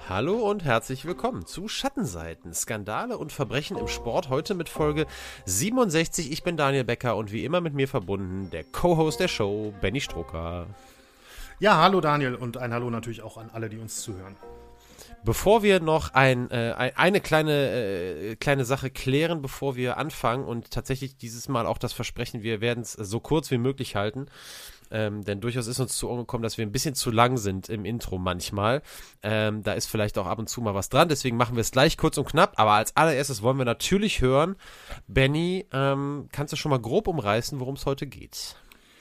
Hallo und herzlich willkommen zu Schattenseiten, Skandale und Verbrechen im Sport, heute mit Folge 67. Ich bin Daniel Becker und wie immer mit mir verbunden der Co-Host der Show, Benny Strucker. Ja, hallo Daniel und ein Hallo natürlich auch an alle, die uns zuhören. Bevor wir noch eine kleine Sache klären, bevor wir anfangen und tatsächlich dieses Mal auch das Versprechen, wir werden es so kurz wie möglich halten, denn durchaus ist uns zu Ohren gekommen, dass wir ein bisschen zu lang sind im Intro manchmal. Da ist vielleicht auch ab und zu mal was dran, deswegen machen wir es gleich kurz und knapp. Aber als allererstes wollen wir natürlich hören, Benny, kannst du schon mal grob umreißen, worum es heute geht?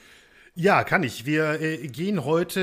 Ja, kann ich. Wir gehen heute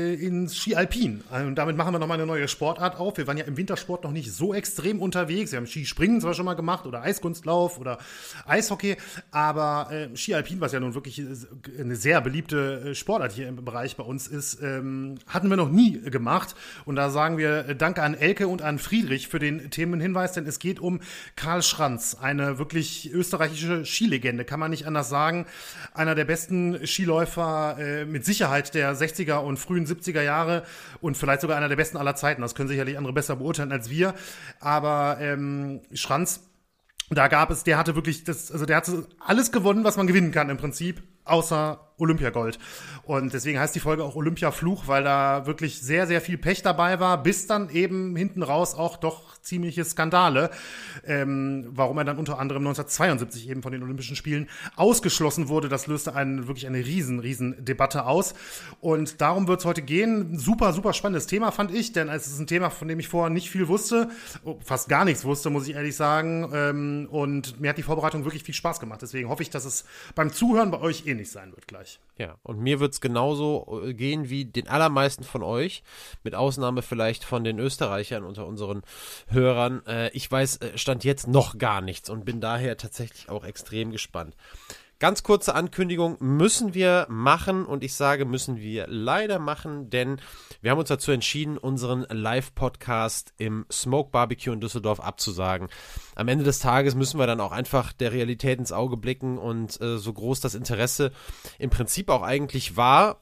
ins Ski Alpin. Und damit machen wir nochmal eine neue Sportart auf. Wir waren ja im Wintersport noch nicht so extrem unterwegs. Wir haben Skispringen zwar schon mal gemacht oder Eiskunstlauf oder Eishockey. Aber Ski Alpin, was ja nun wirklich eine sehr beliebte Sportart hier im Bereich bei uns ist, hatten wir noch nie gemacht. Und da sagen wir Danke an Elke und an Friedrich für den Themenhinweis, denn es geht um Karl Schranz, eine wirklich österreichische Skilegende, kann man nicht anders sagen. Einer der besten Skiläufer mit Sicherheit der 60er und frühen 70er Jahre und vielleicht sogar einer der besten aller Zeiten. Das können sicherlich andere besser beurteilen als wir. Aber Schranz, der hatte wirklich der hatte alles gewonnen, was man gewinnen kann im Prinzip, außer Olympiagold. Und deswegen heißt die Folge auch Olympiafluch, weil da wirklich sehr, sehr viel Pech dabei war, bis dann eben hinten raus auch doch ziemliche Skandale, warum er dann unter anderem 1972 eben von den Olympischen Spielen ausgeschlossen wurde. Das löste wirklich eine riesen Debatte aus. Und darum wird es heute gehen. Super, super spannendes Thema, fand ich, denn es ist ein Thema, von dem ich vorher nicht viel wusste, fast gar nichts wusste, muss ich ehrlich sagen. Und mir hat die Vorbereitung wirklich viel Spaß gemacht. Deswegen hoffe ich, dass es beim Zuhören bei euch ähnlich sein wird gleich. Ja, und mir wird es genauso gehen wie den allermeisten von euch, mit Ausnahme vielleicht von den Österreichern unter unseren Hörern. Ich weiß, Stand jetzt noch gar nichts und bin daher tatsächlich auch extrem gespannt. Ganz kurze Ankündigung müssen wir machen und ich sage, müssen wir leider machen, denn wir haben uns dazu entschieden, unseren Live-Podcast im Smoke Barbecue in Düsseldorf abzusagen. Am Ende des Tages müssen wir dann auch einfach der Realität ins Auge blicken und so groß das Interesse im Prinzip auch eigentlich war,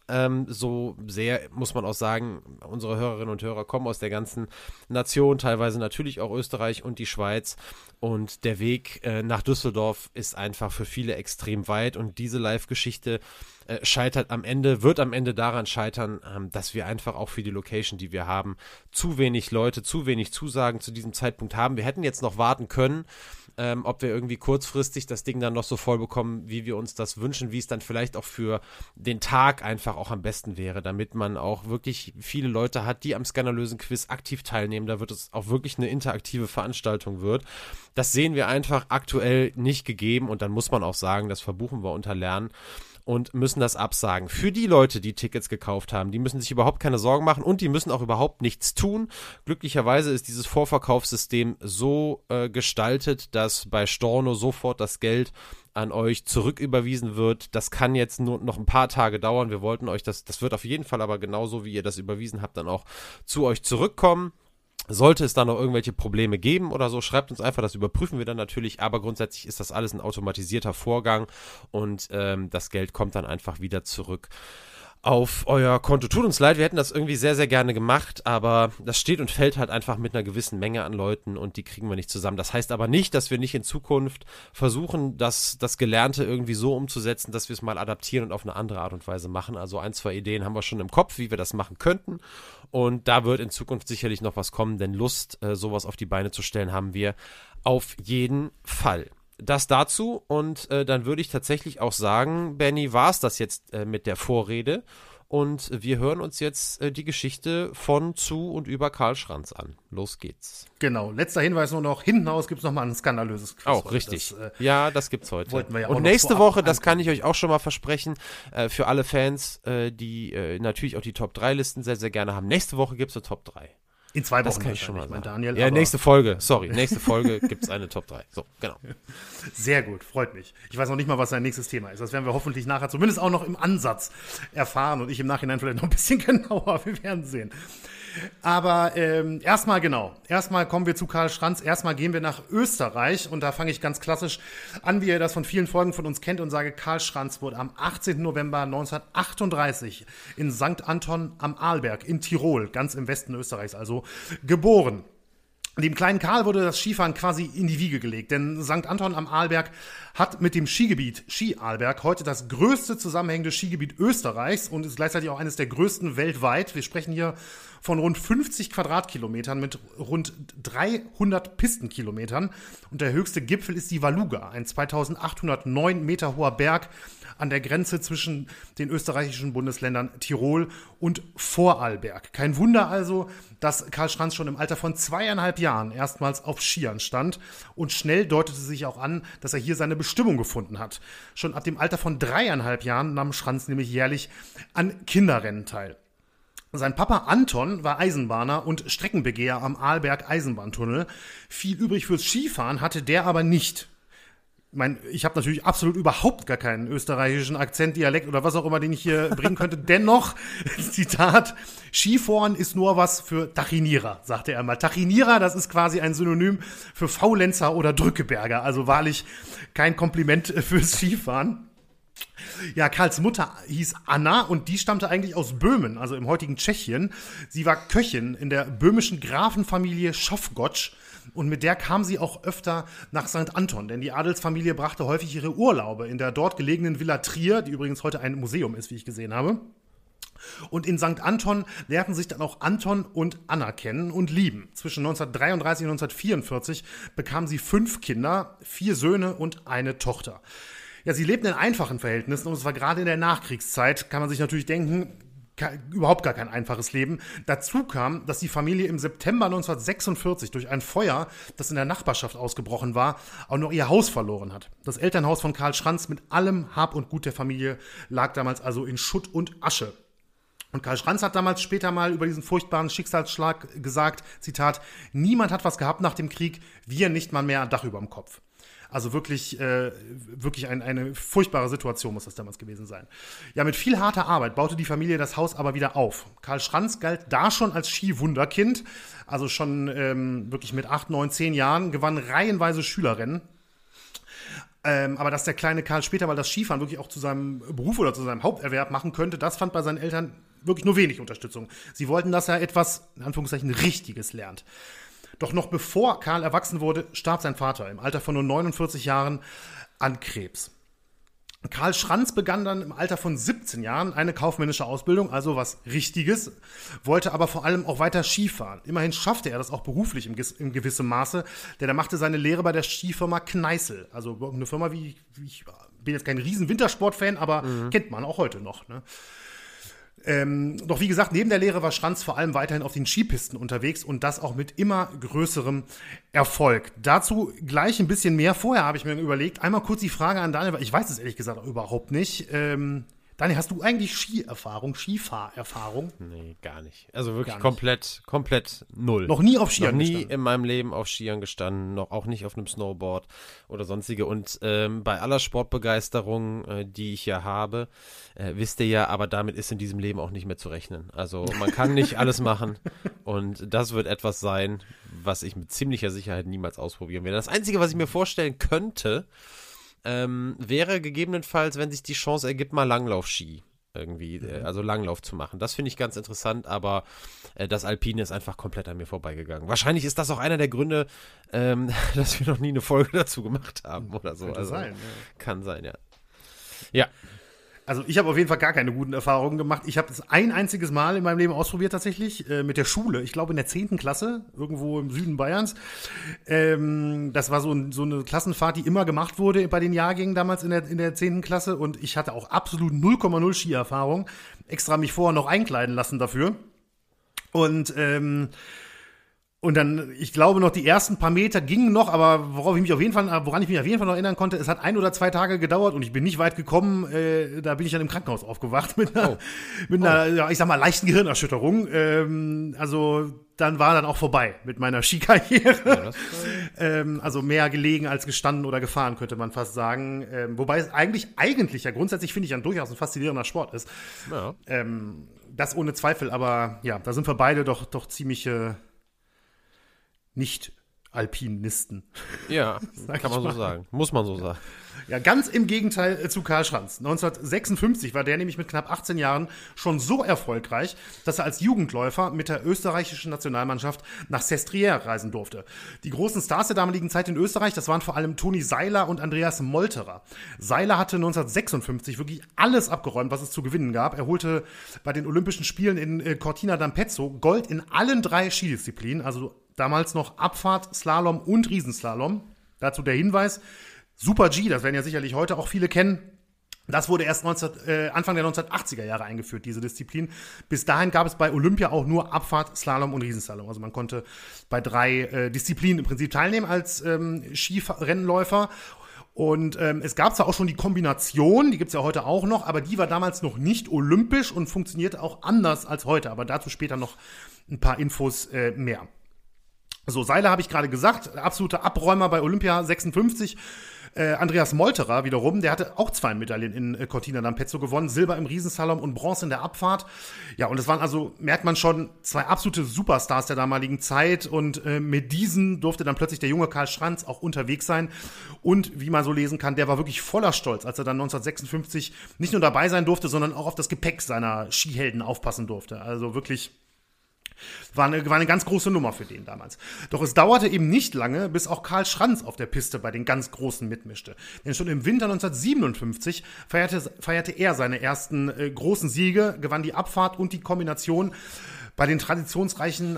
so sehr, muss man auch sagen, unsere Hörerinnen und Hörer kommen aus der ganzen Nation, teilweise natürlich auch Österreich und die Schweiz. Und der Weg nach Düsseldorf ist einfach für viele extrem weit und diese Live-Geschichte wird am Ende daran scheitern, dass wir einfach auch für die Location, die wir haben, zu wenig Leute, zu wenig Zusagen zu diesem Zeitpunkt haben. Wir hätten jetzt noch warten können, ob wir irgendwie kurzfristig das Ding dann noch so voll bekommen, wie wir uns das wünschen, wie es dann vielleicht auch für den Tag einfach auch am besten wäre, damit man auch wirklich viele Leute hat, die am skandalösen Quiz aktiv teilnehmen, da wird es auch wirklich eine interaktive Veranstaltung wird. Das sehen wir einfach aktuell nicht gegeben und dann muss man auch sagen, das verbuchen wir unter Lernen und müssen das absagen. Für die Leute, die Tickets gekauft haben, die müssen sich überhaupt keine Sorgen machen und die müssen auch überhaupt nichts tun. Glücklicherweise ist dieses Vorverkaufssystem so gestaltet, dass bei Storno sofort das Geld an euch zurücküberwiesen wird. Das kann jetzt nur noch ein paar Tage dauern. Wir wollten euch das wird auf jeden Fall aber genauso, wie ihr das überwiesen habt, dann auch zu euch zurückkommen. Sollte es da noch irgendwelche Probleme geben oder so, schreibt uns einfach, das überprüfen wir dann natürlich, aber grundsätzlich ist das alles ein automatisierter Vorgang und das Geld kommt dann einfach wieder zurück auf euer Konto. Tut uns leid, wir hätten das irgendwie sehr, sehr gerne gemacht, aber das steht und fällt halt einfach mit einer gewissen Menge an Leuten und die kriegen wir nicht zusammen. Das heißt aber nicht, dass wir nicht in Zukunft versuchen, das Gelernte irgendwie so umzusetzen, dass wir es mal adaptieren und auf eine andere Art und Weise machen. Also 1, 2 Ideen haben wir schon im Kopf, wie wir das machen könnten und da wird in Zukunft sicherlich noch was kommen, denn Lust, sowas auf die Beine zu stellen, haben wir auf jeden Fall. Das dazu und dann würde ich tatsächlich auch sagen, Benny, war es das jetzt mit der Vorrede und wir hören uns jetzt die Geschichte von, zu und über Karl Schranz an. Los geht's. Genau, letzter Hinweis nur noch, hinten raus gibt's noch mal ein skandalöses Quiz. Auch richtig, das gibt's heute. Wollten wir ja und auch nächste Woche, das kann ich euch auch schon mal versprechen, für alle Fans, die natürlich auch die Top-3-Listen sehr, sehr gerne haben. Nächste Woche gibt's eine Top 3. In 2 Wochen, das kann ich schon mal sagen. Daniel. Ja, nächste Folge gibt es eine Top 3. So, genau. Sehr gut, freut mich. Ich weiß noch nicht mal, was sein nächstes Thema ist. Das werden wir hoffentlich nachher zumindest auch noch im Ansatz erfahren und ich im Nachhinein vielleicht noch ein bisschen genauer. Wir werden sehen. Aber erstmal kommen wir zu Karl Schranz. Erstmal gehen wir nach Österreich und da fange ich ganz klassisch an, wie ihr das von vielen Folgen von uns kennt und sage, Karl Schranz wurde am 18. November 1938 in St. Anton am Arlberg in Tirol, ganz im Westen Österreichs also, geboren. Dem kleinen Karl wurde das Skifahren quasi in die Wiege gelegt, denn St. Anton am Arlberg hat mit dem Skigebiet Ski Arlberg heute das größte zusammenhängende Skigebiet Österreichs und ist gleichzeitig auch eines der größten weltweit. Wir sprechen hier von rund 50 Quadratkilometern mit rund 300 Pistenkilometern und der höchste Gipfel ist die Valuga, ein 2809 Meter hoher Berg an der Grenze zwischen den österreichischen Bundesländern Tirol und Vorarlberg. Kein Wunder also, dass Karl Schranz schon im Alter von 2,5 Jahren erstmals auf Skiern stand und schnell deutete sich auch an, dass er hier seine Bestimmung gefunden hat. Schon ab dem Alter von 3,5 Jahren nahm Schranz nämlich jährlich an Kinderrennen teil. Sein Papa Anton war Eisenbahner und Streckenbegeher am Arlberg Eisenbahntunnel. Viel übrig fürs Skifahren hatte der aber nicht. Ich habe natürlich absolut überhaupt gar keinen österreichischen Akzent, Dialekt oder was auch immer, den ich hier bringen könnte. Dennoch, Zitat, Skifahren ist nur was für Tachinierer, sagte er mal. Tachinierer, das ist quasi ein Synonym für Faulenzer oder Drückeberger. Also wahrlich kein Kompliment fürs Skifahren. Ja, Karls Mutter hieß Anna und die stammte eigentlich aus Böhmen, also im heutigen Tschechien. Sie war Köchin in der böhmischen Grafenfamilie Schofgotsch und mit der kam sie auch öfter nach St. Anton, denn die Adelsfamilie brachte häufig ihre Urlaube in der dort gelegenen Villa Trier, die übrigens heute ein Museum ist, wie ich gesehen habe. Und in St. Anton lernten sich dann auch Anton und Anna kennen und lieben. Zwischen 1933 und 1944 bekamen sie 5 Kinder, 4 Söhne und eine Tochter. Ja, sie lebten in einfachen Verhältnissen und es war gerade in der Nachkriegszeit, kann man sich natürlich denken, überhaupt gar kein einfaches Leben. Dazu kam, dass die Familie im September 1946 durch ein Feuer, das in der Nachbarschaft ausgebrochen war, auch noch ihr Haus verloren hat. Das Elternhaus von Karl Schranz mit allem Hab und Gut der Familie lag damals also in Schutt und Asche. Und Karl Schranz hat damals später mal über diesen furchtbaren Schicksalsschlag gesagt, Zitat, niemand hat was gehabt nach dem Krieg, wir nicht mal mehr ein Dach über dem Kopf. Also wirklich eine furchtbare Situation muss das damals gewesen sein. Ja, mit viel harter Arbeit baute die Familie das Haus aber wieder auf. Karl Schranz galt da schon als Skiwunderkind, also schon wirklich mit 8, 9, 10 Jahren, gewann reihenweise Schülerrennen. Aber dass der kleine Karl später mal das Skifahren wirklich auch zu seinem Beruf oder zu seinem Haupterwerb machen könnte, das fand bei seinen Eltern wirklich nur wenig Unterstützung. Sie wollten, dass er etwas, in Anführungszeichen, Richtiges lernt. Doch noch bevor Karl erwachsen wurde, starb sein Vater im Alter von nur 49 Jahren an Krebs. Karl Schranz begann dann im Alter von 17 Jahren eine kaufmännische Ausbildung, also was Richtiges, wollte aber vor allem auch weiter Skifahren. Immerhin schaffte er das auch beruflich in gewissem Maße, denn er machte seine Lehre bei der Skifirma Kneißl. Also eine Firma ich bin jetzt kein riesen Wintersportfan, aber kennt man auch heute noch, ne? Doch wie gesagt, neben der Lehre war Schranz vor allem weiterhin auf den Skipisten unterwegs und das auch mit immer größerem Erfolg. Dazu gleich ein bisschen mehr. Vorher habe ich mir überlegt, einmal kurz die Frage an Daniel, weil ich weiß es ehrlich gesagt auch überhaupt nicht. Daniel, hast du eigentlich Skifahrerfahrung? Nee, gar nicht. Also wirklich komplett null. Noch nie auf Skiern gestanden? Noch nie in meinem Leben auf Skiern gestanden, noch auch nicht auf einem Snowboard oder sonstige. Und bei aller Sportbegeisterung, die ich ja habe, wisst ihr ja, aber damit ist in diesem Leben auch nicht mehr zu rechnen. Also man kann nicht alles machen und das wird etwas sein, was ich mit ziemlicher Sicherheit niemals ausprobieren werde. Das Einzige, was ich mir vorstellen könnte, wäre gegebenenfalls, wenn sich die Chance ergibt, mal Langlaufski irgendwie, also Langlauf zu machen. Das finde ich ganz interessant, aber das Alpine ist einfach komplett an mir vorbeigegangen. Wahrscheinlich ist das auch einer der Gründe, dass wir noch nie eine Folge dazu gemacht haben oder so. Könnte sein, ja. Kann sein, ja. Ja. Also ich habe auf jeden Fall gar keine guten Erfahrungen gemacht. Ich habe es ein einziges Mal in meinem Leben ausprobiert tatsächlich, mit der Schule. Ich glaube in der 10. Klasse, irgendwo im Süden Bayerns. Das war so eine Klassenfahrt, die immer gemacht wurde bei den Jahrgängen damals in der 10. Klasse. Und ich hatte auch absolut 0,0 Skierfahrung. Extra mich vorher noch einkleiden lassen dafür. Und dann, ich glaube noch, die ersten paar Meter gingen noch, aber woran ich mich auf jeden Fall noch erinnern konnte, es hat 1 oder 2 Tage gedauert und ich bin nicht weit gekommen. Da bin ich dann im Krankenhaus aufgewacht mit einer, ja, ich sag mal, leichten Gehirnerschütterung. Also dann war dann auch vorbei mit meiner Skikarriere. Ja, also mehr gelegen als gestanden oder gefahren, könnte man fast sagen. Wobei es eigentlich ja grundsätzlich, finde ich, ja durchaus ein faszinierender Sport ist. Ja. Das ohne Zweifel, aber ja, da sind wir beide doch ziemliche Nicht-Alpinisten. Ja, kann man so sagen. Muss man so sagen. Ja, ganz im Gegenteil zu Karl Schranz. 1956 war der nämlich mit knapp 18 Jahren schon so erfolgreich, dass er als Jugendläufer mit der österreichischen Nationalmannschaft nach Sestriere reisen durfte. Die großen Stars der damaligen Zeit in Österreich, das waren vor allem Toni Seiler und Andreas Molterer. Seiler hatte 1956 wirklich alles abgeräumt, was es zu gewinnen gab. Er holte bei den Olympischen Spielen in Cortina d'Ampezzo Gold in allen 3 Skidisziplinen, also damals noch Abfahrt, Slalom und Riesenslalom. Dazu der Hinweis: Super G, das werden ja sicherlich heute auch viele kennen. Das wurde erst Anfang der 1980er Jahre eingeführt, diese Disziplin. Bis dahin gab es bei Olympia auch nur Abfahrt, Slalom und Riesenslalom. Also man konnte bei 3 Disziplinen im Prinzip teilnehmen als Skirennläufer. Und es gab zwar auch schon die Kombination, die gibt's ja heute auch noch, aber die war damals noch nicht olympisch und funktionierte auch anders als heute. Aber dazu später noch ein paar Infos mehr. So, Seiler habe ich gerade gesagt, absoluter Abräumer bei Olympia 56. Andreas Molterer wiederum, der hatte auch 2 Medaillen in Cortina d'Ampezzo gewonnen, Silber im Riesenslalom und Bronze in der Abfahrt. Ja, und es waren also, merkt man schon, 2 absolute Superstars der damaligen Zeit und mit diesen durfte dann plötzlich der junge Karl Schranz auch unterwegs sein und wie man so lesen kann, der war wirklich voller Stolz, als er dann 1956 nicht nur dabei sein durfte, sondern auch auf das Gepäck seiner Skihelden aufpassen durfte. Also wirklich war eine ganz große Nummer für den damals. Doch es dauerte eben nicht lange, bis auch Karl Schranz auf der Piste bei den ganz Großen mitmischte. Denn schon im Winter 1957 feierte er seine ersten großen Siege, gewann die Abfahrt und die Kombination beim traditionsreichen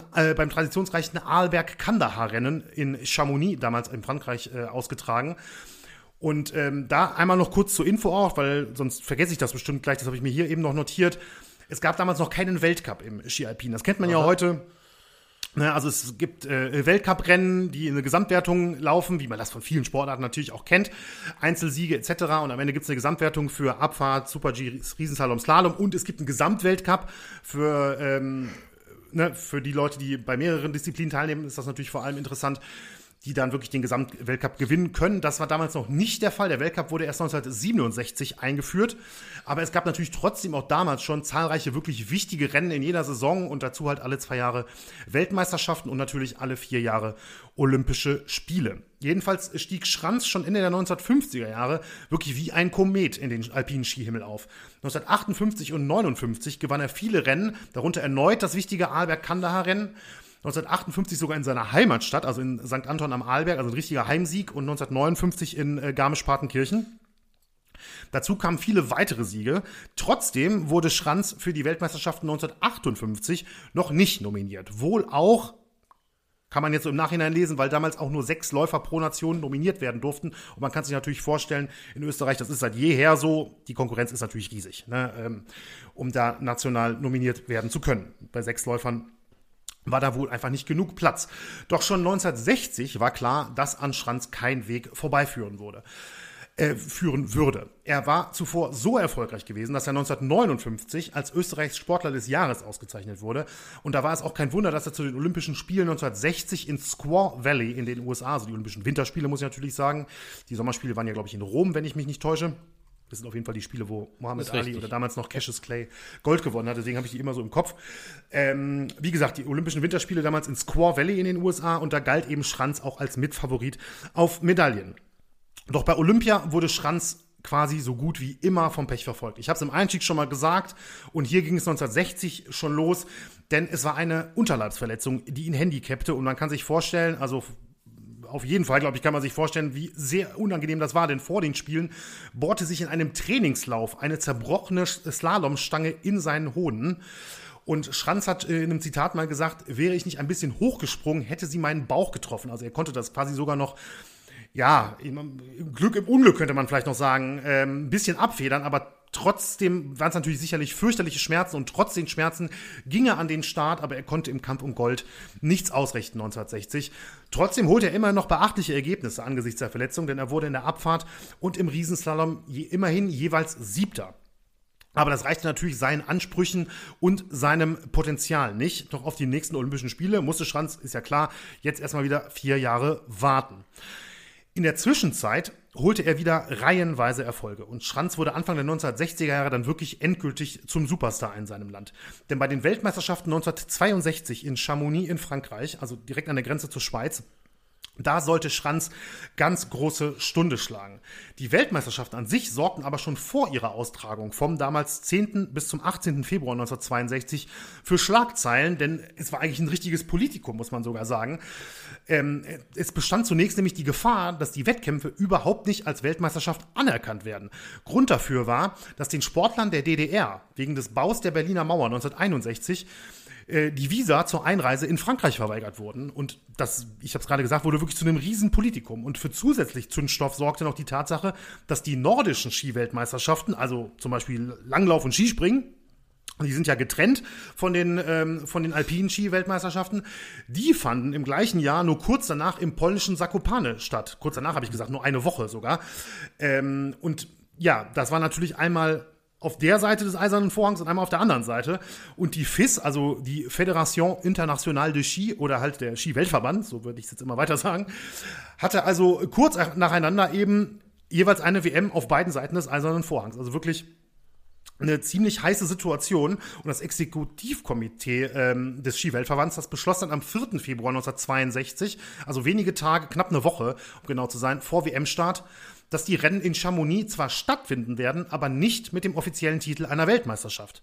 Arlberg-Kandahar-Rennen in Chamonix, damals in Frankreich, ausgetragen. Und da einmal noch kurz zur Info auch, weil sonst vergesse ich das bestimmt gleich, das habe ich mir hier eben noch notiert. Es gab damals noch keinen Weltcup im Ski Alpin. Das kennt man ja heute. Also es gibt Weltcuprennen, die in eine Gesamtwertung laufen, wie man das von vielen Sportarten natürlich auch kennt. Einzelsiege etc. Und am Ende gibt es eine Gesamtwertung für Abfahrt, Super-G, Riesenslalom, Slalom. Und es gibt einen Gesamtweltcup für die Leute, die bei mehreren Disziplinen teilnehmen, ist das natürlich vor allem interessant, die dann wirklich den Gesamtweltcup gewinnen können. Das war damals noch nicht der Fall. Der Weltcup wurde erst 1967 eingeführt. Aber es gab natürlich trotzdem auch damals schon zahlreiche wirklich wichtige Rennen in jeder Saison und dazu halt alle 2 Jahre Weltmeisterschaften und natürlich alle 4 Jahre Olympische Spiele. Jedenfalls stieg Schranz schon Ende der 1950er Jahre wirklich wie ein Komet in den alpinen Skihimmel auf. 1958 und 1959 gewann er viele Rennen, darunter erneut das wichtige Arlberg-Kandahar-Rennen. 1958 sogar in seiner Heimatstadt, also in St. Anton am Arlberg, also ein richtiger Heimsieg, und 1959 in Garmisch-Partenkirchen. Dazu kamen viele weitere Siege. Trotzdem wurde Schranz für die Weltmeisterschaften 1958 noch nicht nominiert. Wohl auch, kann man jetzt so im Nachhinein lesen, weil damals auch nur 6 Läufer pro Nation nominiert werden durften. Und man kann sich natürlich vorstellen, in Österreich, das ist seit jeher so, die Konkurrenz ist natürlich riesig, um da national nominiert werden zu können. Bei 6 Läufern war da wohl einfach nicht genug Platz. Doch schon 1960 war klar, dass an Schranz kein Weg vorbeiführen würde. Er war zuvor so erfolgreich gewesen, dass er 1959 als Österreichs Sportler des Jahres ausgezeichnet wurde. Und da war es auch kein Wunder, dass er zu den Olympischen Spielen 1960 in Squaw Valley in den USA, also die Olympischen Winterspiele, muss ich natürlich sagen. Die Sommerspiele waren ja, glaube ich, in Rom, wenn ich mich nicht täusche. Das sind auf jeden Fall die Spiele, wo Muhammad Ali oder damals noch Cassius Clay Gold gewonnen hat. Deswegen habe ich die immer so im Kopf. Wie gesagt, die Olympischen Winterspiele damals in Squaw Valley in den USA. Und da galt eben Schranz auch als Mitfavorit auf Medaillen. Doch bei Olympia wurde Schranz quasi so gut wie immer vom Pech verfolgt. Ich habe es im Einstieg schon mal gesagt. Und hier ging es 1960 schon los. Denn es war eine Unterleibsverletzung, die ihn handicapte. Und man kann sich vorstellen, also auf jeden Fall, glaube ich, kann man sich vorstellen, wie sehr unangenehm das war, denn vor den Spielen bohrte sich in einem Trainingslauf eine zerbrochene Slalomstange in seinen Hoden. Und Schranz hat in einem Zitat mal gesagt, wäre ich nicht ein bisschen hochgesprungen, hätte sie meinen Bauch getroffen. Also er konnte das quasi sogar noch, ja, Glück im Unglück könnte man vielleicht noch sagen, ein bisschen abfedern, aber trotzdem waren es natürlich sicherlich fürchterliche Schmerzen und trotz den Schmerzen ging er an den Start, aber er konnte im Kampf um Gold nichts ausrichten 1960. Trotzdem holte er immer noch beachtliche Ergebnisse angesichts der Verletzung, denn er wurde in der Abfahrt und im Riesenslalom immerhin jeweils 7. Aber das reichte natürlich seinen Ansprüchen und seinem Potenzial nicht. Doch auf die nächsten Olympischen Spiele musste Schranz, ist ja klar, jetzt erstmal wieder 4 Jahre warten. In der Zwischenzeit holte er wieder reihenweise Erfolge. Und Schranz wurde Anfang der 1960er Jahre dann wirklich endgültig zum Superstar in seinem Land. Denn bei den Weltmeisterschaften 1962 in Chamonix in Frankreich, also direkt an der Grenze zur Schweiz, da sollte Schranz ganz große Stunde schlagen. Die Weltmeisterschaften an sich sorgten aber schon vor ihrer Austragung vom damals 10. bis zum 18. Februar 1962 für Schlagzeilen, denn es war eigentlich ein richtiges Politikum, muss man sogar sagen. Es bestand zunächst nämlich die Gefahr, dass die Wettkämpfe überhaupt nicht als Weltmeisterschaft anerkannt werden. Grund dafür war, dass den Sportlern der DDR wegen des Baus der Berliner Mauer 1961 die Visa zur Einreise in Frankreich verweigert wurden. Und das, ich habe es gerade gesagt, wurde wirklich zu einem Riesenpolitikum. Und für zusätzlich Zündstoff sorgte noch die Tatsache, dass die nordischen Skiweltmeisterschaften, also zum Beispiel Langlauf und Skispringen, die sind ja getrennt von den alpinen Ski-Weltmeisterschaften. Die fanden im gleichen Jahr nur kurz danach im polnischen Zakopane statt. Kurz danach habe ich gesagt, nur eine Woche sogar. Und ja, das war natürlich einmal auf der Seite des Eisernen Vorhangs und einmal auf der anderen Seite. Und die FIS, also die Fédération Internationale de Ski oder halt der Ski-Weltverband, so würde ich es jetzt immer weiter sagen, hatte also kurz nacheinander eben jeweils eine WM auf beiden Seiten des Eisernen Vorhangs. Also wirklich eine ziemlich heiße Situation. Und das Exekutivkomitee des Ski-Weltverbands, das beschloss dann am 4. Februar 1962, also wenige Tage, knapp eine Woche, um genau zu sein, vor WM-Start, dass die Rennen in Chamonix zwar stattfinden werden, aber nicht mit dem offiziellen Titel einer Weltmeisterschaft.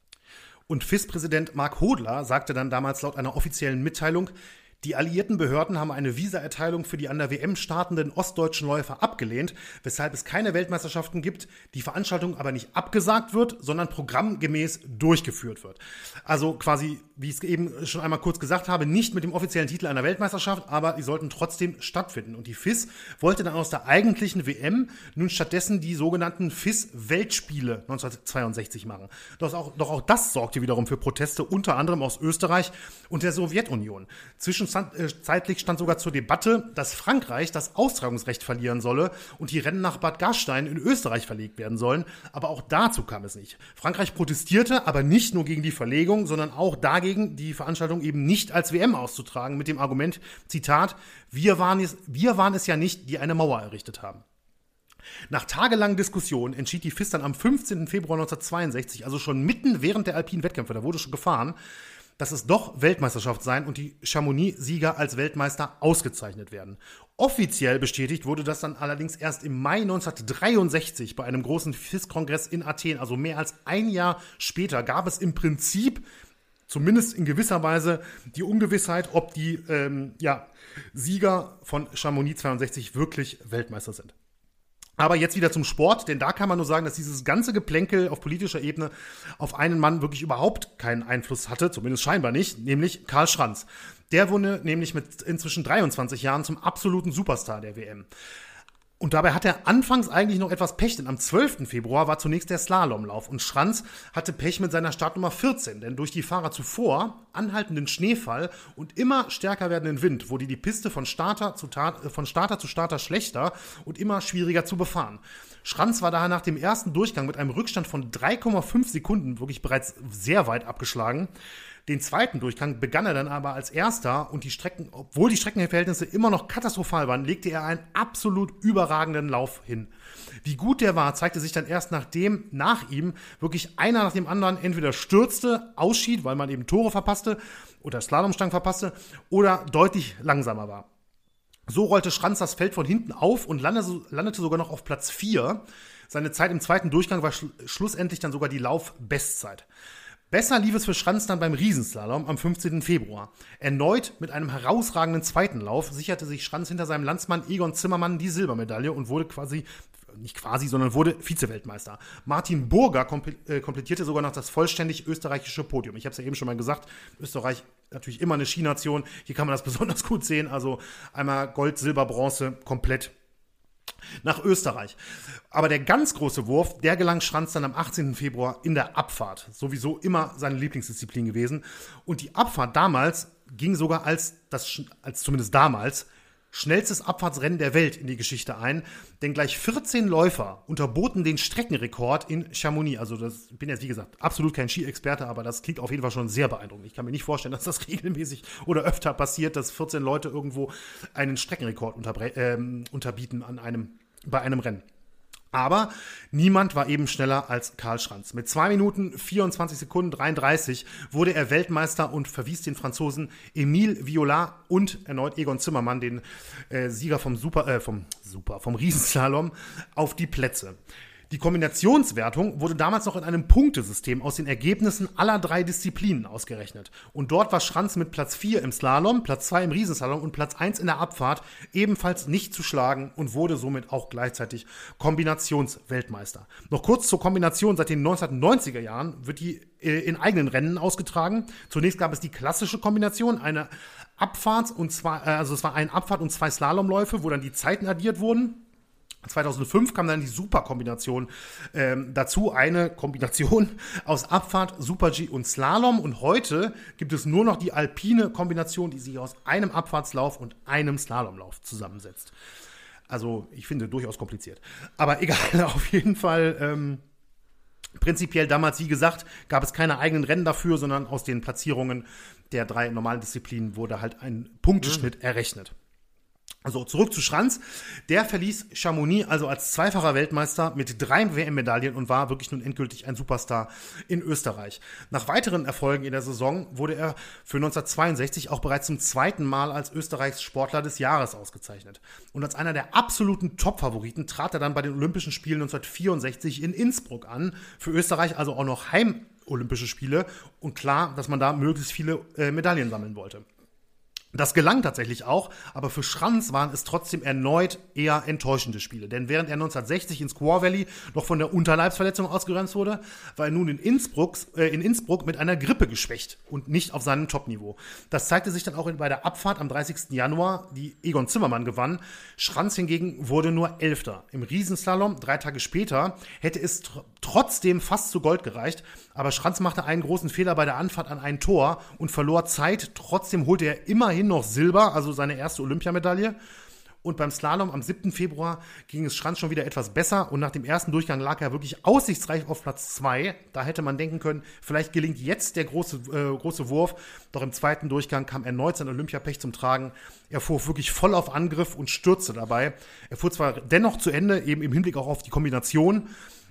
Und FIS-Präsident Mark Hodler sagte dann damals laut einer offiziellen Mitteilung, die alliierten Behörden haben eine Visaerteilung für die an der WM startenden ostdeutschen Läufer abgelehnt, weshalb es keine Weltmeisterschaften gibt, die Veranstaltung aber nicht abgesagt wird, sondern programmgemäß durchgeführt wird. Also quasi, wie ich es eben schon einmal kurz gesagt habe, nicht mit dem offiziellen Titel einer Weltmeisterschaft, aber die sollten trotzdem stattfinden. Und die FIS wollte dann aus der eigentlichen WM nun stattdessen die sogenannten FIS-Weltspiele 1962 machen. Doch auch das sorgte wiederum für Proteste, unter anderem aus Österreich und der Sowjetunion. Zwischenzeitlich stand sogar zur Debatte, dass Frankreich das Austragungsrecht verlieren solle und die Rennen nach Bad Gastein in Österreich verlegt werden sollen. Aber auch dazu kam es nicht. Frankreich protestierte, aber nicht nur gegen die Verlegung, sondern auch dagegen, die Veranstaltung eben nicht als WM auszutragen, mit dem Argument, Zitat, wir waren es ja nicht, die eine Mauer errichtet haben. Nach tagelangen Diskussionen entschied die FIS dann am 15. Februar 1962, also schon mitten während der alpinen Wettkämpfe, da wurde schon gefahren, dass es doch Weltmeisterschaft sein und die Chamonix-Sieger als Weltmeister ausgezeichnet werden. Offiziell bestätigt wurde das dann allerdings erst im Mai 1963 bei einem großen FIS-Kongress in Athen. Also mehr als ein Jahr später gab es im Prinzip, zumindest in gewisser Weise, die Ungewissheit, ob die Sieger von Chamonix 62 wirklich Weltmeister sind. Aber jetzt wieder zum Sport, denn da kann man nur sagen, dass dieses ganze Geplänkel auf politischer Ebene auf einen Mann wirklich überhaupt keinen Einfluss hatte, zumindest scheinbar nicht, nämlich Karl Schranz. Der wurde nämlich mit inzwischen 23 Jahren zum absoluten Superstar der WM. Und dabei hat er anfangs eigentlich noch etwas Pech, denn am 12. Februar war zunächst der Slalomlauf und Schranz hatte Pech mit seiner Startnummer 14, denn durch die Fahrer zuvor, anhaltenden Schneefall und immer stärker werdenden Wind wurde die Piste von Starter zu Starter schlechter und immer schwieriger zu befahren. Schranz war daher nach dem ersten Durchgang mit einem Rückstand von 3,5 Sekunden wirklich bereits sehr weit abgeschlagen. Den zweiten Durchgang begann er dann aber als Erster und obwohl die Streckenverhältnisse immer noch katastrophal waren, legte er einen absolut überragenden Lauf hin. Wie gut der war, zeigte sich dann erst nachdem nach ihm wirklich einer nach dem anderen entweder stürzte, ausschied, weil man eben Tore verpasste oder Slalomstangen verpasste oder deutlich langsamer war. So rollte Schranz das Feld von hinten auf und landete sogar noch auf Platz 4. Seine Zeit im zweiten Durchgang war schlussendlich dann sogar die Laufbestzeit. Besser lief es für Schranz dann beim Riesenslalom am 15. Februar. Erneut mit einem herausragenden zweiten Lauf sicherte sich Schranz hinter seinem Landsmann Egon Zimmermann die Silbermedaille und wurde wurde Vize-Weltmeister. Martin Burger komplettierte sogar noch das vollständig österreichische Podium. Ich habe es ja eben schon mal gesagt, Österreich natürlich immer eine Skination. Hier kann man das besonders gut sehen. Also einmal Gold, Silber, Bronze, komplett nach Österreich. Aber der ganz große Wurf, der gelang Schranz dann am 18. Februar in der Abfahrt. Sowieso immer seine Lieblingsdisziplin gewesen. Und die Abfahrt damals ging sogar als zumindest damals schnellstes Abfahrtsrennen der Welt in die Geschichte ein, denn gleich 14 Läufer unterboten den Streckenrekord in Chamonix. Also ich bin jetzt, wie gesagt, absolut kein Ski-Experte, aber das klingt auf jeden Fall schon sehr beeindruckend. Ich kann mir nicht vorstellen, dass das regelmäßig oder öfter passiert, dass 14 Leute irgendwo einen Streckenrekord unterbieten an einem bei einem Rennen. Aber niemand war eben schneller als Karl Schranz. Mit 2 Minuten 24 Sekunden 33 wurde er Weltmeister und verwies den Franzosen Émile Violat und erneut Egon Zimmermann, den Sieger vom Riesenslalom, auf die Plätze. Die Kombinationswertung wurde damals noch in einem Punktesystem aus den Ergebnissen aller 3 Disziplinen ausgerechnet. Und dort war Schranz mit Platz 4 im Slalom, Platz 2 im Riesenslalom und Platz 1 in der Abfahrt ebenfalls nicht zu schlagen und wurde somit auch gleichzeitig Kombinationsweltmeister. Noch kurz zur Kombination. Seit den 1990er Jahren wird die in eigenen Rennen ausgetragen. Zunächst gab es die klassische Kombination, eine Abfahrt es war eine Abfahrt und 2 Slalomläufe, wo dann die Zeiten addiert wurden. 2005 kam dann die Super-Kombination dazu, eine Kombination aus Abfahrt, Super-G und Slalom. Und heute gibt es nur noch die alpine Kombination, die sich aus einem Abfahrtslauf und einem Slalomlauf zusammensetzt. Also ich finde, durchaus kompliziert. Aber egal, auf jeden Fall prinzipiell damals, wie gesagt, gab es keine eigenen Rennen dafür, sondern aus den Platzierungen der 3 normalen Disziplinen wurde halt ein Punkteschnitt errechnet. Also zurück zu Schranz. Der verließ Chamonix also als zweifacher Weltmeister mit 3 WM-Medaillen und war wirklich nun endgültig ein Superstar in Österreich. Nach weiteren Erfolgen in der Saison wurde er für 1962 auch bereits zum 2. Mal als Österreichs Sportler des Jahres ausgezeichnet. Und als einer der absoluten Top-Favoriten trat er dann bei den Olympischen Spielen 1964 in Innsbruck an. Für Österreich also auch noch Heim-Olympische Spiele. Und klar, dass man da möglichst viele Medaillen sammeln wollte. Das gelang tatsächlich auch, aber für Schranz waren es trotzdem erneut eher enttäuschende Spiele. Denn während er 1960 in Squaw Valley noch von der Unterleibsverletzung ausgebremst wurde, war er nun in Innsbruck mit einer Grippe geschwächt und nicht auf seinem Topniveau. Das zeigte sich dann auch bei der Abfahrt am 30. Januar, die Egon Zimmermann gewann. Schranz hingegen wurde nur 11. Im Riesenslalom, 3 Tage später, hätte es trotzdem fast zu Gold gereicht, aber Schranz machte einen großen Fehler bei der Anfahrt an ein Tor und verlor Zeit. Trotzdem holte er immerhin noch Silber, also seine erste Olympiamedaille. Und beim Slalom am 7. Februar ging es Schranz schon wieder etwas besser und nach dem ersten Durchgang lag er wirklich aussichtsreich auf Platz 2. Da hätte man denken können, vielleicht gelingt jetzt der große Wurf. Doch im zweiten Durchgang kam erneut sein Olympiapech zum Tragen. Er fuhr wirklich voll auf Angriff und stürzte dabei. Er fuhr zwar dennoch zu Ende, eben im Hinblick auch auf die Kombination,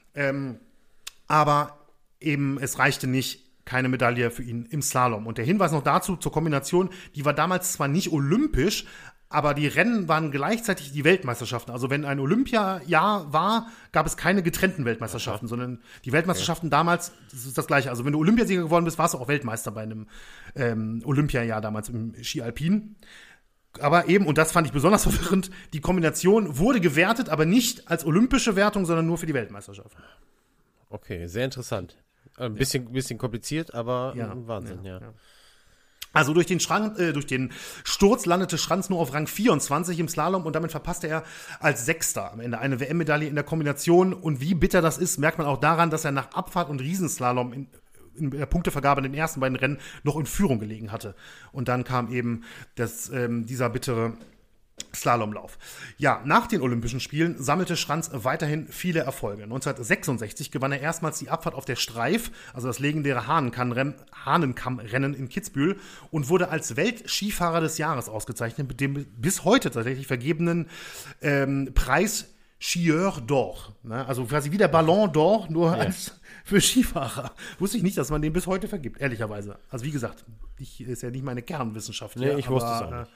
aber eben es reichte nicht. Keine Medaille für ihn im Slalom. Und der Hinweis noch dazu, zur Kombination, die war damals zwar nicht olympisch, aber die Rennen waren gleichzeitig die Weltmeisterschaften. Also wenn ein Olympiajahr war, gab es keine getrennten Weltmeisterschaften, sondern die Weltmeisterschaften damals, das ist das Gleiche. Also wenn du Olympiasieger geworden bist, warst du auch Weltmeister bei einem Olympiajahr damals im Ski Alpin. Aber eben, und das fand ich besonders verwirrend, die Kombination wurde gewertet, aber nicht als olympische Wertung, sondern nur für die Weltmeisterschaften. Okay, sehr interessant. Ein bisschen kompliziert, aber Wahnsinn, ja. Also durch den Sturz landete Schranz nur auf Rang 24 im Slalom und damit verpasste er als Sechster am Ende eine WM-Medaille in der Kombination. Und wie bitter das ist, merkt man auch daran, dass er nach Abfahrt und Riesenslalom in der Punktevergabe in den ersten beiden Rennen noch in Führung gelegen hatte. Und dann kam eben dieser bittere Slalomlauf. Ja, nach den Olympischen Spielen sammelte Schranz weiterhin viele Erfolge. 1966 gewann er erstmals die Abfahrt auf der Streif, also das legendäre Hahnenkammrennen in Kitzbühel, und wurde als Weltskifahrer des Jahres ausgezeichnet mit dem bis heute tatsächlich vergebenen Preis Skieur d'Or. Ne? Also quasi wie der Ballon d'Or, nur als für Skifahrer. Wusste ich nicht, dass man den bis heute vergibt, ehrlicherweise. Also wie gesagt, ist ja nicht meine Kernwissenschaft. Nee, ich wusste es auch nicht.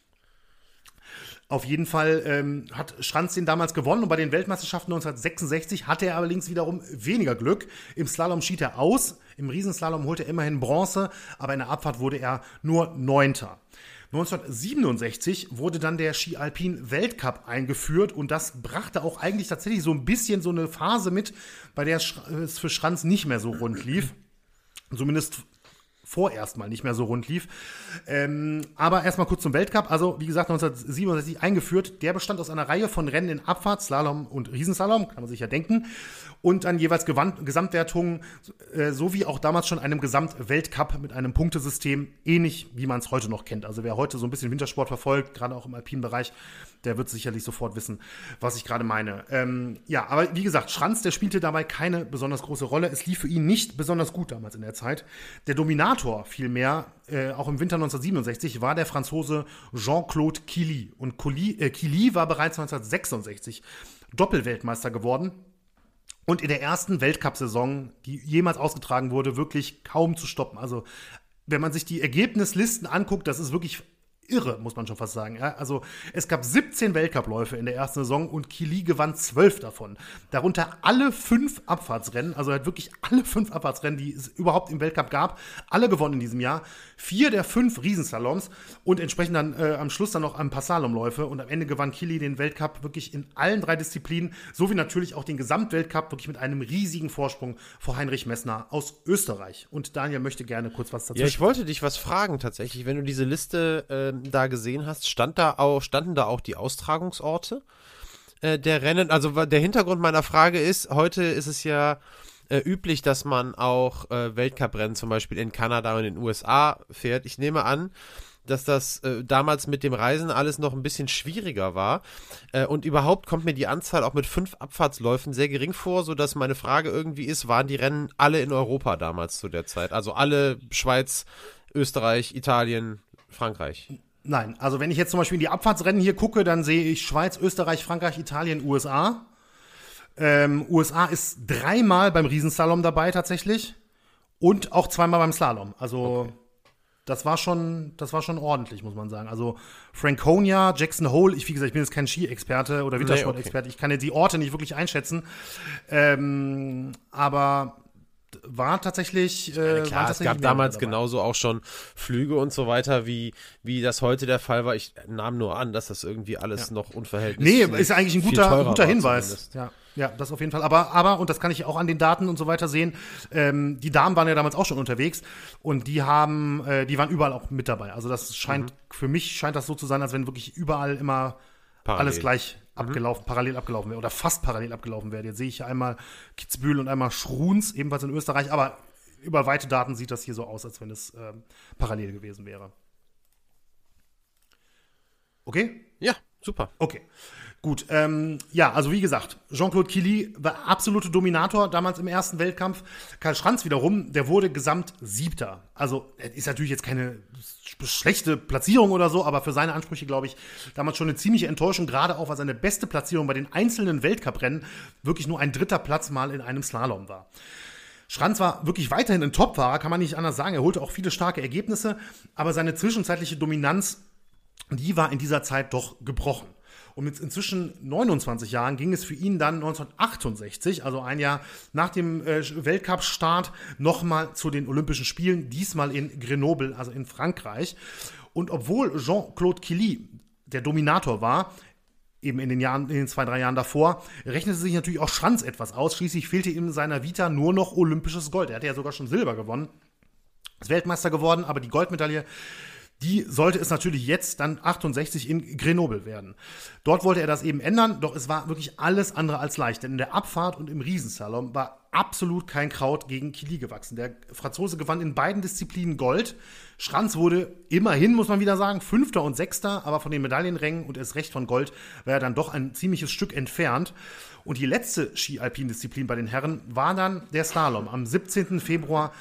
Auf jeden Fall hat Schranz den damals gewonnen und bei den Weltmeisterschaften 1966 hatte er allerdings wiederum weniger Glück. Im Slalom schied er aus, im Riesenslalom holte er immerhin Bronze, aber in der Abfahrt wurde er nur 9. 1967 wurde dann der Ski Alpin Weltcup eingeführt und das brachte auch eigentlich tatsächlich so ein bisschen so eine Phase mit, bei der es für Schranz nicht mehr so rund lief. Zumindest vorerst mal nicht mehr so rund lief. Aber erstmal kurz zum Weltcup. Also, wie gesagt, 1967 eingeführt. Der bestand aus einer Reihe von Rennen in Abfahrt, Slalom und Riesenslalom, kann man sich ja denken. Und dann jeweils Gesamtwertungen, sowie auch damals schon einem Gesamtweltcup mit einem Punktesystem, ähnlich wie man es heute noch kennt. Also wer heute so ein bisschen Wintersport verfolgt, gerade auch im alpinen Bereich, der wird sicherlich sofort wissen, was ich gerade meine. Aber wie gesagt, Schranz, der spielte dabei keine besonders große Rolle. Es lief für ihn nicht besonders gut damals in der Zeit. Der Dominator Dominator vielmehr, auch im Winter 1967, war der Franzose Jean-Claude Killy. Und Killy war bereits 1966 Doppelweltmeister geworden und in der ersten Weltcup-Saison, die jemals ausgetragen wurde, wirklich kaum zu stoppen. Also wenn man sich die Ergebnislisten anguckt, das ist wirklich irre, muss man schon fast sagen. Ja? Also es gab 17 Weltcupläufe in der ersten Saison und Killy gewann 12 davon. Darunter alle 5 Abfahrtsrennen, also halt wirklich alle 5 Abfahrtsrennen, die es überhaupt im Weltcup gab, alle gewonnen in diesem Jahr. 4 der 5 Riesenslaloms und entsprechend dann am Schluss dann noch ein paar Slalomläufe. Und am Ende gewann Killy den Weltcup wirklich in allen 3 Disziplinen, sowie natürlich auch den Gesamtweltcup wirklich mit einem riesigen Vorsprung vor Heinrich Messner aus Österreich. Und Daniel möchte gerne kurz was dazu. Ja, ich wollte dich was fragen tatsächlich. Wenn du diese Liste da gesehen hast, standen da auch die Austragungsorte der Rennen? Also der Hintergrund meiner Frage ist, heute ist es ja üblich, dass man auch Weltcuprennen zum Beispiel in Kanada und in den USA fährt. Ich nehme an, dass das damals mit dem Reisen alles noch ein bisschen schwieriger war. Und überhaupt kommt mir die Anzahl auch mit 5 Abfahrtsläufen sehr gering vor, sodass meine Frage irgendwie ist, waren die Rennen alle in Europa damals zu der Zeit? Also alle Schweiz, Österreich, Italien, Frankreich? Nein, also wenn ich jetzt zum Beispiel in die Abfahrtsrennen hier gucke, dann sehe ich Schweiz, Österreich, Frankreich, Italien, USA. USA ist 3-mal beim Riesenslalom dabei tatsächlich und auch 2-mal beim Slalom. Also okay. Das war schon ordentlich, muss man sagen. Also Franconia, Jackson Hole, wie gesagt, ich bin jetzt kein Ski-Experte oder Wintersport-Experte. Okay. Ich kann ja die Orte nicht wirklich einschätzen. Aber war tatsächlich. Klar, es gab damals genauso auch schon Flüge und so weiter, wie das heute der Fall war. Ich nahm nur an, dass das irgendwie alles noch unverhältnismäßig. Nee, ist eigentlich ein guter Hinweis. Ja, das auf jeden Fall. Aber, und das kann ich auch an den Daten und so weiter sehen, die Damen waren ja damals auch schon unterwegs und die waren überall auch mit dabei. Also das für mich scheint das so zu sein, als wenn wirklich überall immer alles gleich parallel abgelaufen wäre oder fast parallel abgelaufen wäre. Jetzt sehe ich hier einmal Kitzbühel und einmal Schruns, ebenfalls in Österreich, aber über weite Daten sieht das hier so aus, als wenn es parallel gewesen wäre. Okay? Ja, super. Okay. Gut, also wie gesagt, Jean-Claude Killy war absolute Dominator damals im ersten Wettkampf. Karl Schranz wiederum, der wurde gesamt 7. Also ist natürlich jetzt keine schlechte Platzierung oder so, aber für seine Ansprüche, glaube ich, damals schon eine ziemliche Enttäuschung, gerade auch, weil seine beste Platzierung bei den einzelnen Weltcuprennen wirklich nur ein 3. Platz mal in einem Slalom war. Schranz war wirklich weiterhin ein Topfahrer, kann man nicht anders sagen. Er holte auch viele starke Ergebnisse, aber seine zwischenzeitliche Dominanz, die war in dieser Zeit doch gebrochen. Und mit inzwischen 29 Jahren ging es für ihn dann 1968, also ein Jahr nach dem Weltcup-Start, nochmal zu den Olympischen Spielen, diesmal in Grenoble, also in Frankreich. Und obwohl Jean-Claude Killy der Dominator war, eben in den 2-3 Jahren davor, rechnete sich natürlich auch Schranz etwas aus. Schließlich fehlte ihm in seiner Vita nur noch olympisches Gold. Er hatte ja sogar schon Silber gewonnen, ist Weltmeister geworden, aber die Goldmedaille, die sollte es natürlich jetzt dann 68 in Grenoble werden. Dort wollte er das eben ändern, doch es war wirklich alles andere als leicht. Denn in der Abfahrt und im Riesenslalom war absolut kein Kraut gegen Killy gewachsen. Der Franzose gewann in beiden Disziplinen Gold. Schranz wurde immerhin, muss man wieder sagen, 5. und 6. Aber von den Medaillenrängen und erst recht von Gold war er dann doch ein ziemliches Stück entfernt. Und die letzte Ski-Alpin-Disziplin bei den Herren war dann der Slalom am 17. Februar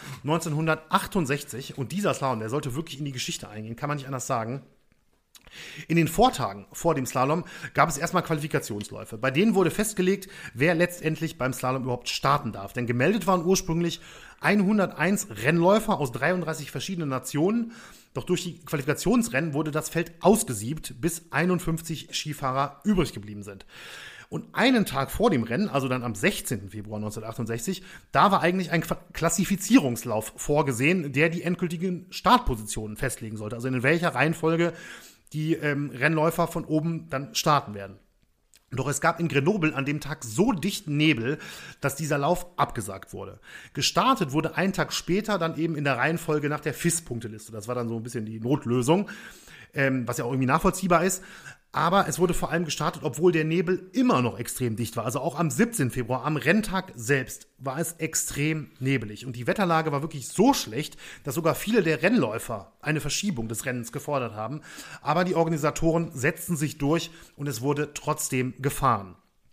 1968. Und dieser Slalom, der sollte wirklich in die Geschichte eingehen, kann man nicht anders sagen. In den Vortagen vor dem Slalom gab es erstmal Qualifikationsläufe. Bei denen wurde festgelegt, wer letztendlich beim Slalom überhaupt starten darf. Denn gemeldet waren ursprünglich 101 Rennläufer aus 33 verschiedenen Nationen. Doch durch die Qualifikationsrennen wurde das Feld ausgesiebt, bis 51 Skifahrer übrig geblieben sind. Und einen Tag vor dem Rennen, also dann am 16. Februar 1968, da war eigentlich ein Klassifizierungslauf vorgesehen, der die endgültigen Startpositionen festlegen sollte. Also in welcher Reihenfolge die Rennläufer von oben dann starten werden. Doch es gab in Grenoble an dem Tag so dichten Nebel, dass dieser Lauf abgesagt wurde. Gestartet wurde einen Tag später dann eben in der Reihenfolge nach der FIS-Punkteliste. Das war dann so ein bisschen die Notlösung, was ja auch irgendwie nachvollziehbar ist. Aber es wurde vor allem gestartet, obwohl der Nebel immer noch extrem dicht war. Also auch am 17. Februar, am Renntag selbst, war es extrem nebelig. Und die Wetterlage war wirklich so schlecht, dass sogar viele der Rennläufer eine Verschiebung des Rennens gefordert haben. Aber die Organisatoren setzten sich durch und es wurde trotzdem gefahren.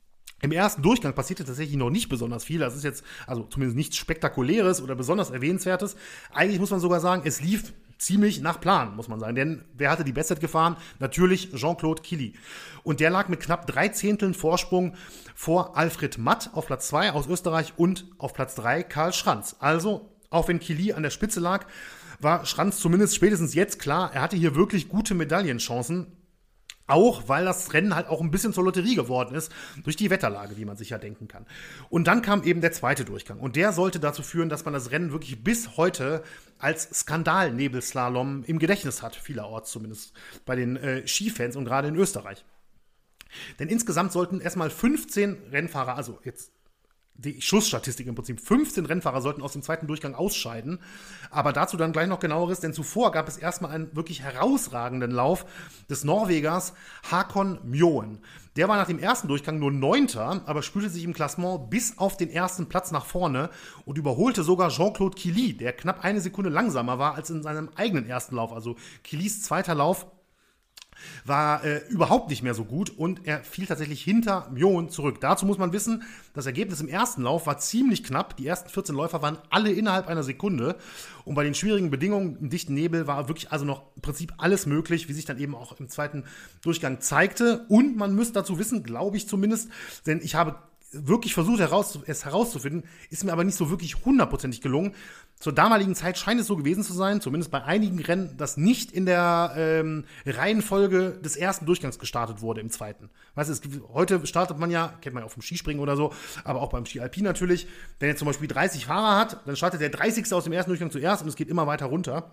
Im ersten Durchgang passierte tatsächlich noch nicht besonders viel. Das ist jetzt, also zumindest nichts Spektakuläres oder besonders Erwähnenswertes. Eigentlich muss man sogar sagen, es lief ziemlich nach Plan, muss man sagen. Denn wer hatte die Bestzeit gefahren? Natürlich Jean-Claude Killy. Und der lag mit knapp 3 Zehnteln Vorsprung vor Alfred Matt auf Platz 2 aus Österreich und auf Platz 3 Karl Schranz. Also, auch wenn Killy an der Spitze lag, war Schranz zumindest spätestens jetzt klar, er hatte hier wirklich gute Medaillenchancen. Auch, weil das Rennen halt auch ein bisschen zur Lotterie geworden ist, durch die Wetterlage, wie man sich ja denken kann. Und dann kam eben der zweite Durchgang. Und der sollte dazu führen, dass man das Rennen wirklich bis heute als Skandal-Nebelslalom im Gedächtnis hat, vielerorts zumindest, bei den Skifans und gerade in Österreich. Denn insgesamt sollten erstmal 15 Rennfahrer, also jetzt die Schussstatistik im Prinzip, 15 Rennfahrer sollten aus dem zweiten Durchgang ausscheiden. Aber dazu dann gleich noch genaueres, denn zuvor gab es erstmal einen wirklich herausragenden Lauf des Norwegers Håkon Mjøen. Der war nach dem ersten Durchgang nur 9., aber spülte sich im Klassement bis auf den ersten Platz nach vorne und überholte sogar Jean-Claude Killy, der knapp 1 Sekunde langsamer war als in seinem eigenen ersten Lauf. Also Killys zweiter Lauf war überhaupt nicht mehr so gut und er fiel tatsächlich hinter Mjøen zurück. Dazu muss man wissen, das Ergebnis im ersten Lauf war ziemlich knapp. Die ersten 14 Läufer waren alle innerhalb einer Sekunde und bei den schwierigen Bedingungen im dichten Nebel war wirklich also noch im Prinzip alles möglich, wie sich dann eben auch im zweiten Durchgang zeigte. Und man müsste dazu wissen, glaube ich zumindest, denn ich habe wirklich versucht, es herauszufinden, ist mir aber nicht so wirklich hundertprozentig gelungen. Zur damaligen Zeit scheint es so gewesen zu sein, zumindest bei einigen Rennen, dass nicht in der Reihenfolge des ersten Durchgangs gestartet wurde im zweiten. Weißt du, heute startet man ja, kennt man ja auch vom Skispringen oder so, aber auch beim Ski Alpin natürlich. Wenn er zum Beispiel 30 Fahrer hat, dann startet der 30. aus dem ersten Durchgang zuerst und es geht immer weiter runter.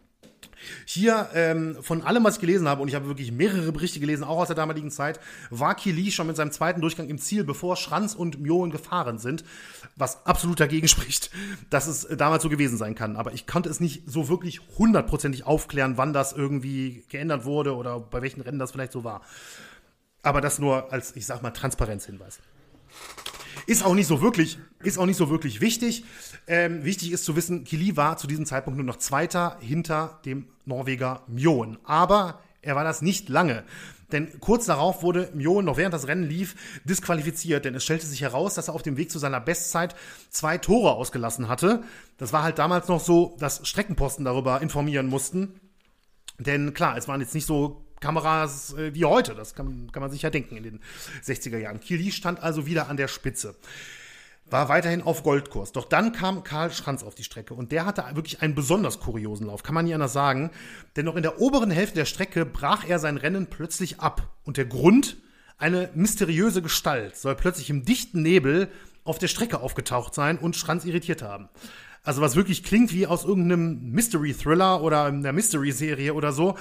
Hier, von allem, was ich gelesen habe, und ich habe wirklich mehrere Berichte gelesen, auch aus der damaligen Zeit, war Killy schon mit seinem zweiten Durchgang im Ziel, bevor Schranz und Mjøen gefahren sind, was absolut dagegen spricht, dass es damals so gewesen sein kann. Aber ich konnte es nicht so wirklich hundertprozentig aufklären, wann das irgendwie geändert wurde oder bei welchen Rennen das vielleicht so war. Aber das nur als, ich sag mal, Transparenzhinweis. Ist auch nicht so wirklich wichtig. Wichtig ist zu wissen, Killy war zu diesem Zeitpunkt nur noch Zweiter hinter dem Norweger Mjøen. Aber er war das nicht lange. Denn kurz darauf wurde Mjøen, noch während das Rennen lief, disqualifiziert. Denn es stellte sich heraus, dass er auf dem Weg zu seiner Bestzeit 2 Tore ausgelassen hatte. Das war halt damals noch so, dass Streckenposten darüber informieren mussten. Denn klar, es waren jetzt nicht so Kameras wie heute, das kann man sich ja denken in den 60er Jahren. Killy stand also wieder an der Spitze, war weiterhin auf Goldkurs. Doch dann kam Karl Schranz auf die Strecke und der hatte wirklich einen besonders kuriosen Lauf, kann man nicht anders sagen. Denn noch in der oberen Hälfte der Strecke brach er sein Rennen plötzlich ab. Und der Grund? Eine mysteriöse Gestalt soll plötzlich im dichten Nebel auf der Strecke aufgetaucht sein und Schranz irritiert haben. Also was wirklich klingt wie aus irgendeinem Mystery-Thriller oder einer Mystery-Serie oder so,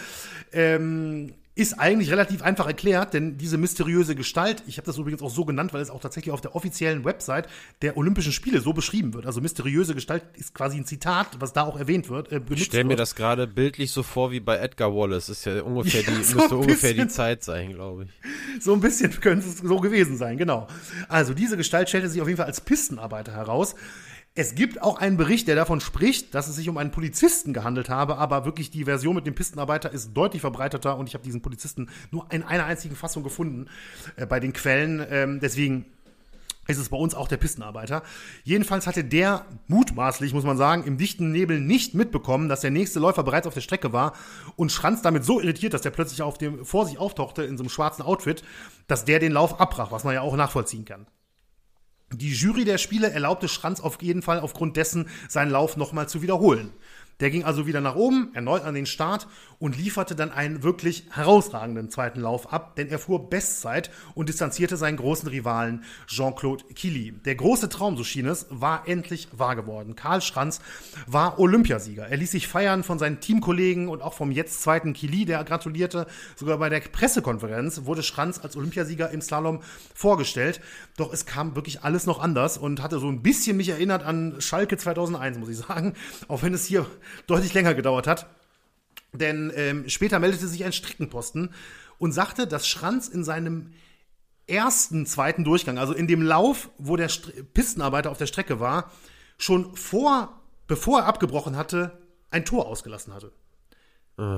ist eigentlich relativ einfach erklärt, denn diese mysteriöse Gestalt, ich habe das übrigens auch so genannt, weil es auch tatsächlich auf der offiziellen Website der Olympischen Spiele so beschrieben wird. Also mysteriöse Gestalt ist quasi ein Zitat, was da auch erwähnt wird. Ich stelle mir das gerade bildlich so vor wie bei Edgar Wallace. Das ist ja ungefähr müsste ungefähr die Zeit sein, glaube ich. So ein bisschen könnte es so gewesen sein, genau. Also diese Gestalt stellte sich auf jeden Fall als Pistenarbeiter heraus. Es gibt auch einen Bericht, der davon spricht, dass es sich um einen Polizisten gehandelt habe, aber wirklich die Version mit dem Pistenarbeiter ist deutlich verbreiteter und ich habe diesen Polizisten nur in einer einzigen Fassung gefunden bei den Quellen. Deswegen ist es bei uns auch der Pistenarbeiter. Jedenfalls hatte der mutmaßlich, muss man sagen, im dichten Nebel nicht mitbekommen, dass der nächste Läufer bereits auf der Strecke war und Schranz damit so irritiert, dass der plötzlich vor sich auftauchte in so einem schwarzen Outfit, dass der den Lauf abbrach, was man ja auch nachvollziehen kann. Die Jury der Spiele erlaubte Schranz auf jeden Fall aufgrund dessen, seinen Lauf nochmal zu wiederholen. Der ging also wieder nach oben, erneut an den Start und lieferte dann einen wirklich herausragenden zweiten Lauf ab, denn er fuhr Bestzeit und distanzierte seinen großen Rivalen Jean-Claude Killy. Der große Traum, so schien es, war endlich wahr geworden. Karl Schranz war Olympiasieger. Er ließ sich feiern von seinen Teamkollegen und auch vom jetzt zweiten Killy, der gratulierte. Sogar bei der Pressekonferenz wurde Schranz als Olympiasieger im Slalom vorgestellt. Doch es kam wirklich alles noch anders und hatte so ein bisschen mich erinnert an Schalke 2001, muss ich sagen. Auch wenn es hier deutlich länger gedauert hat. Denn später meldete sich ein Streckenposten und sagte, dass Schranz in seinem zweiten Durchgang, also in dem Lauf, wo der Pistenarbeiter auf der Strecke war, schon bevor er abgebrochen hatte, ein Tor ausgelassen hatte.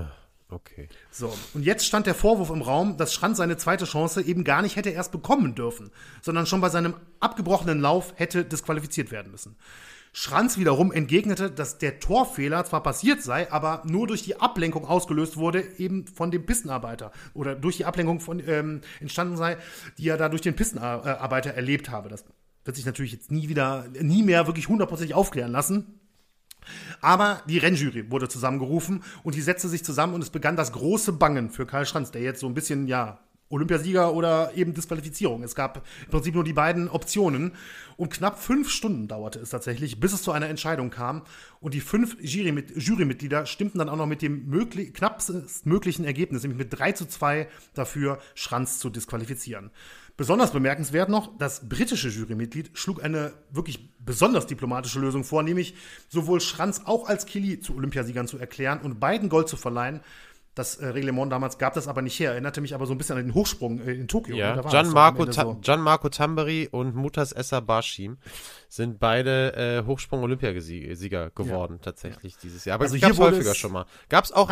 Okay. So, und jetzt stand der Vorwurf im Raum, dass Schranz seine zweite Chance eben gar nicht hätte erst bekommen dürfen, sondern schon bei seinem abgebrochenen Lauf hätte disqualifiziert werden müssen. Schranz wiederum entgegnete, dass der Torfehler zwar passiert sei, aber nur durch die Ablenkung ausgelöst wurde, eben von dem Pistenarbeiter. Oder durch die Ablenkung entstanden sei, die er da durch den Pistenarbeiter erlebt habe. Das wird sich natürlich jetzt nie mehr wirklich hundertprozentig aufklären lassen. Aber die Rennjury wurde zusammengerufen und die setzte sich zusammen und es begann das große Bangen für Karl Schranz, der jetzt so ein bisschen, Olympiasieger oder eben Disqualifizierung. Es gab im Prinzip nur die beiden Optionen und knapp 5 Stunden dauerte es tatsächlich, bis es zu einer Entscheidung kam und die 5 Jurymitglieder stimmten dann auch noch mit dem knappst möglichen Ergebnis, nämlich mit 3:2 dafür, Schranz zu disqualifizieren. Besonders bemerkenswert noch, das britische Jurymitglied schlug eine wirklich besonders diplomatische Lösung vor, nämlich sowohl Schranz auch als Killy zu Olympiasiegern zu erklären und beiden Gold zu verleihen. Das Reglement damals gab das aber nicht her. Erinnerte mich aber so ein bisschen an den Hochsprung in Tokio. Ja, Gianmarco Tamberi und Mutas Essa Barshim sind beide Hochsprung-Olympiasieger geworden, tatsächlich dieses Jahr. Aber also es gab es hier häufiger schon mal. Gab's auch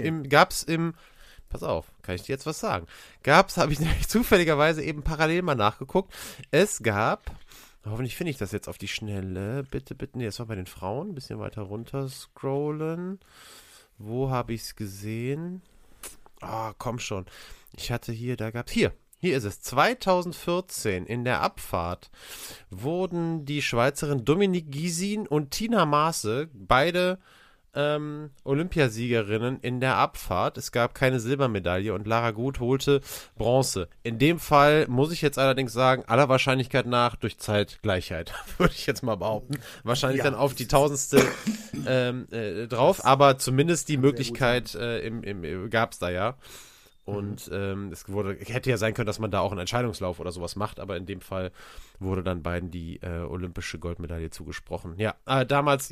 pass auf, kann ich dir jetzt was sagen? Habe ich nämlich zufälligerweise eben parallel mal nachgeguckt. Es gab, hoffentlich finde ich das jetzt auf die Schnelle, bitte, nee, das war bei den Frauen, ein bisschen weiter runter scrollen. Wo habe ich es gesehen? Komm schon. Hier ist es. 2014 in der Abfahrt wurden die Schweizerin Dominique Gysin und Tina Maase, beide Olympiasiegerinnen in der Abfahrt. Es gab keine Silbermedaille und Lara Gut holte Bronze. In dem Fall muss ich jetzt allerdings sagen, aller Wahrscheinlichkeit nach durch Zeitgleichheit, würde ich jetzt mal behaupten. Wahrscheinlich dann auf die Tausendstel drauf, aber zumindest die Möglichkeit gab es da ja. Und hätte ja sein können, dass man da auch einen Entscheidungslauf oder sowas macht, aber in dem Fall wurde dann beiden die olympische Goldmedaille zugesprochen. Ja, damals,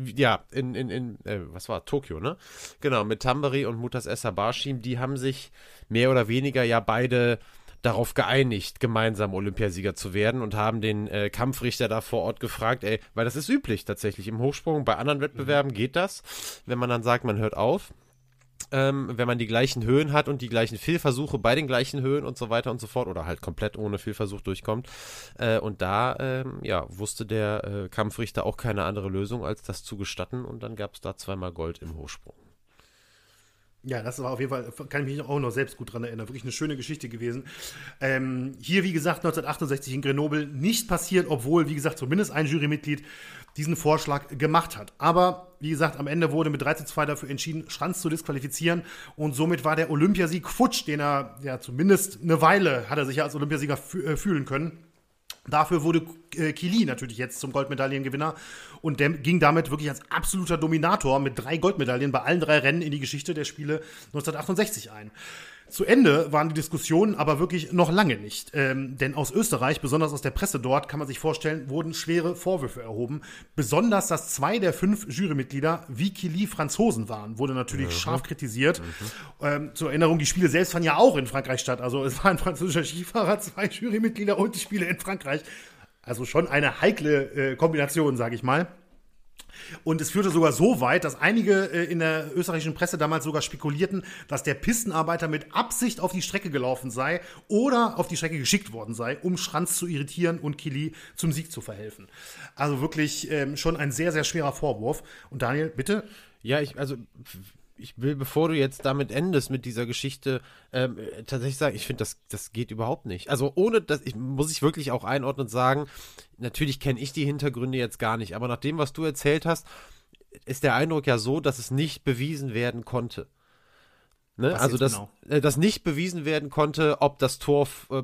was war, Tokio, ne? Genau, mit Tamberi und Mutas Essa Barshim, die haben sich mehr oder weniger ja beide darauf geeinigt, gemeinsam Olympiasieger zu werden und haben den Kampfrichter da vor Ort gefragt, weil das ist üblich tatsächlich im Hochsprung, bei anderen Wettbewerben geht das, wenn man dann sagt, man hört auf. Wenn man die gleichen Höhen hat und die gleichen Fehlversuche bei den gleichen Höhen und so weiter und so fort oder halt komplett ohne Fehlversuch durchkommt. Und da wusste der Kampfrichter auch keine andere Lösung, als das zu gestatten und dann gab es da 2-mal Gold im Hochsprung. Ja, das war auf jeden Fall, kann ich mich auch noch selbst gut dran erinnern, wirklich eine schöne Geschichte gewesen. Hier, wie gesagt, 1968 in Grenoble nicht passiert, obwohl, wie gesagt, zumindest ein Jurymitglied diesen Vorschlag gemacht hat. Aber, wie gesagt, am Ende wurde mit 3:2 dafür entschieden, Schranz zu disqualifizieren und somit war der Olympiasieg futsch, den er ja zumindest eine Weile hat er sich ja als Olympiasieger fühlen können. Dafür wurde Killy natürlich jetzt zum Goldmedaillengewinner und der ging damit wirklich als absoluter Dominator mit 3 Goldmedaillen bei allen 3 Rennen in die Geschichte der Spiele 1968 ein. Zu Ende waren die Diskussionen aber wirklich noch lange nicht. Denn aus Österreich, besonders aus der Presse dort, kann man sich vorstellen, wurden schwere Vorwürfe erhoben. Besonders, dass 2 der 5 Jurymitglieder wie Killy Franzosen waren, wurde natürlich scharf kritisiert. Zur Erinnerung, die Spiele selbst fanden ja auch in Frankreich statt. Also es war ein französischer Skifahrer, 2 Jurymitglieder und die Spiele in Frankreich. Also schon eine heikle Kombination, sage ich mal. Und es führte sogar so weit, dass einige in der österreichischen Presse damals sogar spekulierten, dass der Pistenarbeiter mit Absicht auf die Strecke gelaufen sei oder auf die Strecke geschickt worden sei, um Schranz zu irritieren und Killy zum Sieg zu verhelfen. Also wirklich schon ein sehr, sehr schwerer Vorwurf. Und Daniel, bitte? Ja, ich will, bevor du jetzt damit endest mit dieser Geschichte, tatsächlich sagen, ich finde, das geht überhaupt nicht. Also ohne das, muss ich wirklich auch einordnen und sagen, natürlich kenne ich die Hintergründe jetzt gar nicht, aber nach dem, was du erzählt hast, ist der Eindruck ja so, dass es nicht bewiesen werden konnte. Ne? Also, dass nicht bewiesen werden konnte, ob das Tor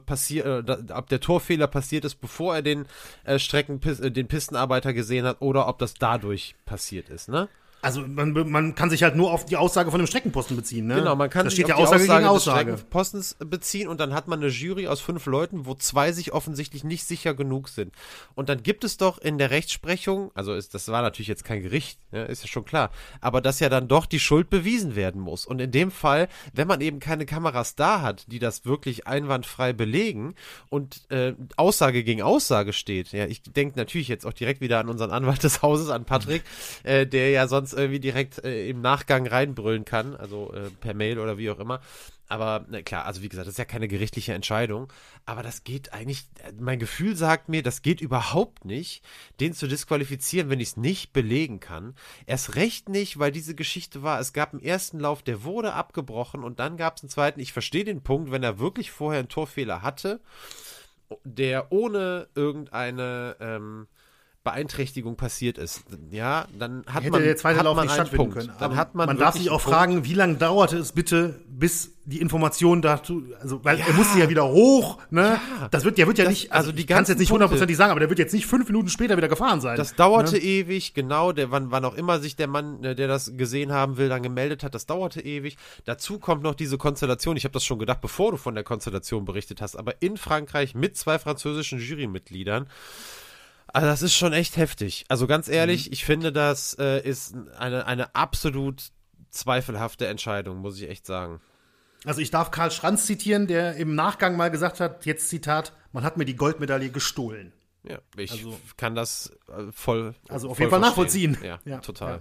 ob der Torfehler passiert ist, bevor er den Pistenarbeiter gesehen hat, oder ob das dadurch passiert ist, ne? Also man kann sich halt nur auf die Aussage von dem Streckenposten beziehen, ne? Genau, man kann sich auf die Aussage des Streckenpostens beziehen und dann hat man eine Jury aus 5 Leuten, wo 2 sich offensichtlich nicht sicher genug sind. Und dann gibt es doch in der Rechtsprechung, das war natürlich jetzt kein Gericht, ja, ist ja schon klar, aber dass ja dann doch die Schuld bewiesen werden muss. Und in dem Fall, wenn man eben keine Kameras da hat, die das wirklich einwandfrei belegen und Aussage gegen Aussage steht, ja, ich denke natürlich jetzt auch direkt wieder an unseren Anwalt des Hauses, an Patrick, der ja sonst uns irgendwie direkt im Nachgang reinbrüllen kann, also per Mail oder wie auch immer. Aber klar, also wie gesagt, das ist ja keine gerichtliche Entscheidung, aber das geht eigentlich, mein Gefühl sagt mir, das geht überhaupt nicht, den zu disqualifizieren, wenn ich es nicht belegen kann. Erst recht nicht, weil diese Geschichte war, es gab einen ersten Lauf, der wurde abgebrochen und dann gab es einen zweiten. Ich verstehe den Punkt, wenn er wirklich vorher einen Torfehler hatte, der ohne irgendeine Beeinträchtigung passiert ist, ja, dann hat hätte man der zweite Lauf nicht einen stattfinden Punkt. können. Dann hat man darf sich auch fragen, wie lange dauerte es bitte, bis die Information dazu, also weil er musste ja wieder hoch, ne? Ja, der wird ja nicht, also ich kann es jetzt nicht hundertprozentig sagen, aber der wird jetzt nicht 5 Minuten später wieder gefahren sein. Das dauerte ewig, genau, wann auch immer sich der Mann, der das gesehen haben will, dann gemeldet hat, das dauerte ewig. Dazu kommt noch diese Konstellation, ich habe das schon gedacht, bevor du von der Konstellation berichtet hast, aber in Frankreich mit 2 französischen Jurymitgliedern. Also das ist schon echt heftig. Also ganz ehrlich, ich finde, das ist eine absolut zweifelhafte Entscheidung, muss ich echt sagen. Also ich darf Karl Schranz zitieren, der im Nachgang mal gesagt hat, jetzt Zitat, man hat mir die Goldmedaille gestohlen. Ja, ich kann das voll Also auf jeden Fall nachvollziehen. Ja, total.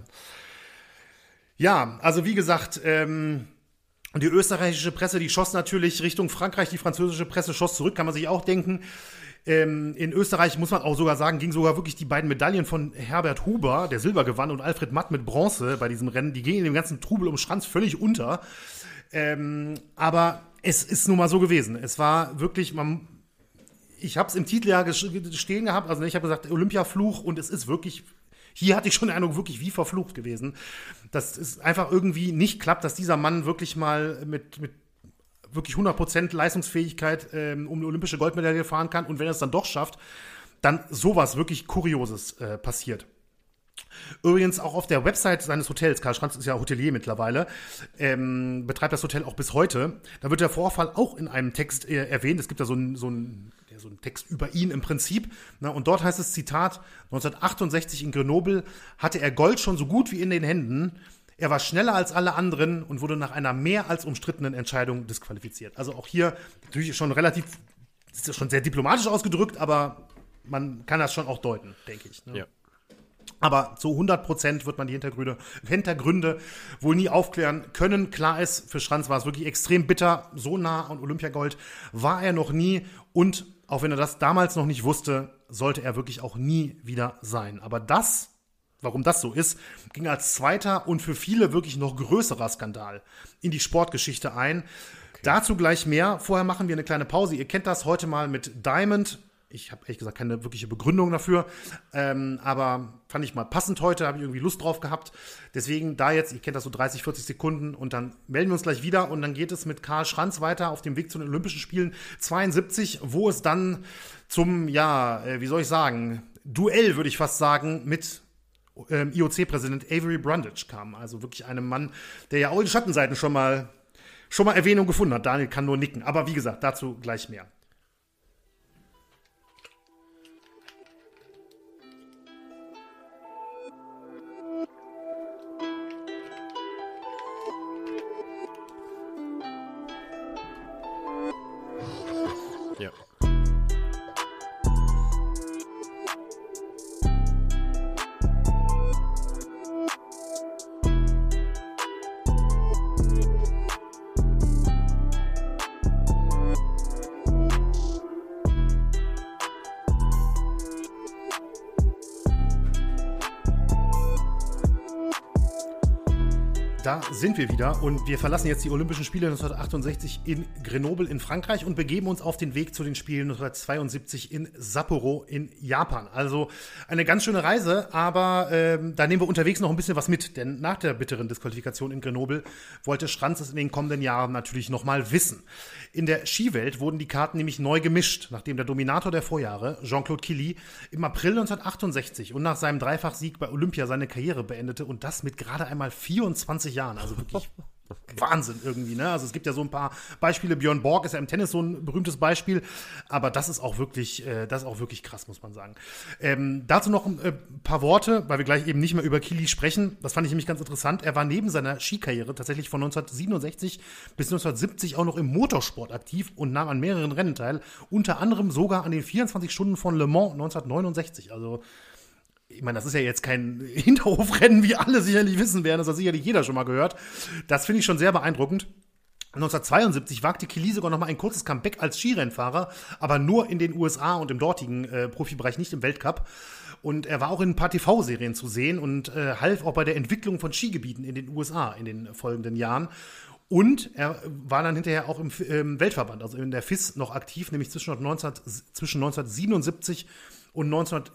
Ja, also wie gesagt, die österreichische Presse, die schoss natürlich Richtung Frankreich, die französische Presse schoss zurück, kann man sich auch denken. In Österreich, muss man auch sogar sagen, ging sogar wirklich die beiden Medaillen von Herbert Huber, der Silber gewann, und Alfred Matt mit Bronze bei diesem Rennen, die gingen in dem ganzen Trubel um Schranz völlig unter. Aber es ist nun mal so gewesen. Es war wirklich, ich habe es im Titel ja stehen gehabt, also ich habe gesagt, Olympiafluch, und es ist wirklich, hier hatte ich schon den Eindruck, wirklich wie verflucht gewesen, dass es einfach irgendwie nicht klappt, dass dieser Mann wirklich mal mit wirklich 100% Leistungsfähigkeit um eine olympische Goldmedaille fahren kann, und wenn er es dann doch schafft, dann sowas wirklich Kurioses passiert. Übrigens auch auf der Website seines Hotels, Karl Schranz ist ja Hotelier mittlerweile, betreibt das Hotel auch bis heute. Da wird der Vorfall auch in einem Text erwähnt. Es gibt da so einen Text über ihn im Prinzip. Ne? Und dort heißt es, Zitat, 1968 in Grenoble hatte er Gold schon so gut wie in den Händen. Er war schneller als alle anderen und wurde nach einer mehr als umstrittenen Entscheidung disqualifiziert. Also auch hier natürlich schon ist schon sehr diplomatisch ausgedrückt, aber man kann das schon auch deuten, denke ich. Ne? Ja. Aber zu 100% wird man die Hintergründe wohl nie aufklären können. Klar ist, für Schranz war es wirklich extrem bitter. So nah an Olympiagold war er noch nie. Und auch wenn er das damals noch nicht wusste, sollte er wirklich auch nie wieder sein. Aber warum das so ist, ging als zweiter und für viele wirklich noch größerer Skandal in die Sportgeschichte ein. Okay. Dazu gleich mehr. Vorher machen wir eine kleine Pause. Ihr kennt das heute mal mit Diamond. Ich habe ehrlich gesagt keine wirkliche Begründung dafür, aber fand ich mal passend heute, habe ich irgendwie Lust drauf gehabt. Deswegen da jetzt, ihr kennt das, so 30, 40 Sekunden, und dann melden wir uns gleich wieder, und dann geht es mit Karl Schranz weiter auf dem Weg zu den Olympischen Spielen 72, wo es dann zum, wie soll ich sagen, Duell, würde ich fast sagen, mit IOC-Präsident Avery Brundage kam. Also wirklich einem Mann, der ja auch in Schattenseiten schon mal Erwähnung gefunden hat. Daniel kann nur nicken. Aber wie gesagt, dazu gleich mehr. Ja. Da sind wir wieder, und wir verlassen jetzt die Olympischen Spiele 1968 in Grenoble in Frankreich und begeben uns auf den Weg zu den Spielen 1972 in Sapporo in Japan. Also eine ganz schöne Reise, aber da nehmen wir unterwegs noch ein bisschen was mit, denn nach der bitteren Disqualifikation in Grenoble wollte Schranz es in den kommenden Jahren natürlich nochmal wissen. In der Skiwelt wurden die Karten nämlich neu gemischt, nachdem der Dominator der Vorjahre, Jean-Claude Killy, im April 1968 und nach seinem Dreifachsieg bei Olympia seine Karriere beendete, und das mit gerade einmal 24 Jahren, also wirklich Wahnsinn irgendwie, ne? Also es gibt ja so ein paar Beispiele, Björn Borg ist ja im Tennis so ein berühmtes Beispiel, aber das ist auch wirklich krass, muss man sagen. Dazu noch ein paar Worte, weil wir gleich eben nicht mehr über Killy sprechen. Das fand ich nämlich ganz interessant. Er war neben seiner Skikarriere tatsächlich von 1967 bis 1970 auch noch im Motorsport aktiv und nahm an mehreren Rennen teil, unter anderem sogar an den 24 Stunden von Le Mans 1969. Also ich meine, das ist ja jetzt kein Hinterhofrennen, wie alle sicherlich wissen werden, das hat sicherlich jeder schon mal gehört. Das finde ich schon sehr beeindruckend. 1972 wagte Killy sogar noch mal ein kurzes Comeback als Skirennfahrer, aber nur in den USA und im dortigen Profibereich, nicht im Weltcup. Und er war auch in ein paar TV-Serien zu sehen und half auch bei der Entwicklung von Skigebieten in den USA in den folgenden Jahren. Und er war dann hinterher auch im Weltverband, also in der FIS noch aktiv, nämlich zwischen 1977 und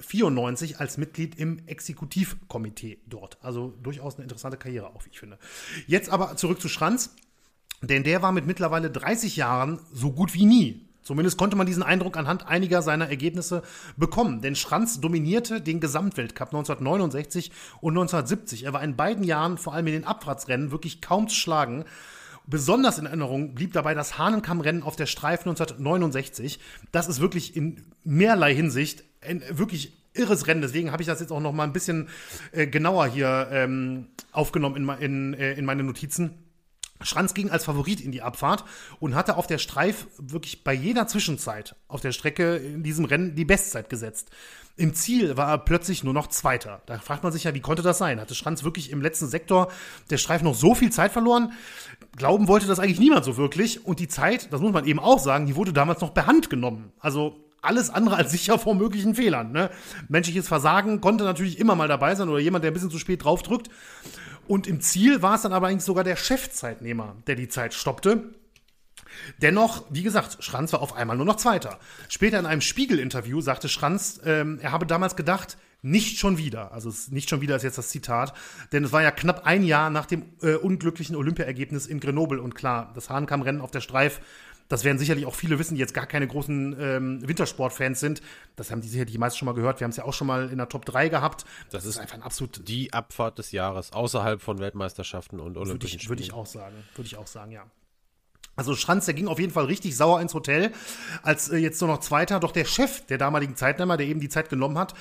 1994 als Mitglied im Exekutivkomitee dort. Also durchaus eine interessante Karriere auch, wie ich finde. Jetzt aber zurück zu Schranz, denn der war mit mittlerweile 30 Jahren so gut wie nie. Zumindest konnte man diesen Eindruck anhand einiger seiner Ergebnisse bekommen. Denn Schranz dominierte den Gesamtweltcup 1969 und 1970. Er war in beiden Jahren, vor allem in den Abfahrtsrennen, wirklich kaum zu schlagen. Besonders in Erinnerung blieb dabei das Hahnenkammrennen auf der Streif 1969. Das ist wirklich in mehrerlei Hinsicht ein wirklich irres Rennen. Deswegen habe ich das jetzt auch noch mal ein bisschen genauer hier aufgenommen in meine Notizen. Schranz ging als Favorit in die Abfahrt und hatte auf der Streif wirklich bei jeder Zwischenzeit auf der Strecke in diesem Rennen die Bestzeit gesetzt. Im Ziel war er plötzlich nur noch Zweiter. Da fragt man sich ja, wie konnte das sein? Hatte Schranz wirklich im letzten Sektor der Streif noch so viel Zeit verloren? Glauben wollte das eigentlich niemand so wirklich. Und die Zeit, das muss man eben auch sagen, die wurde damals noch per Hand genommen. Also alles andere als sicher vor möglichen Fehlern. Ne? Menschliches Versagen konnte natürlich immer mal dabei sein oder jemand, der ein bisschen zu spät draufdrückt. Und im Ziel war es dann aber eigentlich sogar der Chefzeitnehmer, der die Zeit stoppte. Dennoch, wie gesagt, Schranz war auf einmal nur noch Zweiter. Später in einem Spiegel-Interview sagte Schranz, er habe damals gedacht, nicht schon wieder. Also nicht schon wieder ist jetzt das Zitat. Denn es war ja knapp ein Jahr nach dem unglücklichen Olympiaergebnis in Grenoble. Und klar, das Hahnenkammrennen auf der Streif, das werden sicherlich auch viele wissen, die jetzt gar keine großen Wintersportfans sind. Das haben die sicherlich die meisten schon mal gehört. Wir haben es ja auch schon mal in der Top 3 gehabt. Das ist einfach ein absolut die Abfahrt des Jahres, außerhalb von Weltmeisterschaften und Olympischen Spielen. Würde ich auch sagen, ja. Also Schranz, der ging auf jeden Fall richtig sauer ins Hotel, als jetzt nur noch Zweiter. Doch der Chef der damaligen Zeitnehmer, der eben die Zeit genommen hat,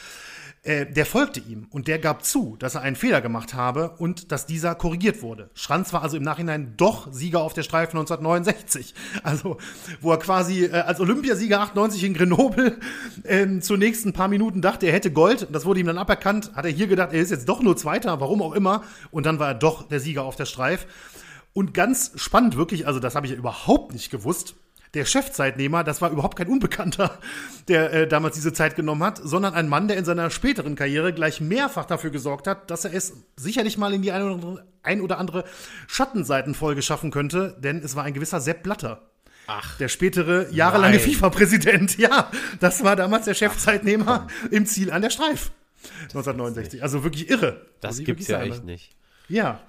der folgte ihm und der gab zu, dass er einen Fehler gemacht habe und dass dieser korrigiert wurde. Schranz war also im Nachhinein doch Sieger auf der Streife 1969. Also, wo er quasi als Olympiasieger 98 in Grenoble zunächst ein paar Minuten dachte, er hätte Gold. Das wurde ihm dann aberkannt. Hat er hier gedacht, er ist jetzt doch nur Zweiter, warum auch immer. Und dann war er doch der Sieger auf der Streife. Und ganz spannend wirklich, also das habe ich ja überhaupt nicht gewusst, der Chefzeitnehmer, das war überhaupt kein Unbekannter, der damals diese Zeit genommen hat, sondern ein Mann, der in seiner späteren Karriere gleich mehrfach dafür gesorgt hat, dass er es sicherlich mal in die ein oder andere Schattenseitenfolge schaffen könnte, denn es war ein gewisser Sepp Blatter. Ach, der spätere jahrelange FIFA-Präsident. Ja, das war damals der Chefzeitnehmer im Ziel an der Streif 1969. Also wirklich irre. Das gibt's ja echt nicht. Ja.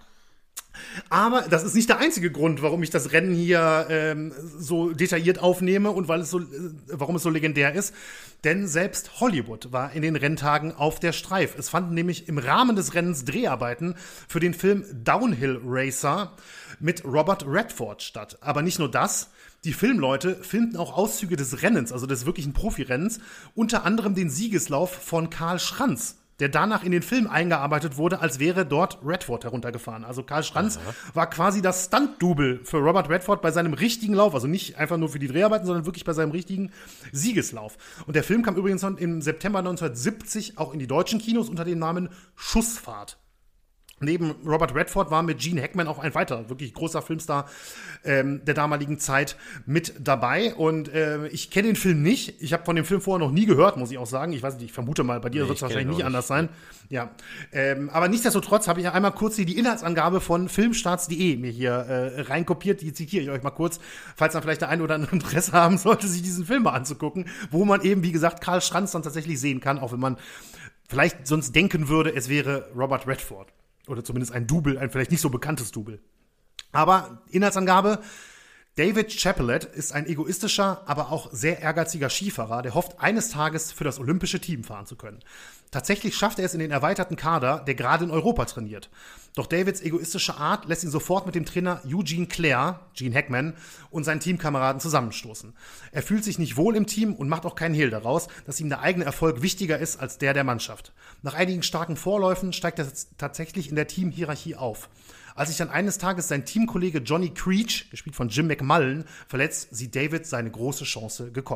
Aber das ist nicht der einzige Grund, warum ich das Rennen hier so detailliert aufnehme und warum es so legendär ist. Denn selbst Hollywood war in den Renntagen auf der Streif. Es fanden nämlich im Rahmen des Rennens Dreharbeiten für den Film Downhill Racer mit Robert Redford statt. Aber nicht nur das. Die Filmleute filmten auch Auszüge des Rennens, also des wirklichen Profirennens, unter anderem den Siegeslauf von Karl Schranz, der danach in den Film eingearbeitet wurde, als wäre dort Redford heruntergefahren. Also Karl Schranz war quasi das Stunt-Double für Robert Redford bei seinem richtigen Lauf. Also nicht einfach nur für die Dreharbeiten, sondern wirklich bei seinem richtigen Siegeslauf. Und der Film kam übrigens im September 1970 auch in die deutschen Kinos unter dem Namen Schussfahrt. Neben Robert Redford war mit Gene Hackman auch ein weiterer wirklich großer Filmstar der damaligen Zeit mit dabei. Und ich kenne den Film nicht. Ich habe von dem Film vorher noch nie gehört, muss ich auch sagen. Ich weiß nicht, ich vermute mal, bei dir wird es wahrscheinlich nicht anders sein. Ja, aber nichtsdestotrotz habe ich ja einmal kurz die Inhaltsangabe von filmstarts.de mir hier reinkopiert. Die zitiere ich euch mal kurz, falls dann vielleicht der ein oder andere Interesse haben sollte, sich diesen Film mal anzugucken, wo man eben, wie gesagt, Karl Schranz dann tatsächlich sehen kann, auch wenn man vielleicht sonst denken würde, es wäre Robert Redford. Oder zumindest ein Double, ein vielleicht nicht so bekanntes Double. Aber Inhaltsangabe: David Chapelet ist ein egoistischer, aber auch sehr ehrgeiziger Skifahrer, der hofft, eines Tages für das olympische Team fahren zu können. Tatsächlich schafft er es in den erweiterten Kader, der gerade in Europa trainiert. Doch Davids egoistische Art lässt ihn sofort mit dem Trainer Eugene Clare, Gene Hackman, und seinen Teamkameraden zusammenstoßen. Er fühlt sich nicht wohl im Team und macht auch keinen Hehl daraus, dass ihm der eigene Erfolg wichtiger ist als der Mannschaft. Nach einigen starken Vorläufen steigt er tatsächlich in der Teamhierarchie auf. Als sich dann eines Tages sein Teamkollege Johnny Creech, gespielt von Jim McMullen, verletzt, sieht David seine große Chance gekommen.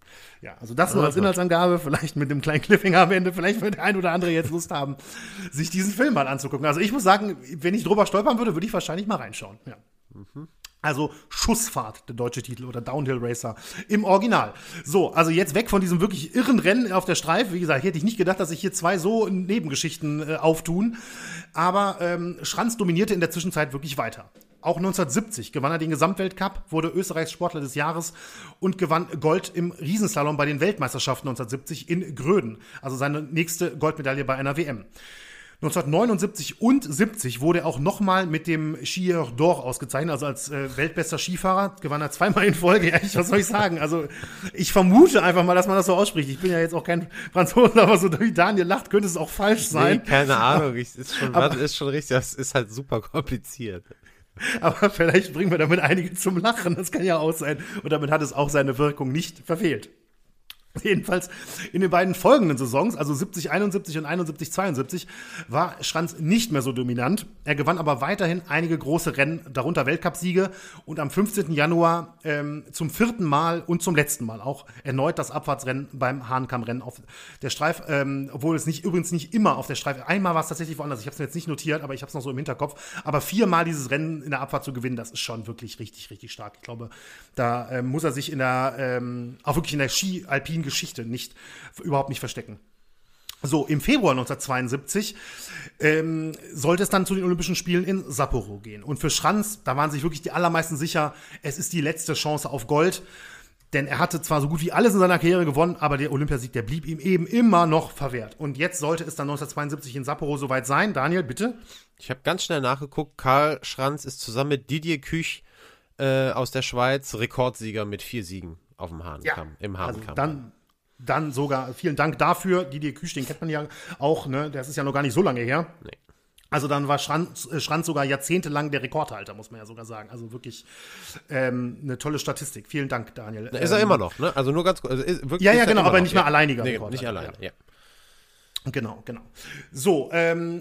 Ja, also das nur als Inhaltsangabe, vielleicht mit dem kleinen Cliffhanger am Ende, vielleicht wird der ein oder andere jetzt Lust haben, sich diesen Film mal anzugucken. Also ich muss sagen, wenn ich drüber stolpern würde, würde ich wahrscheinlich mal reinschauen. Ja. Also Schussfahrt, der deutsche Titel, oder Downhill Racer im Original. So, also jetzt weg von diesem wirklich irren Rennen auf der Streife. Wie gesagt, hätte ich nicht gedacht, dass sich hier zwei so Nebengeschichten auftun. Aber Schranz dominierte in der Zwischenzeit wirklich weiter. Auch 1970 gewann er den Gesamtweltcup, wurde Österreichs Sportler des Jahres und gewann Gold im Riesenslalom bei den Weltmeisterschaften 1970 in Gröden. Also seine nächste Goldmedaille bei einer WM. 1979 und 70 wurde er auch nochmal mit dem Skieur d'Or ausgezeichnet, also als weltbester Skifahrer, gewann er zweimal in Folge. Ja, was soll ich sagen? Also ich vermute einfach mal, dass man das so ausspricht. Ich bin ja jetzt auch kein Franzose, aber so wie Daniel lacht, könnte es auch falsch sein. Nee, keine Ahnung, ist schon richtig, das ist halt super kompliziert. Aber vielleicht bringen wir damit einige zum Lachen, das kann ja auch sein. Und damit hat es auch seine Wirkung nicht verfehlt. Jedenfalls in den beiden folgenden Saisons, also 70-71 und 71-72, war Schranz nicht mehr so dominant. Er gewann aber weiterhin einige große Rennen, darunter Weltcupsiege und am 15. Januar zum 4. Mal und zum letzten Mal auch erneut das Abfahrtsrennen beim Hahnkammrennen auf der Streife, obwohl es übrigens nicht immer auf der Streife, einmal war es tatsächlich woanders, ich habe es mir jetzt nicht notiert, aber ich habe es noch so im Hinterkopf, aber 4-mal dieses Rennen in der Abfahrt zu gewinnen, das ist schon wirklich richtig, richtig stark. Ich glaube, da muss er sich auch wirklich in der Ski-Alpin-Geschichte überhaupt nicht verstecken. So, im Februar 1972 sollte es dann zu den Olympischen Spielen in Sapporo gehen. Und für Schranz, da waren sich wirklich die allermeisten sicher, es ist die letzte Chance auf Gold. Denn er hatte zwar so gut wie alles in seiner Karriere gewonnen, aber der Olympiasieg, der blieb ihm eben immer noch verwehrt. Und jetzt sollte es dann 1972 in Sapporo soweit sein. Daniel, bitte? Ich habe ganz schnell nachgeguckt. Karl Schranz ist zusammen mit Didier Küch aus der Schweiz Rekordsieger mit 4 Siegen auf dem Hahnkamm, im Hahnkamm. Also dann sogar, vielen Dank dafür. Didier Küch, den kennt man ja auch, ne? Das ist ja noch gar nicht so lange her. Nee. Also dann war Schranz sogar jahrzehntelang der Rekordhalter, muss man ja sogar sagen. Also wirklich eine tolle Statistik. Vielen Dank, Daniel. Ist er immer noch, ne? Also nur ganz kurz. Also wirklich ja, genau, aber nicht mehr alleiniger Rekordhalter. Nicht alleine, ja. Genau. So,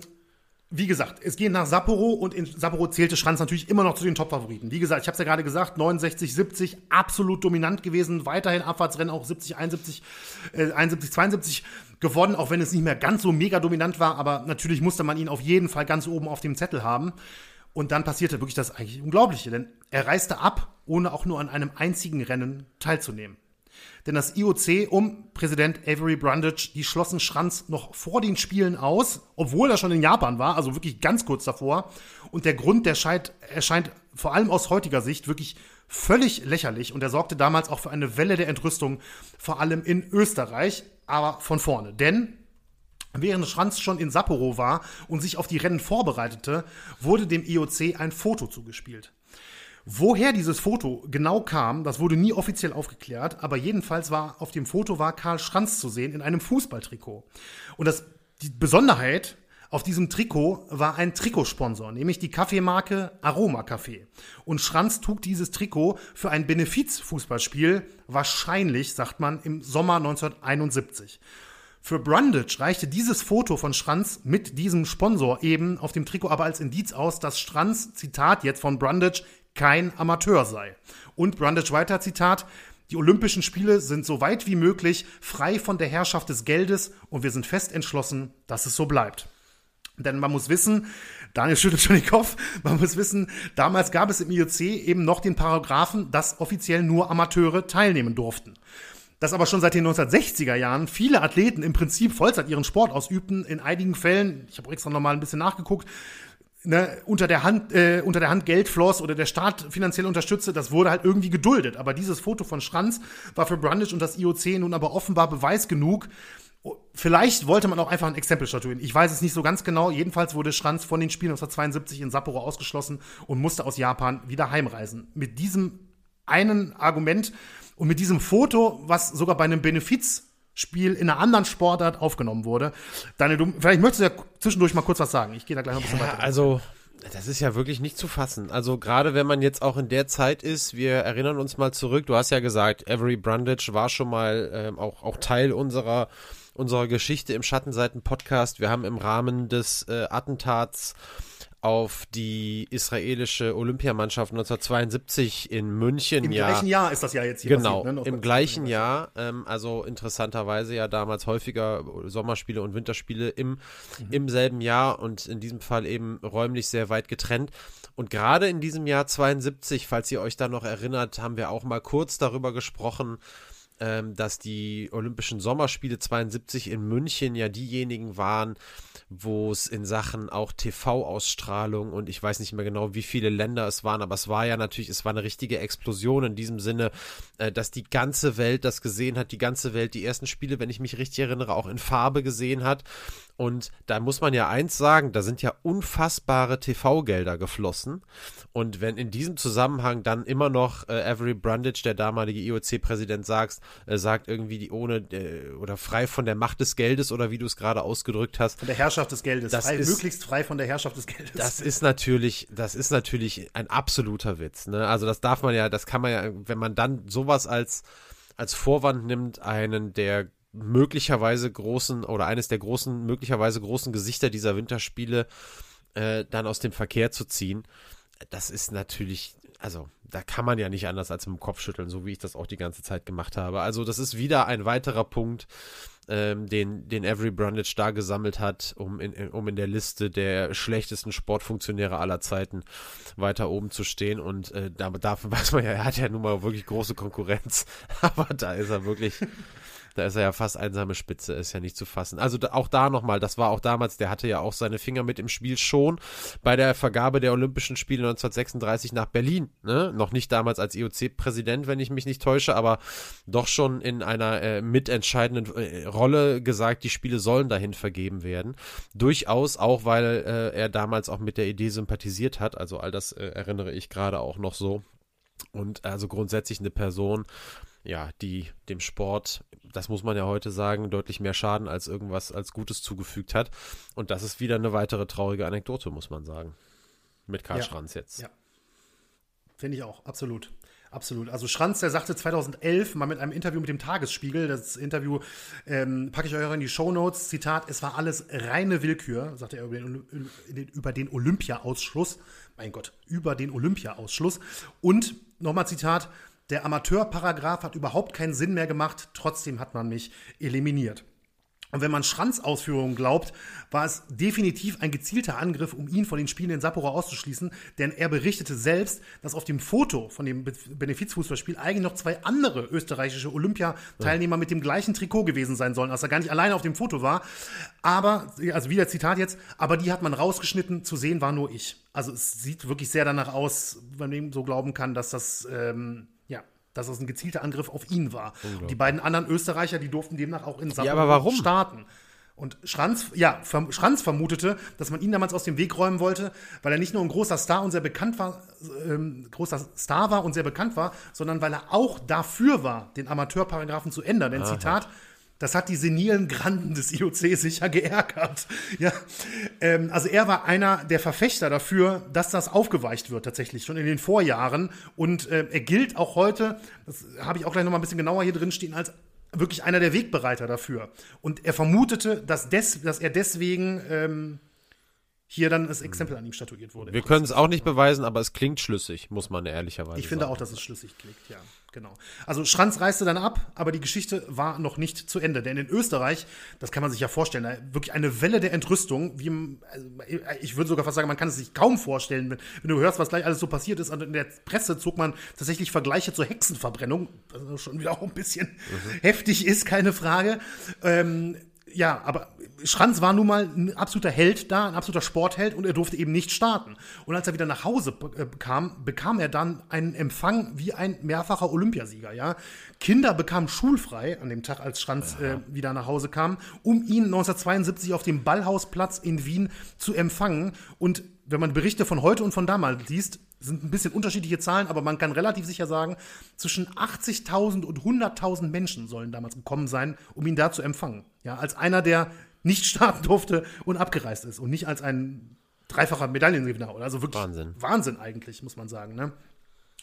wie gesagt, es geht nach Sapporo und in Sapporo zählte Schranz natürlich immer noch zu den Top-Favoriten. Wie gesagt, ich habe es ja gerade gesagt, 69, 70 absolut dominant gewesen, weiterhin Abfahrtsrennen auch 70, 71, 71, 72 gewonnen, auch wenn es nicht mehr ganz so mega dominant war, aber natürlich musste man ihn auf jeden Fall ganz oben auf dem Zettel haben. Und dann passierte wirklich das eigentlich Unglaubliche, denn er reiste ab, ohne auch nur an einem einzigen Rennen teilzunehmen. Denn das IOC um Präsident Avery Brundage, die schlossen Schranz noch vor den Spielen aus, obwohl er schon in Japan war, also wirklich ganz kurz davor. Und der Grund, der erscheint vor allem aus heutiger Sicht wirklich völlig lächerlich. Und er sorgte damals auch für eine Welle der Entrüstung, vor allem in Österreich, aber von vorne. Denn während Schranz schon in Sapporo war und sich auf die Rennen vorbereitete, wurde dem IOC ein Foto zugespielt. Woher dieses Foto genau kam, das wurde nie offiziell aufgeklärt, aber jedenfalls auf dem Foto Karl Schranz zu sehen in einem Fußballtrikot. Und die Besonderheit, auf diesem Trikot war ein Trikotsponsor, nämlich die Kaffeemarke Aroma Kaffee. Und Schranz trug dieses Trikot für ein Benefizfußballspiel, wahrscheinlich, sagt man, im Sommer 1971. Für Brundage reichte dieses Foto von Schranz mit diesem Sponsor eben auf dem Trikot aber als Indiz aus, dass Schranz, Zitat jetzt von Brundage, kein Amateur sei. Und Brundage weiter, Zitat, die Olympischen Spiele sind so weit wie möglich frei von der Herrschaft des Geldes und wir sind fest entschlossen, dass es so bleibt. Denn man muss wissen, Daniel schüttelt schon den Kopf, man muss wissen, damals gab es im IOC eben noch den Paragraphen, dass offiziell nur Amateure teilnehmen durften. Dass aber schon seit den 1960er Jahren viele Athleten im Prinzip Vollzeit ihren Sport ausübten, in einigen Fällen, ich habe extra nochmal ein bisschen nachgeguckt, unter der Hand Geld floss oder der Staat finanziell unterstützte, das wurde halt irgendwie geduldet. Aber dieses Foto von Schranz war für Brundage und das IOC nun aber offenbar Beweis genug. Vielleicht wollte man auch einfach ein Exempel statuieren. Ich weiß es nicht so ganz genau. Jedenfalls wurde Schranz von den Spielen 1972 in Sapporo ausgeschlossen und musste aus Japan wieder heimreisen. Mit diesem einen Argument und mit diesem Foto, was sogar bei einem Benefizspiel in einer anderen Sportart aufgenommen wurde. Daniel, vielleicht möchtest du ja zwischendurch mal kurz was sagen. Ich gehe da gleich noch ein bisschen weiter. Also, das ist ja wirklich nicht zu fassen. Also, gerade wenn man jetzt auch in der Zeit ist, wir erinnern uns mal zurück, du hast ja gesagt, Avery Brundage war schon mal auch Teil unserer Geschichte im Schattenseiten-Podcast. Wir haben im Rahmen des Attentats auf die israelische Olympiamannschaft 1972 in München. Im gleichen Jahr ist das ja jetzt hier genau, passiert. Im gleichen Jahr, also interessanterweise ja damals häufiger Sommerspiele und Winterspiele im selben Jahr und in diesem Fall eben räumlich sehr weit getrennt. Und gerade in diesem Jahr 72, falls ihr euch da noch erinnert, haben wir auch mal kurz darüber gesprochen, dass die Olympischen Sommerspiele 72 in München ja diejenigen waren, wo es in Sachen auch TV-Ausstrahlung und ich weiß nicht mehr genau, wie viele Länder es waren, aber es war ja natürlich, es war eine richtige Explosion in diesem Sinne, dass die ganze Welt das gesehen hat, die ganze Welt die ersten Spiele, wenn ich mich richtig erinnere, auch in Farbe gesehen hat. Und da muss man ja eins sagen, da sind ja unfassbare TV-Gelder geflossen. Und wenn in diesem Zusammenhang dann immer noch Avery Brundage, der damalige IOC-Präsident, sagt irgendwie die ohne oder frei von der Macht des Geldes oder wie du es gerade ausgedrückt hast. Von der Herrschaft des Geldes. Möglichst frei von der Herrschaft des Geldes. Das ist natürlich ein absoluter Witz. Ne? Also das kann man ja, wenn man dann sowas als Vorwand nimmt, einen der möglicherweise großen oder eines der möglicherweise großen Gesichter dieser Winterspiele dann aus dem Verkehr zu ziehen, das ist natürlich, also da kann man ja nicht anders als mit dem Kopf schütteln, so wie ich das auch die ganze Zeit gemacht habe. Also das ist wieder ein weiterer Punkt, den Avery Brundage da gesammelt hat, um in der Liste der schlechtesten Sportfunktionäre aller Zeiten weiter oben zu stehen. Und dafür weiß man ja, er hat ja nun mal wirklich große Konkurrenz, aber da ist er ja fast einsame Spitze, ist ja nicht zu fassen. Also auch da nochmal, das war auch damals, der hatte ja auch seine Finger mit im Spiel schon bei der Vergabe der Olympischen Spiele 1936 nach Berlin. Ne? Noch nicht damals als IOC-Präsident, wenn ich mich nicht täusche, aber doch schon in einer mitentscheidenden Rolle gesagt, die Spiele sollen dahin vergeben werden. Durchaus auch, weil er damals auch mit der Idee sympathisiert hat. Also all das erinnere ich gerade auch noch so. Und also grundsätzlich eine Person, ja, die dem Sport, das muss man ja heute sagen, deutlich mehr Schaden als irgendwas als Gutes zugefügt hat. Und das ist wieder eine weitere traurige Anekdote, muss man sagen. Mit Karl Schranz jetzt. Ja, finde ich auch, absolut. Absolut. Also Schranz, der sagte 2011 mal mit einem Interview mit dem Tagesspiegel, das Interview packe ich euch auch in die Shownotes, Zitat, es war alles reine Willkür, sagte er über den Olympia-Ausschluss. Mein Gott, über den Olympia-Ausschluss. Und nochmal Zitat, der Amateurparagraph hat überhaupt keinen Sinn mehr gemacht, trotzdem hat man mich eliminiert. Und wenn man Schranz Ausführungen glaubt, war es definitiv ein gezielter Angriff, um ihn von den Spielen in Sapporo auszuschließen, denn er berichtete selbst, dass auf dem Foto von dem Benefizfußballspiel eigentlich noch 2 andere österreichische Olympiateilnehmer mit dem gleichen Trikot gewesen sein sollen, als er gar nicht alleine auf dem Foto war. Aber, also wieder Zitat jetzt, aber die hat man rausgeschnitten, zu sehen war nur ich. Also es sieht wirklich sehr danach aus, wenn man so glauben kann, dass das dass das ein gezielter Angriff auf ihn war. Und die beiden anderen Österreicher, die durften demnach auch in Sapporo starten. Und Schranz vermutete, dass man ihn damals aus dem Weg räumen wollte, weil er nicht nur ein großer Star und sehr bekannt war, sondern weil er auch dafür war, den Amateurparagraphen zu ändern. Denn Zitat, das hat die senilen Granden des IOC sicher geärgert. Ja, also er war einer der Verfechter dafür, dass das aufgeweicht wird tatsächlich, schon in den Vorjahren. Und er gilt auch heute, das habe ich auch gleich noch mal ein bisschen genauer hier drin stehen, als wirklich einer der Wegbereiter dafür. Und er vermutete, dass er deswegen hier dann das Exempel an ihm statuiert wurde. Wir können es auch nicht beweisen, aber es klingt schlüssig, muss man ehrlicherweise sagen. Ich finde auch, dass es schlüssig klingt, ja, genau. Also Schranz reiste dann ab, aber die Geschichte war noch nicht zu Ende. Denn in Österreich, das kann man sich ja vorstellen, wirklich eine Welle der Entrüstung, ich würde sogar fast sagen, man kann es sich kaum vorstellen, wenn du hörst, was gleich alles so passiert ist. Und in der Presse zog man tatsächlich Vergleiche zur Hexenverbrennung, was schon wieder auch ein bisschen heftig ist, keine Frage. Ja, aber Schranz war nun mal ein absoluter Held da, ein absoluter Sportheld und er durfte eben nicht starten. Und als er wieder nach Hause kam, bekam er dann einen Empfang wie ein mehrfacher Olympiasieger, ja. Kinder bekamen schulfrei an dem Tag, als Schranz wieder nach Hause kam, um ihn 1972 auf dem Ballhausplatz in Wien zu empfangen. Und wenn man Berichte von heute und von damals liest, sind ein bisschen unterschiedliche Zahlen, aber man kann relativ sicher sagen, zwischen 80.000 und 100.000 Menschen sollen damals gekommen sein, um ihn da zu empfangen. Ja, als einer, der nicht starten durfte und abgereist ist und nicht als ein dreifacher Medaillengewinner. Also wirklich Wahnsinn eigentlich, muss man sagen. Ne?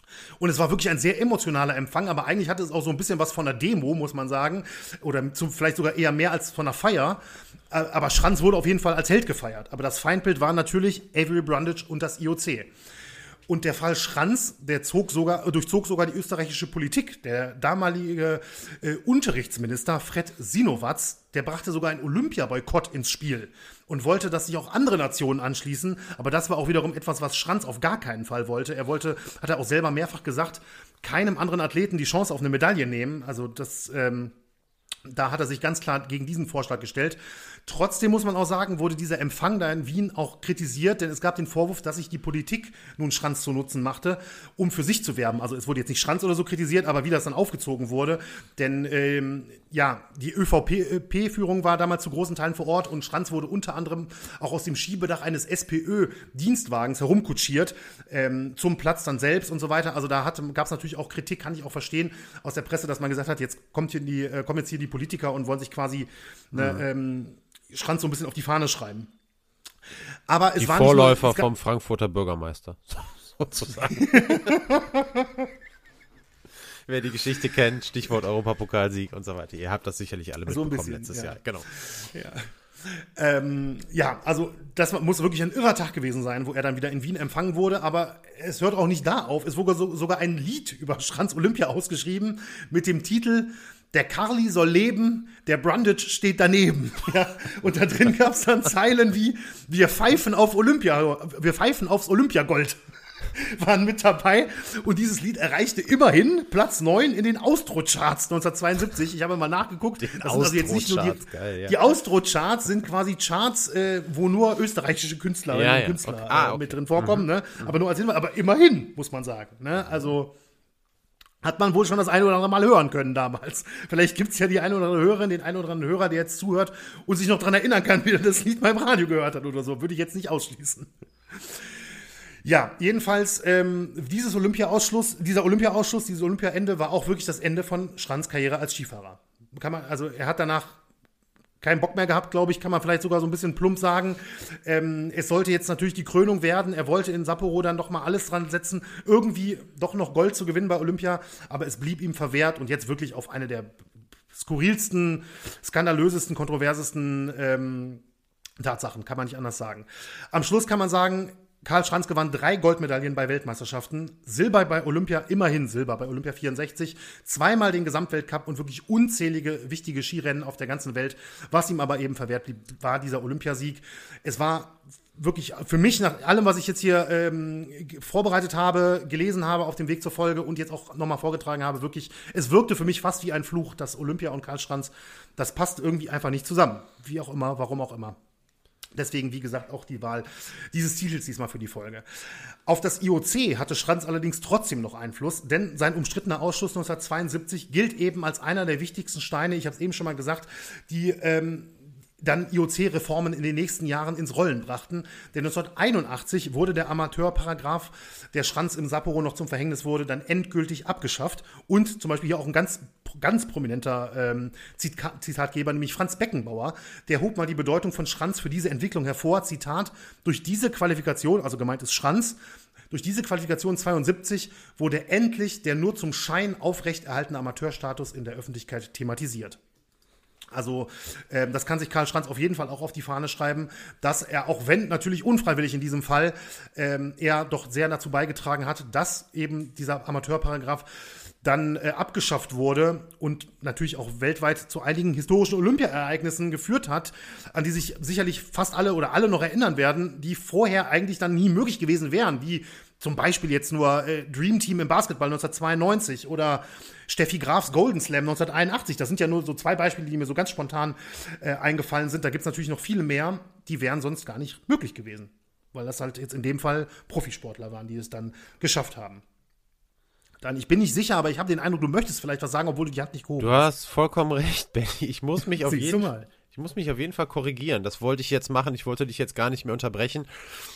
Und es war wirklich ein sehr emotionaler Empfang, aber eigentlich hatte es auch so ein bisschen was von einer Demo, muss man sagen. Oder vielleicht sogar eher mehr als von einer Feier. Aber Schranz wurde auf jeden Fall als Held gefeiert. Aber das Feindbild war natürlich Avery Brundage und das IOC. Und der Fall Schranz, durchzog sogar die österreichische Politik. Der damalige Unterrichtsminister Fred Sinowatz, der brachte sogar einen Olympiaboykott ins Spiel und wollte, dass sich auch andere Nationen anschließen. Aber das war auch wiederum etwas, was Schranz auf gar keinen Fall wollte. Hat er auch selber mehrfach gesagt, keinem anderen Athleten die Chance auf eine Medaille nehmen. Also da hat er sich ganz klar gegen diesen Vorschlag gestellt. Trotzdem muss man auch sagen, wurde dieser Empfang da in Wien auch kritisiert, denn es gab den Vorwurf, dass sich die Politik nun Schranz zu Nutzen machte, um für sich zu werben. Also es wurde jetzt nicht Schranz oder so kritisiert, aber wie das dann aufgezogen wurde. Denn die ÖVP-Führung war damals zu großen Teilen vor Ort und Schranz wurde unter anderem auch aus dem Schiebedach eines SPÖ-Dienstwagens herumkutschiert zum Platz dann selbst und so weiter. Also da gab es natürlich auch Kritik, kann ich auch verstehen, aus der Presse, dass man gesagt hat, jetzt kommen jetzt hier die Politiker und wollen sich quasi Schranz so ein bisschen auf die Fahne schreiben. Aber es die war Vorläufer vom Frankfurter Bürgermeister, sozusagen. Wer die Geschichte kennt, Stichwort Europapokalsieg und so weiter. Ihr habt das sicherlich alle mitbekommen so letztes Jahr. Genau. Ja. Also das muss wirklich ein irrer Tag gewesen sein, wo er dann wieder in Wien empfangen wurde, aber es hört auch nicht da auf. Es wurde sogar ein Lied über Schranz Olympia ausgeschrieben mit dem Titel Der Carly soll leben, der Brundage steht daneben. Ja, und da drin gab es dann Zeilen wie wir pfeifen aufs Olympiagold. Waren mit dabei. Und dieses Lied erreichte immerhin Platz 9 in den Austro-Charts 1972. Ich habe mal nachgeguckt. Das sind also jetzt nicht nur die Austro-Charts sind quasi Charts, wo nur österreichische Künstlerinnen und Künstler mit drin vorkommen. Ne? Aber nur als Hinweis. Aber immerhin, muss man sagen. Ne? Also hat man wohl schon das eine oder andere Mal hören können damals. Vielleicht gibt es ja die eine oder andere Hörerin, den einen oder anderen Hörer, der jetzt zuhört und sich noch daran erinnern kann, wie er das Lied beim Radio gehört hat oder so. Würde ich jetzt nicht ausschließen. Ja, jedenfalls, dieser Olympia-Ausschluss, dieses Olympiaende war auch wirklich das Ende von Schranz' Karriere als Skifahrer. Er hat danach keinen Bock mehr gehabt, glaube ich, kann man vielleicht sogar so ein bisschen plump sagen. Es sollte jetzt natürlich die Krönung werden. Er wollte in Sapporo dann doch mal alles dran setzen, irgendwie doch noch Gold zu gewinnen bei Olympia, aber es blieb ihm verwehrt und jetzt wirklich auf eine der skurrilsten, skandalösesten, kontroversesten Tatsachen, kann man nicht anders sagen. Am Schluss kann man sagen, Karl Schranz gewann 3 Goldmedaillen bei Weltmeisterschaften, Silber bei Olympia 64, zweimal den Gesamtweltcup und wirklich unzählige wichtige Skirennen auf der ganzen Welt. Was ihm aber eben verwehrt blieb, war dieser Olympiasieg. Es war wirklich für mich, nach allem, was ich jetzt hier vorbereitet habe, gelesen habe auf dem Weg zur Folge und jetzt auch nochmal vorgetragen habe, wirklich, es wirkte für mich fast wie ein Fluch, dass Olympia und Karl Schranz, das passt irgendwie einfach nicht zusammen. Wie auch immer, warum auch immer. Deswegen, wie gesagt, auch die Wahl dieses Titels diesmal für die Folge. Auf das IOC hatte Schranz allerdings trotzdem noch Einfluss, denn sein umstrittener Ausschluss 1972 gilt eben als einer der wichtigsten Steine, ich habe es eben schon mal gesagt, die dann IOC-Reformen in den nächsten Jahren ins Rollen brachten. Denn 1981 wurde der Amateurparagraph, der Schranz im Sapporo noch zum Verhängnis wurde, dann endgültig abgeschafft. Und zum Beispiel hier auch ein ganz prominenter Zitatgeber, nämlich Franz Beckenbauer, der hob mal die Bedeutung von Schranz für diese Entwicklung hervor. Zitat, durch diese Qualifikation, also gemeint ist Schranz, durch diese Qualifikation 72 wurde endlich der nur zum Schein aufrechterhaltene Amateurstatus in der Öffentlichkeit thematisiert. Also das kann sich Karl Schranz auf jeden Fall auch auf die Fahne schreiben, dass er, auch wenn natürlich unfreiwillig in diesem Fall, er doch sehr dazu beigetragen hat, dass eben dieser Amateurparagraph dann abgeschafft wurde und natürlich auch weltweit zu einigen historischen Olympiaereignissen geführt hat, an die sich sicherlich fast alle oder alle noch erinnern werden, die vorher eigentlich dann nie möglich gewesen wären, wie zum Beispiel jetzt nur Dream Team im Basketball 1992 oder Steffi Grafs Golden Slam 1981. Das sind ja nur so 2 Beispiele, die mir so ganz spontan eingefallen sind. Da gibt es natürlich noch viele mehr, die wären sonst gar nicht möglich gewesen, weil das halt jetzt in dem Fall Profisportler waren, die es dann geschafft haben. Dann, ich bin nicht sicher, aber ich habe den Eindruck, du möchtest vielleicht was sagen, obwohl du die Hand nicht gehoben hast. Du hast vollkommen recht, Benny. Ich muss mich auf jeden Fall korrigieren. Das wollte ich jetzt machen. Ich wollte dich jetzt gar nicht mehr unterbrechen.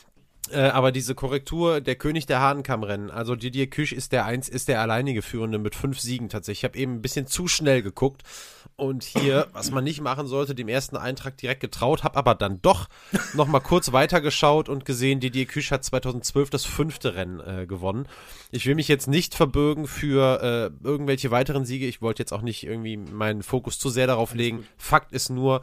Aber diese Korrektur, der König der Hahnenkammrennen, also Didier Küch ist der alleinige Führende mit 5 Siegen tatsächlich. Ich habe eben ein bisschen zu schnell geguckt und hier, was man nicht machen sollte, dem ersten Eintrag direkt getraut, habe aber dann doch noch mal kurz weitergeschaut und gesehen, Didier Küch hat 2012 das 5. Rennen gewonnen. Ich will mich jetzt nicht verbürgen für irgendwelche weiteren Siege. Ich wollte jetzt auch nicht irgendwie meinen Fokus zu sehr darauf legen. Fakt ist nur,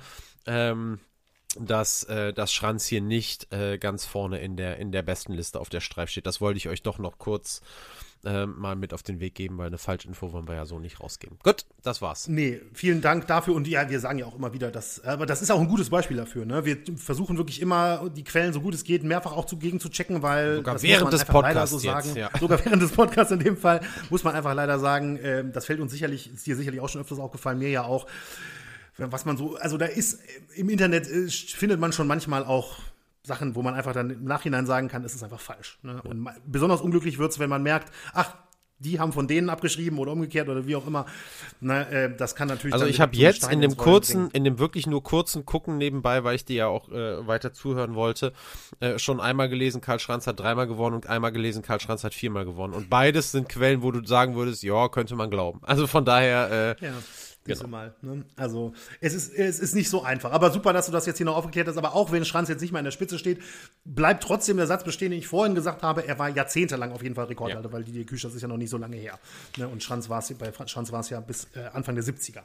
dass Schranz hier nicht ganz vorne in der besten Liste auf der Streif steht. Das wollte ich euch doch noch kurz mal mit auf den Weg geben, weil eine Falschinfo wollen wir ja so nicht rausgeben. Gut, das war's. Nee, vielen Dank dafür. Und ja, wir sagen ja auch immer wieder, aber das ist auch ein gutes Beispiel dafür. Ne? Wir versuchen wirklich immer, die Quellen so gut es geht, mehrfach auch gegen zu checken, weil sogar das während des Podcasts so sagen, jetzt, ja. Sogar während des Podcasts in dem Fall, muss man einfach leider sagen, das fällt uns sicherlich, ist dir sicherlich auch schon öfters aufgefallen, mir ja auch, was man so, also da ist, im Internet findet man schon manchmal auch Sachen, wo man einfach dann im Nachhinein sagen kann, es ist einfach falsch. Ne? Ja. Und besonders unglücklich wird's, wenn man merkt, ach, die haben von denen abgeschrieben oder umgekehrt oder wie auch immer. Das kann natürlich. Also ich habe jetzt in dem wirklich nur kurzen Gucken nebenbei, weil ich dir ja auch weiter zuhören wollte, schon einmal gelesen, Karl Schranz hat 3-mal gewonnen und einmal gelesen, Karl Schranz hat 4-mal gewonnen. Und beides sind Quellen, wo du sagen würdest, ja, könnte man glauben. Also von daher. Ja. Genau. Mal, ne? Also es ist nicht so einfach. Aber super, dass du das jetzt hier noch aufgeklärt hast. Aber auch wenn Schranz jetzt nicht mehr in der Spitze steht, bleibt trotzdem der Satz bestehen, den ich vorhin gesagt habe. Er war jahrzehntelang auf jeden Fall Rekordhalter, weil Didier Küch, das ist ja noch nicht so lange her. Ne? Und bei Schranz war es ja bis Anfang der 70er.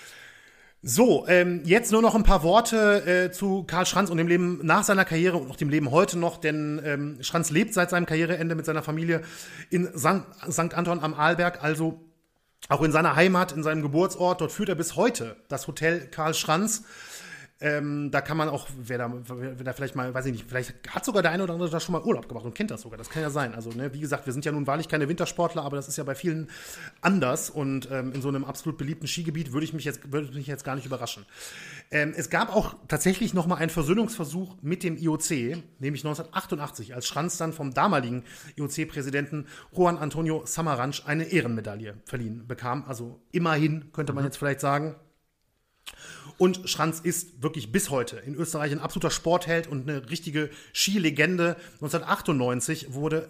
So, jetzt nur noch ein paar Worte zu Karl Schranz und dem Leben nach seiner Karriere und auch dem Leben heute noch, denn Schranz lebt seit seinem Karriereende mit seiner Familie in St. Anton am Arlberg, also auch in seiner Heimat, in seinem Geburtsort. Dort führt er bis heute das Hotel Karl Schranz. Da kann man auch, wer da vielleicht mal, weiß ich nicht, vielleicht hat sogar der eine oder andere da schon mal Urlaub gemacht und kennt das sogar. Das kann ja sein. Also, ne, wie gesagt, wir sind ja nun wahrlich keine Wintersportler, aber das ist ja bei vielen anders. Und in so einem absolut beliebten Skigebiet würde mich jetzt gar nicht überraschen. Es gab auch tatsächlich noch mal einen Versöhnungsversuch mit dem IOC, nämlich 1988, als Schranz dann vom damaligen IOC-Präsidenten Juan Antonio Samaranch eine Ehrenmedaille verliehen bekam. Also immerhin, könnte man jetzt vielleicht sagen. Und Schranz ist wirklich bis heute in Österreich ein absoluter Sportheld und eine richtige Skilegende. 1998 wurde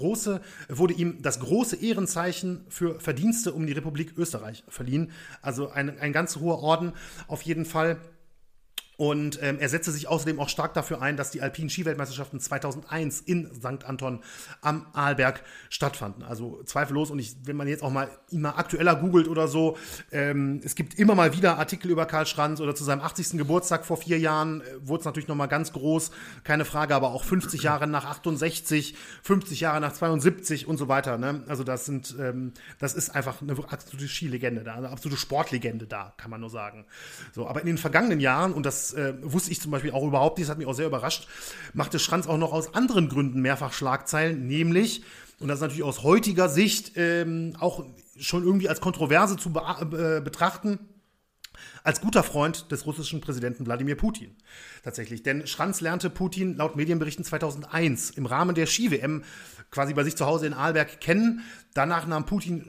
ihm das große Ehrenzeichen für Verdienste um die Republik Österreich verliehen. Also ein ganz hoher Orden auf jeden Fall. Und er setzte sich außerdem auch stark dafür ein, dass die alpinen Skiweltmeisterschaften 2001 in St. Anton am Arlberg stattfanden. Also zweifellos, und wenn man jetzt auch mal ihn mal aktueller googelt oder so, es gibt immer mal wieder Artikel über Karl Schranz oder zu seinem 80. Geburtstag vor 4 Jahren wurde es natürlich nochmal ganz groß, keine Frage, aber auch 50 Jahre nach 68, 50 Jahre nach 72 und so weiter. Ne? Also das ist einfach eine absolute Skilegende da, eine absolute Sportlegende da, kann man nur sagen. So, aber in den vergangenen Jahren, und das wusste ich zum Beispiel auch überhaupt nicht, das hat mich auch sehr überrascht, machte Schranz auch noch aus anderen Gründen mehrfach Schlagzeilen, nämlich, und das ist natürlich aus heutiger Sicht auch schon irgendwie als Kontroverse zu betrachten, als guter Freund des russischen Präsidenten Wladimir Putin. Tatsächlich. Denn Schranz lernte Putin laut Medienberichten 2001 im Rahmen der Ski-WM quasi bei sich zu Hause in Arlberg kennen. Danach nahm Putin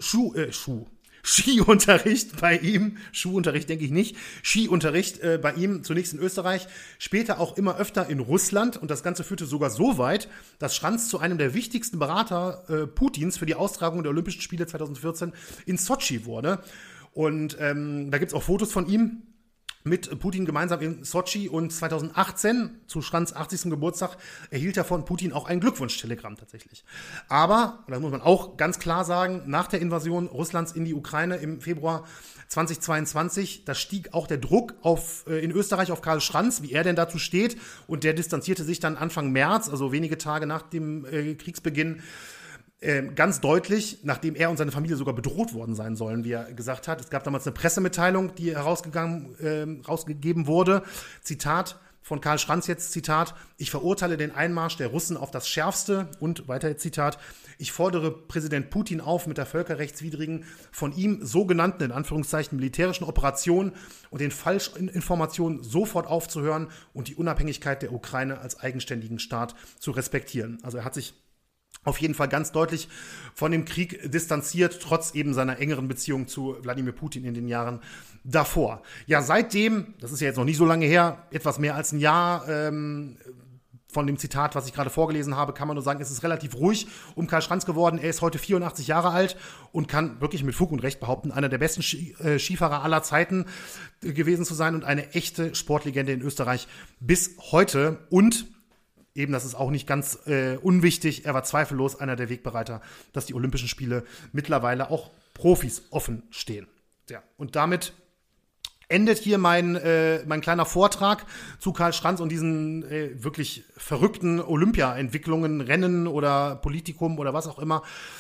Skiunterricht bei ihm, Schuhunterricht denke ich nicht, Skiunterricht bei ihm, zunächst in Österreich, später auch immer öfter in Russland, und das Ganze führte sogar so weit, dass Schranz zu einem der wichtigsten Berater Putins für die Austragung der Olympischen Spiele 2014 in Sotschi wurde. Und da gibt's auch Fotos von ihm mit Putin gemeinsam in Sotschi, und 2018, zu Schranz 80. Geburtstag, erhielt er von Putin auch ein Glückwunsch-Telegramm tatsächlich. Aber, das muss man auch ganz klar sagen, nach der Invasion Russlands in die Ukraine im Februar 2022, da stieg auch der Druck in Österreich auf Karl Schranz, wie er denn dazu steht, und der distanzierte sich dann Anfang März, also wenige Tage nach dem Kriegsbeginn, ganz deutlich, nachdem er und seine Familie sogar bedroht worden sein sollen, wie er gesagt hat. Es gab damals eine Pressemitteilung, die rausgegeben wurde. Zitat von Karl Schranz jetzt, Zitat: Ich verurteile den Einmarsch der Russen auf das Schärfste, und weiter Zitat: Ich fordere Präsident Putin auf, mit der völkerrechtswidrigen, von ihm sogenannten, in Anführungszeichen, militärischen Operation und den Falschinformationen sofort aufzuhören und die Unabhängigkeit der Ukraine als eigenständigen Staat zu respektieren. Also er hat sich auf jeden Fall ganz deutlich von dem Krieg distanziert, trotz eben seiner engeren Beziehung zu Wladimir Putin in den Jahren davor. Ja, seitdem, das ist ja jetzt noch nicht so lange her, etwas mehr als ein Jahr, von dem Zitat, was ich gerade vorgelesen habe, kann man nur sagen, es ist relativ ruhig um Karl Schranz geworden. Er ist heute 84 Jahre alt und kann wirklich mit Fug und Recht behaupten, einer der besten Skifahrer aller Zeiten gewesen zu sein und eine echte Sportlegende in Österreich bis heute. Und eben, das ist auch nicht ganz unwichtig, er war zweifellos einer der Wegbereiter, dass die Olympischen Spiele mittlerweile auch Profis offen stehen. Ja, und damit endet hier mein kleiner Vortrag zu Karl Schranz und diesen wirklich verrückten Olympia-Entwicklungen, Rennen oder Politikum oder was auch immer.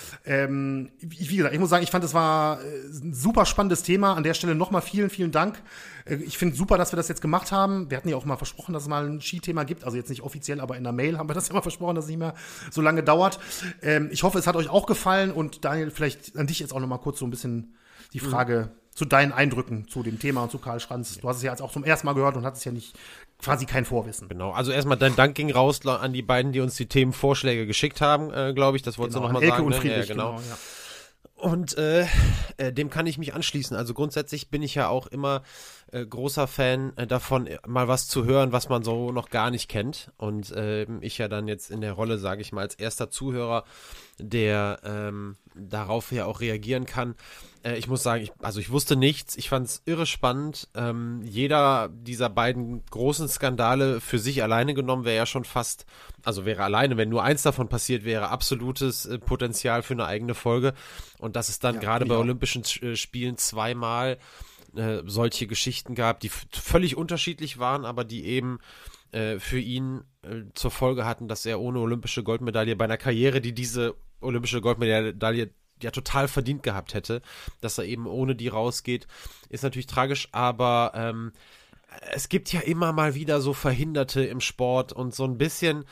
Wie gesagt, ich muss sagen, ich fand, es war ein super spannendes Thema. An der Stelle nochmal vielen, vielen Dank. Ich finde super, dass wir das jetzt gemacht haben. Wir hatten ja auch mal versprochen, dass es mal ein Skithema gibt. Also jetzt nicht offiziell, aber in der Mail haben wir das ja mal versprochen, dass es nicht mehr so lange dauert. Ich hoffe, es hat euch auch gefallen. Und Daniel, vielleicht an dich jetzt auch nochmal kurz so ein bisschen die Frage zu deinen Eindrücken zu dem Thema und zu Karl Schranz. Du hast es ja jetzt auch zum ersten Mal gehört und hattest ja nicht quasi kein Vorwissen. Genau, also erstmal dein Dank ging raus an die beiden, die uns die Themenvorschläge geschickt haben, glaube ich. Das wolltest du nochmal sagen. Elke und Friedrich, ja, genau. Ja. Und dem kann ich mich anschließen. Also grundsätzlich bin ich ja auch immer großer Fan davon, mal was zu hören, was man so noch gar nicht kennt. Und ich ja dann jetzt in der Rolle, sage ich mal, als erster Zuhörer, der darauf ja auch reagieren kann. Ich muss sagen, ich wusste nichts. Ich fand es irre spannend. Jeder dieser beiden großen Skandale für sich alleine genommen wäre ja schon fast, also wäre alleine, wenn nur eins davon passiert wäre, absolutes Potenzial für eine eigene Folge. Und dass es dann gerade bei Olympischen Spielen zweimal solche Geschichten gab, die völlig unterschiedlich waren, aber die eben für ihn zur Folge hatten, dass er ohne olympische Goldmedaille bei einer Karriere, die diese olympische Goldmedaille ja total verdient gehabt hätte, dass er eben ohne die rausgeht, ist natürlich tragisch, aber es gibt ja immer mal wieder so Verhinderte im Sport und so ein bisschen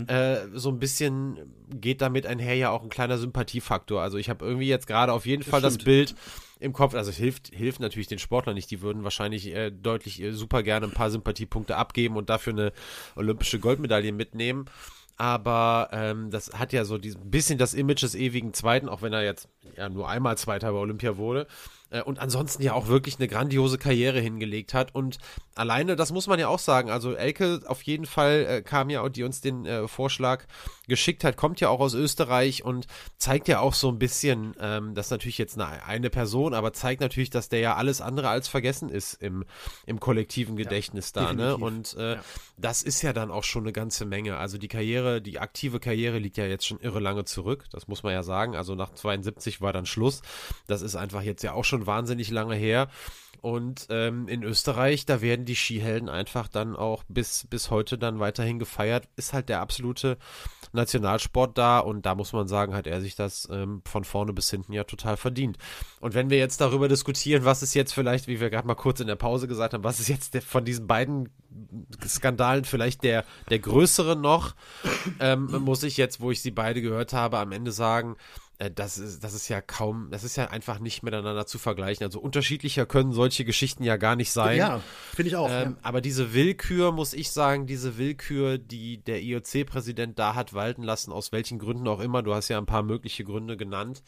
geht damit einher ja auch ein kleiner Sympathiefaktor. Also ich habe irgendwie jetzt gerade auf jeden Fall das Bild im Kopf, also es hilft natürlich den Sportlern nicht, die würden wahrscheinlich deutlich super gerne ein paar Sympathiepunkte abgeben und dafür eine olympische Goldmedaille mitnehmen. Aber das hat ja so ein bisschen das Image des ewigen Zweiten, auch wenn er jetzt ja nur einmal Zweiter bei Olympia wurde. Und ansonsten ja auch wirklich eine grandiose Karriere hingelegt hat. Und alleine, das muss man ja auch sagen, also Elke auf jeden Fall kam ja, die uns den Vorschlag geschickt hat, kommt ja auch aus Österreich und zeigt ja auch so ein bisschen, das ist natürlich jetzt eine Person, aber zeigt natürlich, dass der ja alles andere als vergessen ist im kollektiven Gedächtnis da. Ne? Und das ist ja dann auch schon eine ganze Menge. Also die aktive Karriere liegt ja jetzt schon irre lange zurück, das muss man ja sagen. Also nach 72 war dann Schluss. Das ist einfach jetzt ja auch schon wahnsinnig lange her. Und in Österreich, da werden die Skihelden einfach dann auch bis heute dann weiterhin gefeiert. Ist halt der absolute Nationalsport da und da muss man sagen, hat er sich das von vorne bis hinten ja total verdient. Und wenn wir jetzt darüber diskutieren, was ist jetzt vielleicht, wie wir gerade mal kurz in der Pause gesagt haben, was ist jetzt von diesen beiden Skandalen vielleicht der größere noch, muss ich jetzt, wo ich sie beide gehört habe, am Ende sagen, das ist ja einfach nicht miteinander zu vergleichen. Also unterschiedlicher können solche Geschichten ja gar nicht sein. Ja, finde ich auch. Aber diese Willkür, muss ich sagen, die der IOC-Präsident da hat walten lassen, aus welchen Gründen auch immer, du hast ja ein paar mögliche Gründe genannt,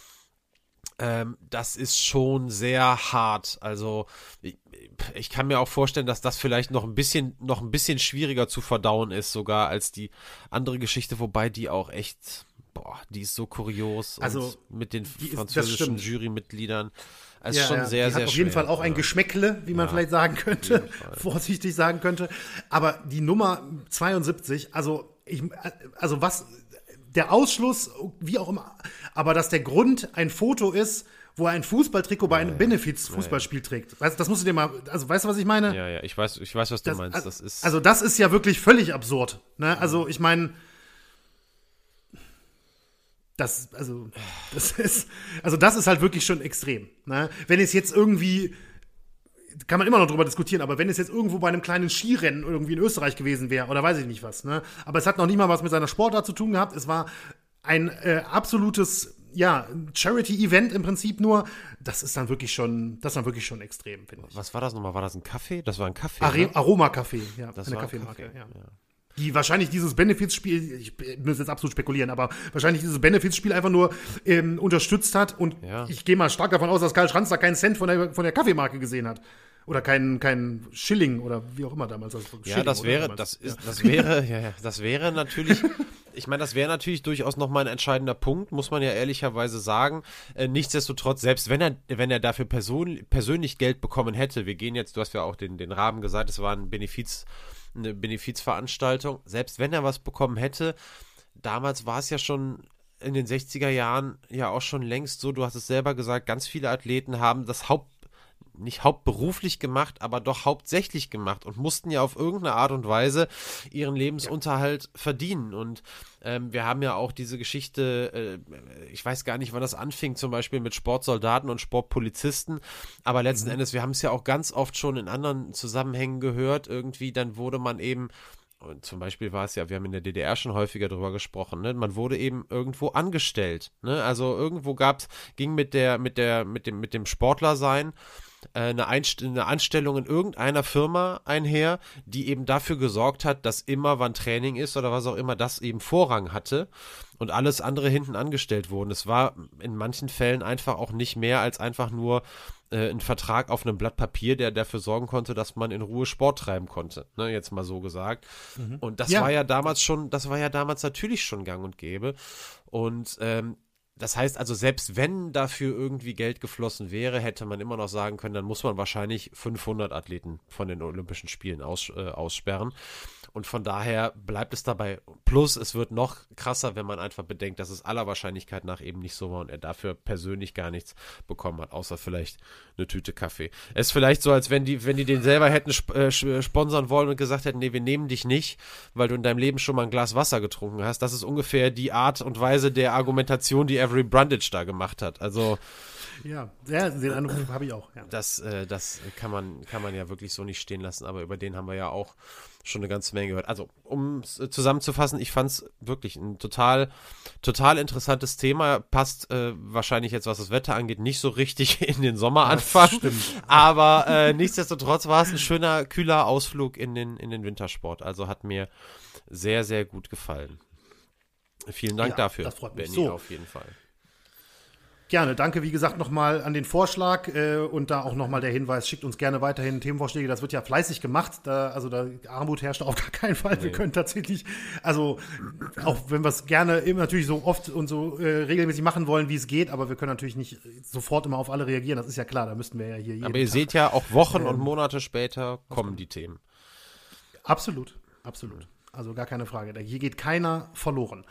das ist schon sehr hart. Also ich kann mir auch vorstellen, dass das vielleicht noch ein bisschen schwieriger zu verdauen ist sogar als die andere Geschichte, wobei die auch echt... die ist so kurios also, und mit den französischen Jurymitgliedern. Es ist schon sehr, die sehr hat auf jeden Fall auch ein Geschmäckle, wie man vielleicht sagen könnte, vorsichtig sagen könnte. Aber die Nummer 72, was, der Ausschluss, wie auch immer, aber dass der Grund ein Foto ist, wo er ein Fußballtrikot bei einem Benefiz-Fußballspiel trägt. Weißt, das musst du dir mal, also weißt du, was ich meine? Ja, ich weiß, was du meinst. Das ist ja wirklich völlig absurd. Ne? Also ich meine, das ist halt wirklich schon extrem. Ne? Wenn es jetzt irgendwie, kann man immer noch drüber diskutieren, aber wenn es jetzt irgendwo bei einem kleinen Skirennen irgendwie in Österreich gewesen wäre, oder weiß ich nicht was, ne? Aber es hat noch nicht mal was mit seiner Sportart zu tun gehabt. Es war ein absolutes, Charity-Event im Prinzip nur. Das ist dann wirklich schon extrem, finde ich. Was war das nochmal? War das ein Kaffee? Das war ein Kaffee, Aroma-Kaffee, ja. Das eine war Kaffeemarke, ein Kaffee, ja. Die wahrscheinlich dieses Benefizspiel, ich muss jetzt absolut spekulieren, aber wahrscheinlich dieses Benefizspiel einfach nur unterstützt hat und ich gehe mal stark davon aus, dass Karl Schranz da keinen Cent von der Kaffeemarke gesehen hat. Oder kein Schilling oder wie auch immer damals. Ja, das wäre natürlich, ich meine, das wäre natürlich durchaus nochmal ein entscheidender Punkt, muss man ja ehrlicherweise sagen. Nichtsdestotrotz, selbst wenn er dafür persönlich Geld bekommen hätte, wir gehen jetzt, du hast ja auch den Rahmen gesagt, es war eine Benefizveranstaltung, selbst wenn er was bekommen hätte, damals war es ja schon in den 60er Jahren ja auch schon längst so, du hast es selber gesagt, ganz viele Athleten haben das nicht hauptberuflich gemacht, aber doch hauptsächlich gemacht und mussten ja auf irgendeine Art und Weise ihren Lebensunterhalt verdienen. Und wir haben ja auch diese Geschichte, ich weiß gar nicht, wann das anfing, zum Beispiel mit Sportsoldaten und Sportpolizisten, aber letzten Endes, wir haben es ja auch ganz oft schon in anderen Zusammenhängen gehört, irgendwie, dann wurde man eben, und zum Beispiel war es ja, wir haben in der DDR schon häufiger drüber gesprochen, ne? Man wurde eben irgendwo angestellt, ne? Also irgendwo ging mit dem Sportlersein eine Anstellung in irgendeiner Firma einher, die eben dafür gesorgt hat, dass immer, wann Training ist oder was auch immer, das eben Vorrang hatte und alles andere hinten angestellt wurden. Es war in manchen Fällen einfach auch nicht mehr als einfach nur ein Vertrag auf einem Blatt Papier, der dafür sorgen konnte, dass man in Ruhe Sport treiben konnte, ne, jetzt mal so gesagt. Und das war ja damals natürlich schon gang und gäbe. Und das heißt also, selbst wenn dafür irgendwie Geld geflossen wäre, hätte man immer noch sagen können, dann muss man wahrscheinlich 500 Athleten von den Olympischen Spielen aussperren. Und von daher bleibt es dabei. Plus, es wird noch krasser, wenn man einfach bedenkt, dass es aller Wahrscheinlichkeit nach eben nicht so war und er dafür persönlich gar nichts bekommen hat, außer vielleicht eine Tüte Kaffee. Es ist vielleicht so, als wenn die den selber hätten sponsern wollen und gesagt hätten, nee, wir nehmen dich nicht, weil du in deinem Leben schon mal ein Glas Wasser getrunken hast. Das ist ungefähr die Art und Weise der Argumentation, die Avery Brundage da gemacht hat. Also ja, den Eindruck habe ich auch. Ja. Das kann man ja wirklich so nicht stehen lassen, aber über den haben wir ja auch schon eine ganze Menge gehört. Also, um es zusammenzufassen, ich fand es wirklich ein total interessantes Thema. Passt wahrscheinlich jetzt, was das Wetter angeht, nicht so richtig in den Sommeranfang. Stimmt. Aber nichtsdestotrotz war es ein schöner, kühler Ausflug in den Wintersport. Also hat mir sehr, sehr gut gefallen. Vielen Dank dafür, das freut mich Benny, so. auf jeden Fall. Gerne, danke wie gesagt nochmal an den Vorschlag und da auch nochmal der Hinweis, schickt uns gerne weiterhin Themenvorschläge, das wird ja fleißig gemacht, da Armut herrscht auf gar keinen Fall, wir können tatsächlich, also auch wenn wir es gerne immer natürlich so oft und so regelmäßig machen wollen, wie es geht, aber wir können natürlich nicht sofort immer auf alle reagieren, das ist ja klar, da müssten wir ja hier jeden Aber ihr Tag, seht ja, auch Wochen und Monate später kommen die Themen. Absolut. Also gar keine Frage. Hier geht keiner verloren.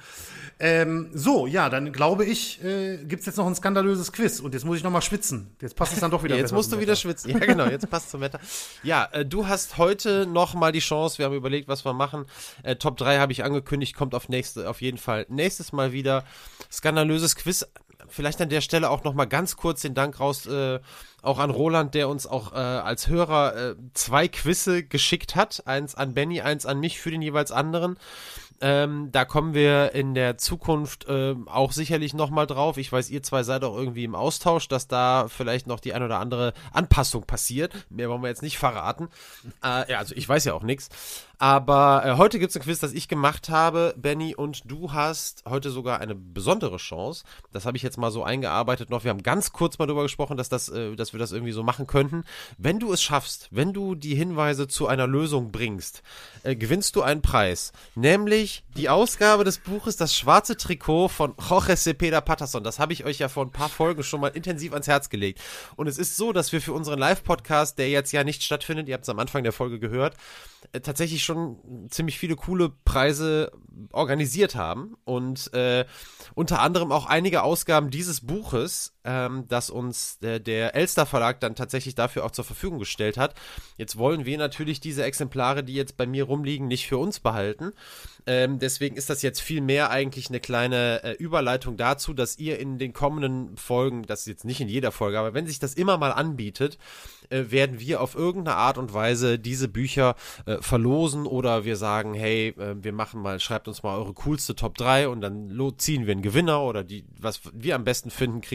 Dann glaube ich, gibt es jetzt noch ein skandalöses Quiz. Und jetzt muss ich noch mal schwitzen. Jetzt passt es dann doch wieder. Jetzt musst du wieder schwitzen. Ja, genau. Jetzt passt es zum Wetter. Ja, du hast heute noch mal die Chance. Wir haben überlegt, was wir machen. Top 3 habe ich angekündigt. Kommt auf jeden Fall nächstes Mal wieder. Skandalöses Quiz. Vielleicht an der Stelle auch noch mal ganz kurz den Dank raus, auch an Roland, der uns auch als Hörer 2 Quizze geschickt hat. Eins an Benny, eins an mich für den jeweils anderen. Da kommen wir in der Zukunft auch sicherlich nochmal drauf. Ich weiß, ihr zwei seid auch irgendwie im Austausch, dass da vielleicht noch die ein oder andere Anpassung passiert. Mehr wollen wir jetzt nicht verraten. Also ich weiß ja auch nichts. Aber heute gibt es ein Quiz, das ich gemacht habe, Benny, und du hast heute sogar eine besondere Chance. Das habe ich jetzt mal so eingearbeitet noch. Wir haben ganz kurz mal darüber gesprochen, dass wir das irgendwie so machen könnten. Wenn du es schaffst, wenn du die Hinweise zu einer Lösung bringst, gewinnst du einen Preis. Nämlich die Ausgabe des Buches Das schwarze Trikot von Jorge Cepeda Patterson. Das habe ich euch ja vor ein paar Folgen schon mal intensiv ans Herz gelegt. Und es ist so, dass wir für unseren Live-Podcast, der jetzt ja nicht stattfindet, ihr habt es am Anfang der Folge gehört, tatsächlich schon ziemlich viele coole Preise organisiert haben und unter anderem auch einige Ausgaben dieses Buches, das uns der Elster Verlag dann tatsächlich dafür auch zur Verfügung gestellt hat. Jetzt wollen wir natürlich diese Exemplare, die jetzt bei mir rumliegen, nicht für uns behalten. Deswegen ist das jetzt viel mehr eigentlich eine kleine Überleitung dazu, dass ihr in den kommenden Folgen, das ist jetzt nicht in jeder Folge, aber wenn sich das immer mal anbietet, werden wir auf irgendeine Art und Weise diese Bücher verlosen oder wir sagen, hey, schreibt uns mal eure coolste Top 3 und dann ziehen wir einen Gewinner oder was wir am besten finden, kriegt vielleicht ein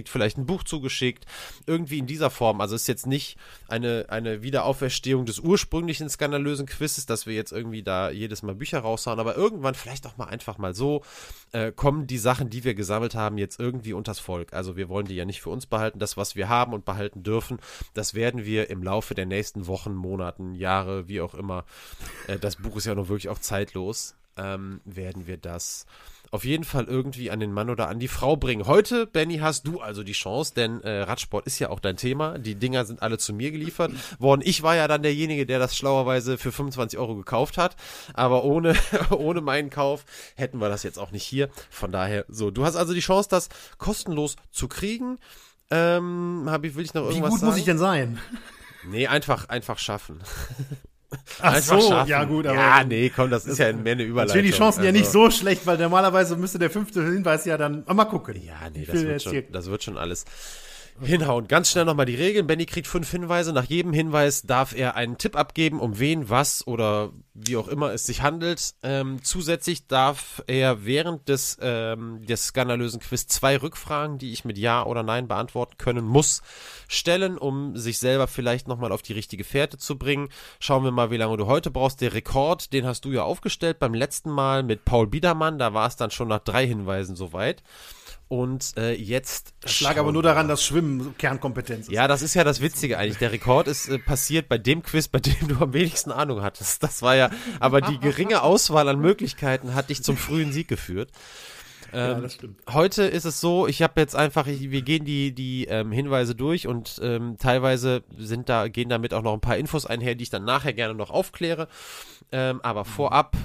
ein Buch zugeschickt, irgendwie in dieser Form. Also ist jetzt nicht eine Wiederauferstehung des ursprünglichen skandalösen Quizzes, dass wir jetzt irgendwie da jedes Mal Bücher raushauen, aber irgendwann vielleicht auch mal einfach mal so kommen die Sachen, die wir gesammelt haben, jetzt irgendwie unters Volk. Also wir wollen die ja nicht für uns behalten. Das, was wir haben und behalten dürfen, das werden wir im Laufe der nächsten Wochen, Monaten, Jahre, wie auch immer, das Buch ist ja noch wirklich auch zeitlos, werden wir das auf jeden Fall irgendwie an den Mann oder an die Frau bringen. Heute, Benny, hast du also die Chance, denn Radsport ist ja auch dein Thema. Die Dinger sind alle zu mir geliefert worden. Ich war ja dann derjenige, der das schlauerweise für 25 € gekauft hat, aber ohne meinen Kauf hätten wir das jetzt auch nicht hier. Von daher, so, du hast also die Chance, das kostenlos zu kriegen. Will ich noch irgendwas sagen? Wie gut muss ich denn sein? Nee, einfach schaffen. Ach so, schaffen. Ja gut. Aber ja, nee, komm, das ist ja mehr eine Überleitung. Ich finde die Chancen ja nicht so schlecht, weil normalerweise müsste der 5. Hinweis ja dann, mal gucken. Ja, nee, das wird schon alles hinhauen. Ganz schnell nochmal die Regeln. Benny kriegt 5 Hinweise. Nach jedem Hinweis darf er einen Tipp abgeben, um wen, was oder wie auch immer es sich handelt. Zusätzlich darf er während des skandalösen Quiz 2 Rückfragen, die ich mit Ja oder Nein beantworten können muss, stellen, um sich selber vielleicht nochmal auf die richtige Fährte zu bringen. Schauen wir mal, wie lange du heute brauchst. Der Rekord, den hast du ja aufgestellt beim letzten Mal mit Paul Biedermann. Da war es dann schon nach 3 Hinweisen soweit. Und jetzt. Das lag aber nur daran, dass Schwimmen Kernkompetenz ist. Ja, das ist ja das Witzige eigentlich. Der Rekord ist passiert bei dem Quiz, bei dem du am wenigsten Ahnung hattest. Das war ja, aber die geringe Auswahl an Möglichkeiten hat dich zum frühen Sieg geführt. Ja, das stimmt. Heute ist es so, ich habe jetzt einfach, wir gehen die Hinweise durch und teilweise gehen damit auch noch ein paar Infos einher, die ich dann nachher gerne noch aufkläre. Aber vorab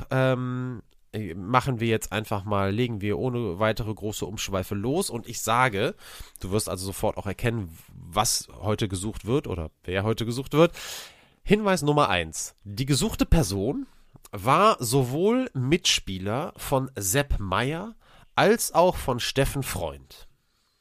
machen wir jetzt einfach mal, legen wir ohne weitere große Umschweife los und ich sage, du wirst also sofort auch erkennen, was heute gesucht wird oder wer heute gesucht wird. Hinweis Nummer 1. Die gesuchte Person war sowohl Mitspieler von Sepp Maier als auch von Steffen Freund.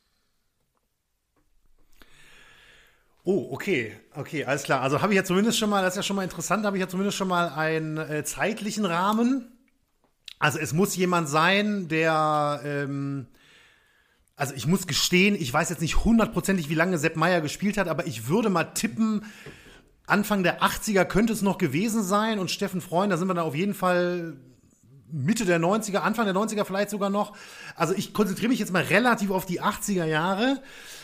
Oh, okay, alles klar. Also habe ich ja zumindest schon mal, das ist ja schon mal interessant, habe ich ja zumindest schon mal einen zeitlichen Rahmen. Also es muss jemand sein, der, also ich muss gestehen, ich weiß jetzt nicht hundertprozentig, wie lange Sepp Maier gespielt hat, aber ich würde mal tippen, Anfang der 80er könnte es noch gewesen sein und Steffen Freund, da sind wir dann auf jeden Fall Mitte der 90er, Anfang der 90er vielleicht sogar noch. Also ich konzentriere mich jetzt mal relativ auf die 80er Jahre.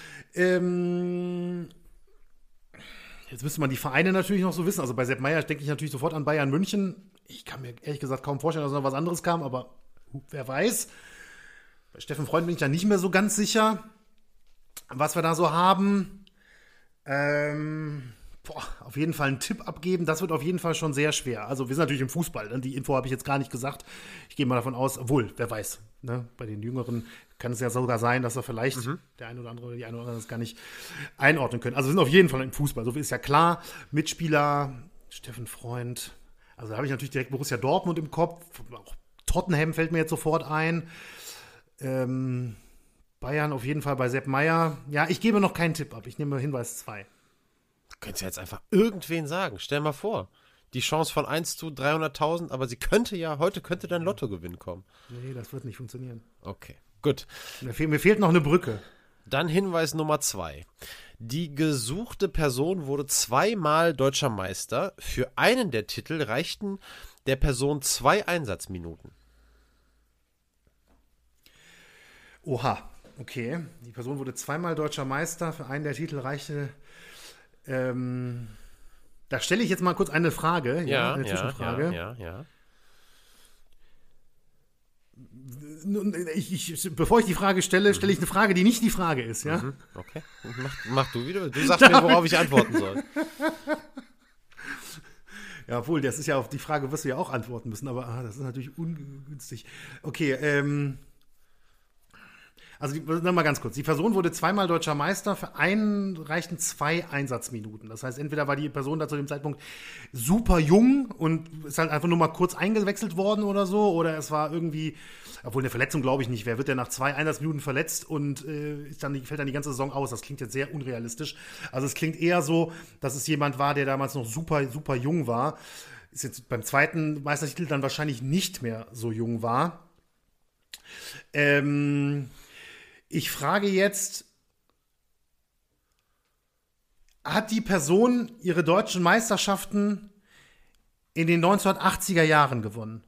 Jetzt müsste man die Vereine natürlich noch so wissen. Also bei Sepp Maier denke ich natürlich sofort an Bayern München. Ich kann mir ehrlich gesagt kaum vorstellen, dass noch was anderes kam, aber wer weiß. Bei Steffen Freund bin ich da nicht mehr so ganz sicher, was wir da so haben. Auf jeden Fall einen Tipp abgeben, das wird auf jeden Fall schon sehr schwer. Also wir sind natürlich im Fußball, ne? Die Info habe ich jetzt gar nicht gesagt. Ich gehe mal davon aus, obwohl, wer weiß, ne? Bei den Jüngeren kann es ja sogar sein, dass er vielleicht der eine oder andere oder die eine oder andere das gar nicht einordnen können. Also wir sind auf jeden Fall im Fußball, so viel ist ja klar. Mitspieler, Steffen Freund, also da habe ich natürlich direkt Borussia Dortmund im Kopf, auch Tottenham fällt mir jetzt sofort ein. Bayern auf jeden Fall bei Sepp Maier. Ja, ich gebe noch keinen Tipp ab, ich nehme Hinweis 2. Könntest du jetzt einfach irgendwen sagen. Stell mal vor, die Chance von 1 zu 300.000, aber heute könnte dein Lottogewinn kommen. Nee, das wird nicht funktionieren. Okay, gut. Mir fehlt noch eine Brücke. Dann Hinweis Nummer 2. Die gesuchte Person wurde 2-mal deutscher Meister. Für einen der Titel reichten der Person 2 Einsatzminuten. Oha, okay. Die Person wurde 2-mal deutscher Meister. Für einen der Titel reichte... da stelle ich jetzt mal kurz eine Frage, eine Zwischenfrage. Ja. Bevor ich die Frage stelle ich eine Frage, die nicht die Frage ist, ja? Okay, mach du wieder. Du sagst mir, worauf ich antworten soll. Ja, obwohl, das ist ja auf die Frage, wirst du ja auch antworten müssen, aber das ist natürlich ungünstig. Okay, also nochmal ganz kurz. Die Person wurde 2-mal deutscher Meister, für einen reichten 2 Einsatzminuten. Das heißt, entweder war die Person da zu dem Zeitpunkt super jung und ist halt einfach nur mal kurz eingewechselt worden oder so, oder es war irgendwie, obwohl eine Verletzung glaube ich nicht, wer wird denn nach 2 Einsatzminuten verletzt und fällt dann die ganze Saison aus? Das klingt jetzt sehr unrealistisch. Also es klingt eher so, dass es jemand war, der damals noch super, super jung war. Ist jetzt beim zweiten Meistertitel dann wahrscheinlich nicht mehr so jung war. Ich frage jetzt, hat die Person ihre deutschen Meisterschaften in den 1980er Jahren gewonnen?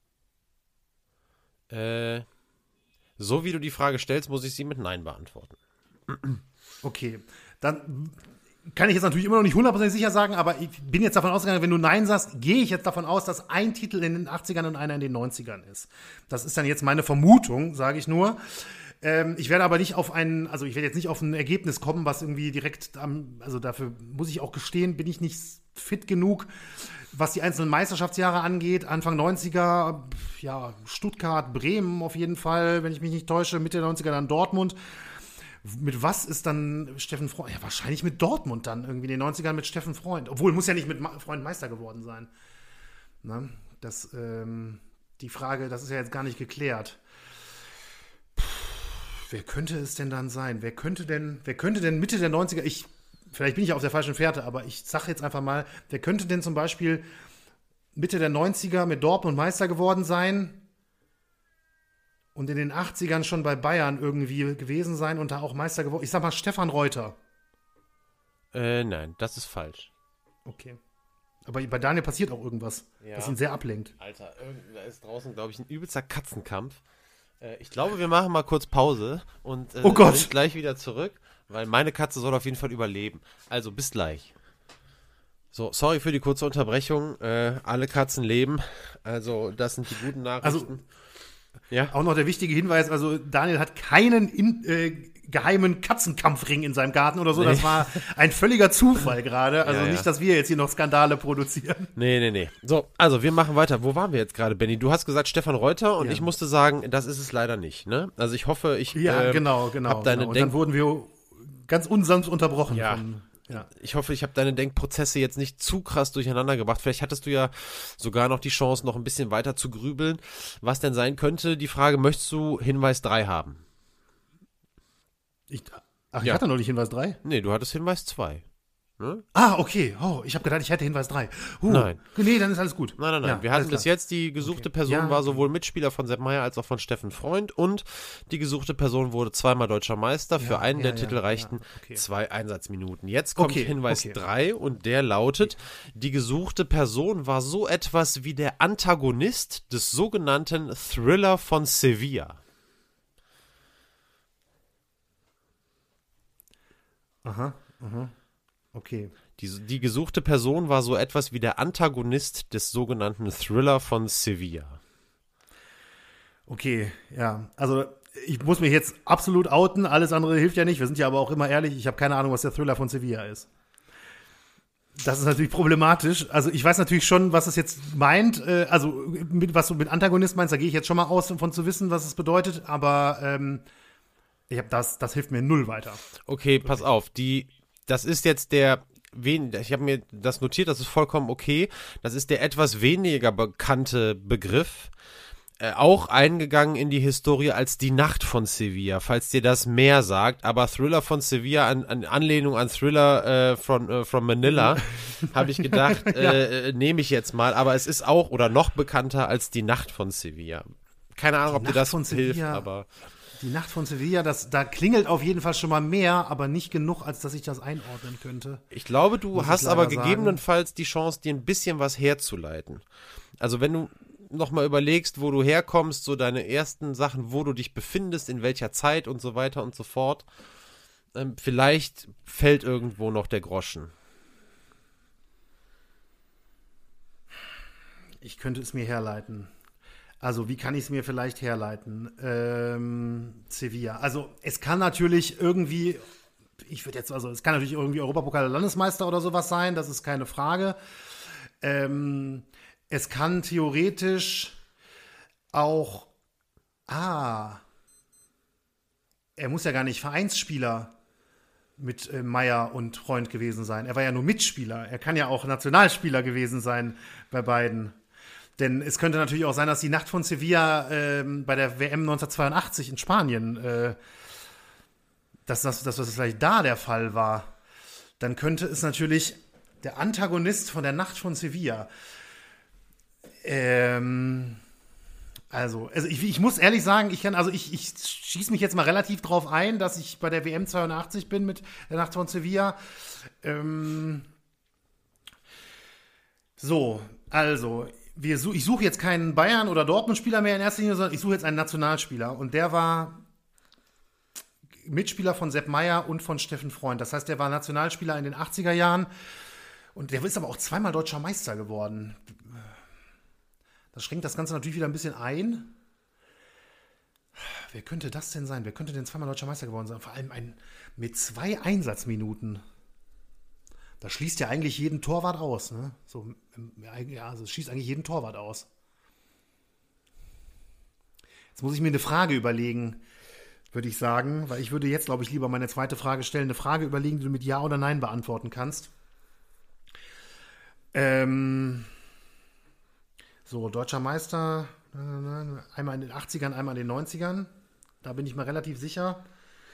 So wie du die Frage stellst, muss ich sie mit Nein beantworten. Okay, dann kann ich jetzt natürlich immer noch nicht 100% sicher sagen, aber ich bin jetzt davon ausgegangen, wenn du Nein sagst, gehe ich jetzt davon aus, dass ein Titel in den 80ern und einer in den 90ern ist. Das ist dann jetzt meine Vermutung, sage ich nur. Ich werde aber nicht auf ich werde jetzt nicht auf ein Ergebnis kommen, was irgendwie direkt also dafür muss ich auch gestehen, bin ich nicht fit genug, was die einzelnen Meisterschaftsjahre angeht. Anfang 90er, ja, Stuttgart, Bremen auf jeden Fall, wenn ich mich nicht täusche, Mitte der 90er dann Dortmund. Mit was ist dann Steffen Freund? Ja, wahrscheinlich mit Dortmund dann irgendwie in den 90ern mit Steffen Freund. Obwohl, muss ja nicht mit Freund Meister geworden sein. Ne? Die Frage, das ist ja jetzt gar nicht geklärt. Wer könnte es denn dann sein? Wer könnte denn Mitte der 90er, vielleicht bin ich auf der falschen Fährte, aber ich sage jetzt einfach mal, wer könnte denn zum Beispiel Mitte der 90er mit Dortmund Meister geworden sein und in den 80ern schon bei Bayern irgendwie gewesen sein und da auch Meister geworden? Ich sag mal Stefan Reuter. Nein, das ist falsch. Okay. Aber bei Daniel passiert auch irgendwas, was ihn sehr ablenkt. Alter, da ist draußen, glaube ich, ein übelster Katzenkampf. Ich glaube, wir machen mal kurz Pause und sind gleich wieder zurück, weil meine Katze soll auf jeden Fall überleben. Also, bis gleich. So, sorry für die kurze Unterbrechung. Alle Katzen leben. Also, das sind die guten Nachrichten. Also, ja. Auch noch der wichtige Hinweis, also Daniel hat keinen geheimen Katzenkampfring in seinem Garten oder so. Nee. Das war ein völliger Zufall gerade. Also nicht, dass wir jetzt hier noch Skandale produzieren. Nee. So, also wir machen weiter. Wo waren wir jetzt gerade, Benni? Du hast gesagt Stefan Reuter und ich musste sagen, das ist es leider nicht. Ne? Also ich hoffe, genau. Hab deine Und dann wurden wir ganz unsanft unterbrochen. Ja. Ich hoffe, ich habe deine Denkprozesse jetzt nicht zu krass durcheinander gebracht. Vielleicht hattest du ja sogar noch die Chance, noch ein bisschen weiter zu grübeln. Was denn sein könnte, die Frage, möchtest du Hinweis 3 haben? Ich hatte noch nicht Hinweis 3? Nee, du hattest Hinweis 2. Ne? Okay. Oh, ich habe gedacht, ich hätte Hinweis 3. Nein. Nee, dann ist alles gut. Nein. Ja, wir hatten bis jetzt, die gesuchte Person war sowohl Mitspieler von Sepp Maier als auch von Steffen Freund und die gesuchte Person wurde zweimal deutscher Meister. Für einen der Titel reichten 2 Einsatzminuten. Jetzt kommt Hinweis 3 und der lautet, die gesuchte Person war so etwas wie der Antagonist des sogenannten Thriller von Sevilla. Aha. Okay. Die gesuchte Person war so etwas wie der Antagonist des sogenannten Thriller von Sevilla. Okay, ja. Also ich muss mich jetzt absolut outen, alles andere hilft ja nicht. Wir sind ja aber auch immer ehrlich, ich habe keine Ahnung, was der Thriller von Sevilla ist. Das ist natürlich problematisch. Also ich weiß natürlich schon, was es jetzt meint. Was du mit Antagonist meinst, da gehe ich jetzt schon mal aus, von zu wissen, was es bedeutet. Aber das hilft mir null weiter. Okay, pass auf. Das ist jetzt ich habe mir das notiert, das ist vollkommen okay. Das ist der etwas weniger bekannte Begriff, auch eingegangen in die Historie als die Nacht von Sevilla, falls dir das mehr sagt. Aber Thriller von Sevilla, an Anlehnung an Thriller from Manila, habe ich gedacht, nehme ich jetzt mal. Aber es ist auch oder noch bekannter als die Nacht von Sevilla. Keine Ahnung, ob dir das hilft, aber... Die Nacht von Sevilla, da klingelt auf jeden Fall schon mal mehr, aber nicht genug, als dass ich das einordnen könnte. Ich glaube, du hast aber gegebenenfalls die Chance, dir ein bisschen was herzuleiten. Also wenn du nochmal überlegst, wo du herkommst, so deine ersten Sachen, wo du dich befindest, in welcher Zeit und so weiter und so fort, vielleicht fällt irgendwo noch der Groschen. Ich könnte es mir herleiten. Also, wie kann ich es mir vielleicht herleiten? Sevilla. Also, es kann natürlich irgendwie, es kann natürlich irgendwie Europapokal Landesmeister oder sowas sein, das ist keine Frage. Es kann theoretisch auch, er muss ja gar nicht Vereinsspieler mit Maier und Freund gewesen sein. Er war ja nur Mitspieler. Er kann ja auch Nationalspieler gewesen sein bei beiden. Denn es könnte natürlich auch sein, dass die Nacht von Sevilla bei der WM 1982 in Spanien, dass das vielleicht da der Fall war. Dann könnte es natürlich der Antagonist von der Nacht von Sevilla. Also ich muss ehrlich sagen, ich schieße mich jetzt mal relativ drauf ein, dass ich bei der WM 82 bin mit der Nacht von Sevilla. Ich suche jetzt keinen Bayern- oder Dortmund-Spieler mehr in erster Linie, sondern ich suche jetzt einen Nationalspieler. Und der war Mitspieler von Sepp Maier und von Steffen Freund. Das heißt, der war Nationalspieler in den 80er Jahren. Und der ist aber auch zweimal deutscher Meister geworden. Das schränkt das Ganze natürlich wieder ein bisschen ein. Wer könnte das denn sein? Wer könnte denn zweimal deutscher Meister geworden sein? Vor allem mit 2 Einsatzminuten. Das schließt ja eigentlich jeden Torwart aus. Ne? Also es schließt eigentlich jeden Torwart aus. Jetzt muss ich mir eine Frage überlegen, würde ich sagen. Weil ich würde jetzt, glaube ich, lieber meine zweite Frage stellen. Eine Frage überlegen, die du mit Ja oder Nein beantworten kannst. Deutscher Meister, einmal in den 80ern, einmal in den 90ern. Da bin ich mir relativ sicher.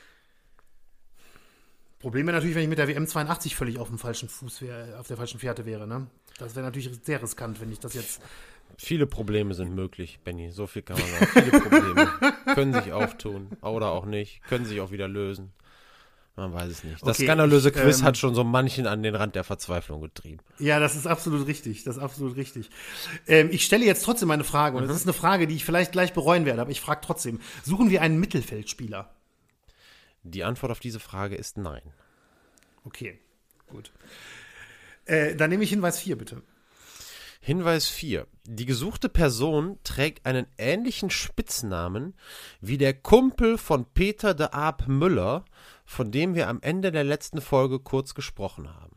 Problem wäre natürlich, wenn ich mit der WM 82 völlig auf dem falschen Fuß wäre, auf der falschen Fährte wäre. Ne? Das wäre natürlich sehr riskant, wenn ich das jetzt... Viele Probleme sind möglich, Benni. So viel kann man sagen. Viele Probleme können sich auftun oder auch nicht, können sich auch wieder lösen. Man weiß es nicht. Das skandalöse Quiz hat schon so manchen an den Rand der Verzweiflung getrieben. Ja, das ist absolut richtig. Ich stelle jetzt trotzdem eine Frage. Und das ist eine Frage, die ich vielleicht gleich bereuen werde. Aber ich frage trotzdem. Suchen wir einen Mittelfeldspieler? Die Antwort auf diese Frage ist nein. Okay, gut. Dann nehme ich Hinweis 4, bitte. Hinweis 4. Die gesuchte Person trägt einen ähnlichen Spitznamen wie der Kumpel von Peter de Aab Müller, von dem wir am Ende der letzten Folge kurz gesprochen haben.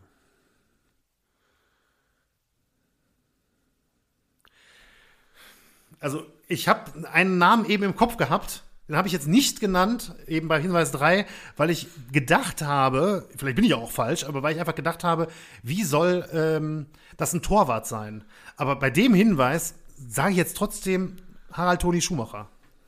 Also, ich habe einen Namen eben im Kopf gehabt, den habe ich jetzt nicht genannt, eben bei Hinweis 3, weil ich gedacht habe, vielleicht bin ich auch falsch, aber weil ich einfach gedacht habe, wie soll das ein Torwart sein? Aber bei dem Hinweis sage ich jetzt trotzdem Harald Toni Schumacher.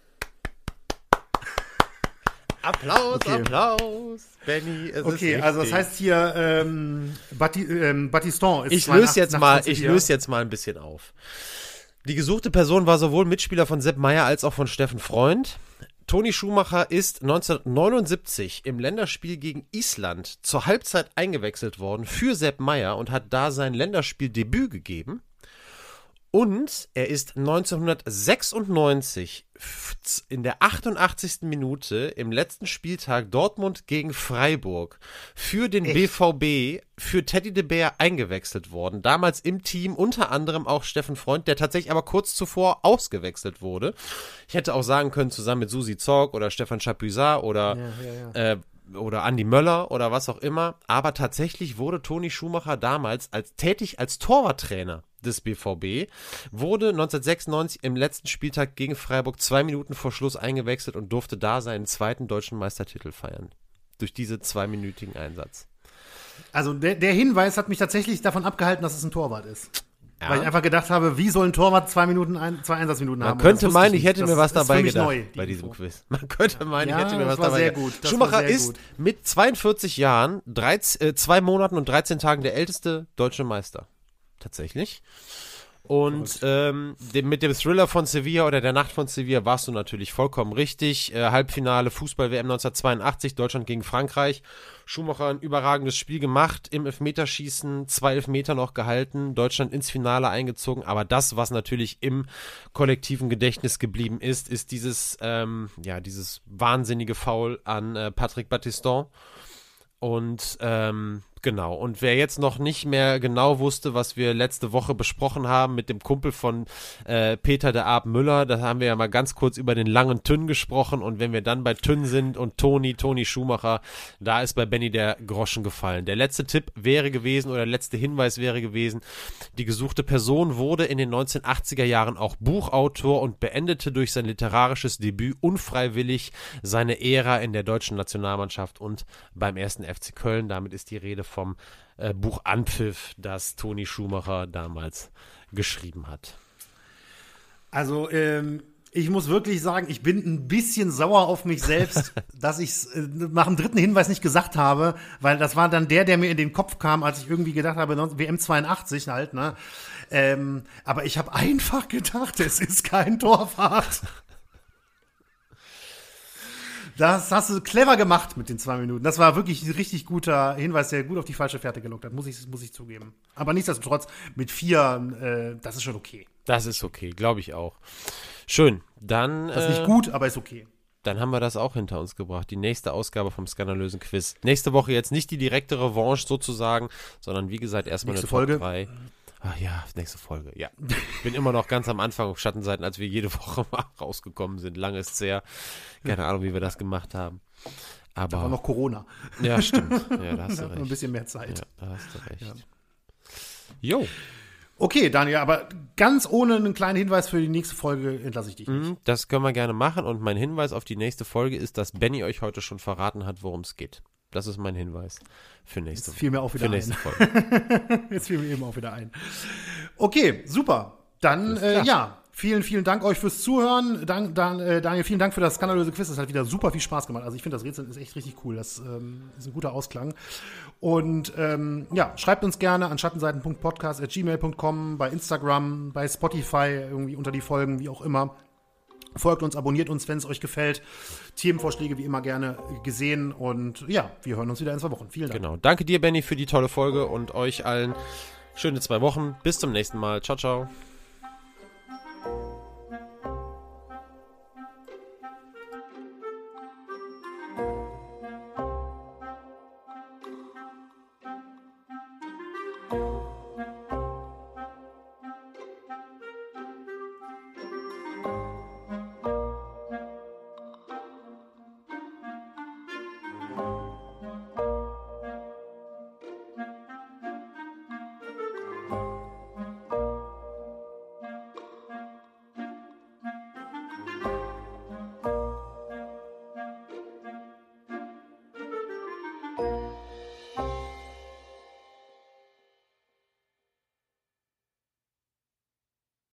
Applaus, okay. Applaus, Benni, es ist richtig. Also das heißt hier Battiston ist Ich löse jetzt mal ein bisschen auf. Die gesuchte Person war sowohl Mitspieler von Sepp Maier als auch von Steffen Freund. Toni Schumacher ist 1979 im Länderspiel gegen Island zur Halbzeit eingewechselt worden für Sepp Maier und hat da sein Länderspieldebüt gegeben. Und er ist 1996 in der 88. Minute im letzten Spieltag Dortmund gegen Freiburg für den BVB für Teddy de Beer eingewechselt worden. Damals im Team unter anderem auch Steffen Freund, der tatsächlich aber kurz zuvor ausgewechselt wurde. Ich hätte auch sagen können, zusammen mit Susi Zorc oder Stefan Chapuisat oder Andi Möller oder was auch immer. Aber tatsächlich wurde Toni Schumacher damals tätig als Torwarttrainer des BVB, wurde 1996 im letzten Spieltag gegen Freiburg 2 Minuten vor Schluss eingewechselt und durfte da seinen zweiten deutschen Meistertitel feiern. Durch diese 2-minütigen Einsatz. Also der Hinweis hat mich tatsächlich davon abgehalten, dass es ein Torwart ist. Ja. Weil ich einfach gedacht habe, wie soll ein Torwart 2 Einsatzminuten haben? Man könnte meinen, ich hätte mir was dabei gedacht bei diesem Info. Quiz. Man könnte meinen, ich hätte mir was das war dabei sehr gedacht. gut. Schumacher ist mit 42 Jahren, 2 Monaten und 13 Tagen der älteste deutsche Meister. Tatsächlich. Und mit dem Thriller von Sevilla oder der Nacht von Sevilla warst du natürlich vollkommen richtig. Halbfinale Fußball-WM 1982, Deutschland gegen Frankreich. Schumacher ein überragendes Spiel gemacht, im Elfmeterschießen 2 Elfmeter noch gehalten, Deutschland ins Finale eingezogen. Aber das, was natürlich im kollektiven Gedächtnis geblieben ist dieses wahnsinnige Foul an Patrick Battiston. Und genau, und wer jetzt noch nicht mehr genau wusste, was wir letzte Woche besprochen haben mit dem Kumpel von Peter de Aab Müller, da haben wir ja mal ganz kurz über den langen Tünn gesprochen und wenn wir dann bei Tünn sind und Toni Schumacher, da ist bei Benni der Groschen gefallen. Der letzte Tipp wäre gewesen oder der letzte Hinweis wäre gewesen, die gesuchte Person wurde in den 1980er Jahren auch Buchautor und beendete durch sein literarisches Debüt unfreiwillig seine Ära in der deutschen Nationalmannschaft und beim 1. FC Köln. Damit ist die Rede vom Buch Anpfiff, das Toni Schumacher damals geschrieben hat. Also Ich muss wirklich sagen, ich bin ein bisschen sauer auf mich selbst, dass ich es nach dem dritten Hinweis nicht gesagt habe, weil das war dann der mir in den Kopf kam, als ich irgendwie gedacht habe, WM 82 halt, ne? Aber ich habe einfach gedacht, es ist kein Torwart. Das hast du clever gemacht mit den 2 Minuten. Das war wirklich ein richtig guter Hinweis, der gut auf die falsche Fährte gelockt hat, muss ich zugeben. Aber nichtsdestotrotz, mit 4, das ist schon okay. Das ist okay, glaube ich auch. Schön, dann... Das ist nicht gut, aber ist okay. Dann haben wir das auch hinter uns gebracht. Die nächste Ausgabe vom skandalösen Quiz. Nächste Woche jetzt nicht die direkte Revanche sozusagen, sondern wie gesagt erstmal nächste eine Folge. Top 3. Ach ja, nächste Folge, ja. Bin immer noch ganz am Anfang auf Schattenseiten, als wir jede Woche mal rausgekommen sind. Lange ist es her. Keine Ahnung, wie wir das gemacht haben. Aber da war noch Corona. Ja, stimmt. Ja, da hast du recht. Ein bisschen mehr Zeit. Ja, da hast du recht. Ja. Jo. Okay, Daniel, aber ganz ohne einen kleinen Hinweis für die nächste Folge entlasse ich dich nicht. Das können wir gerne machen und mein Hinweis auf die nächste Folge ist, dass Benny euch heute schon verraten hat, worum es geht. Das ist mein Hinweis für nächste Folge. Fiel mir auch wieder nächste ein. Folge. Jetzt fiel mir eben auch wieder ein. Okay, super. Dann, ja, vielen Dank euch fürs Zuhören. Daniel, vielen Dank für das skandalöse Quiz. Das hat wieder super viel Spaß gemacht. Also ich finde, das Rätsel ist echt richtig cool. Das ist ein guter Ausklang. Und ja, schreibt uns gerne an schattenseiten.podcast@gmail.com, bei Instagram, bei Spotify, irgendwie unter die Folgen, wie auch immer. Folgt uns, abonniert uns, wenn es euch gefällt. Themenvorschläge wie immer gerne gesehen. Und ja, wir hören uns wieder in 2 Wochen. Vielen Dank. Genau. Danke dir, Benny, für die tolle Folge und euch allen schöne 2 Wochen. Bis zum nächsten Mal. Ciao, ciao.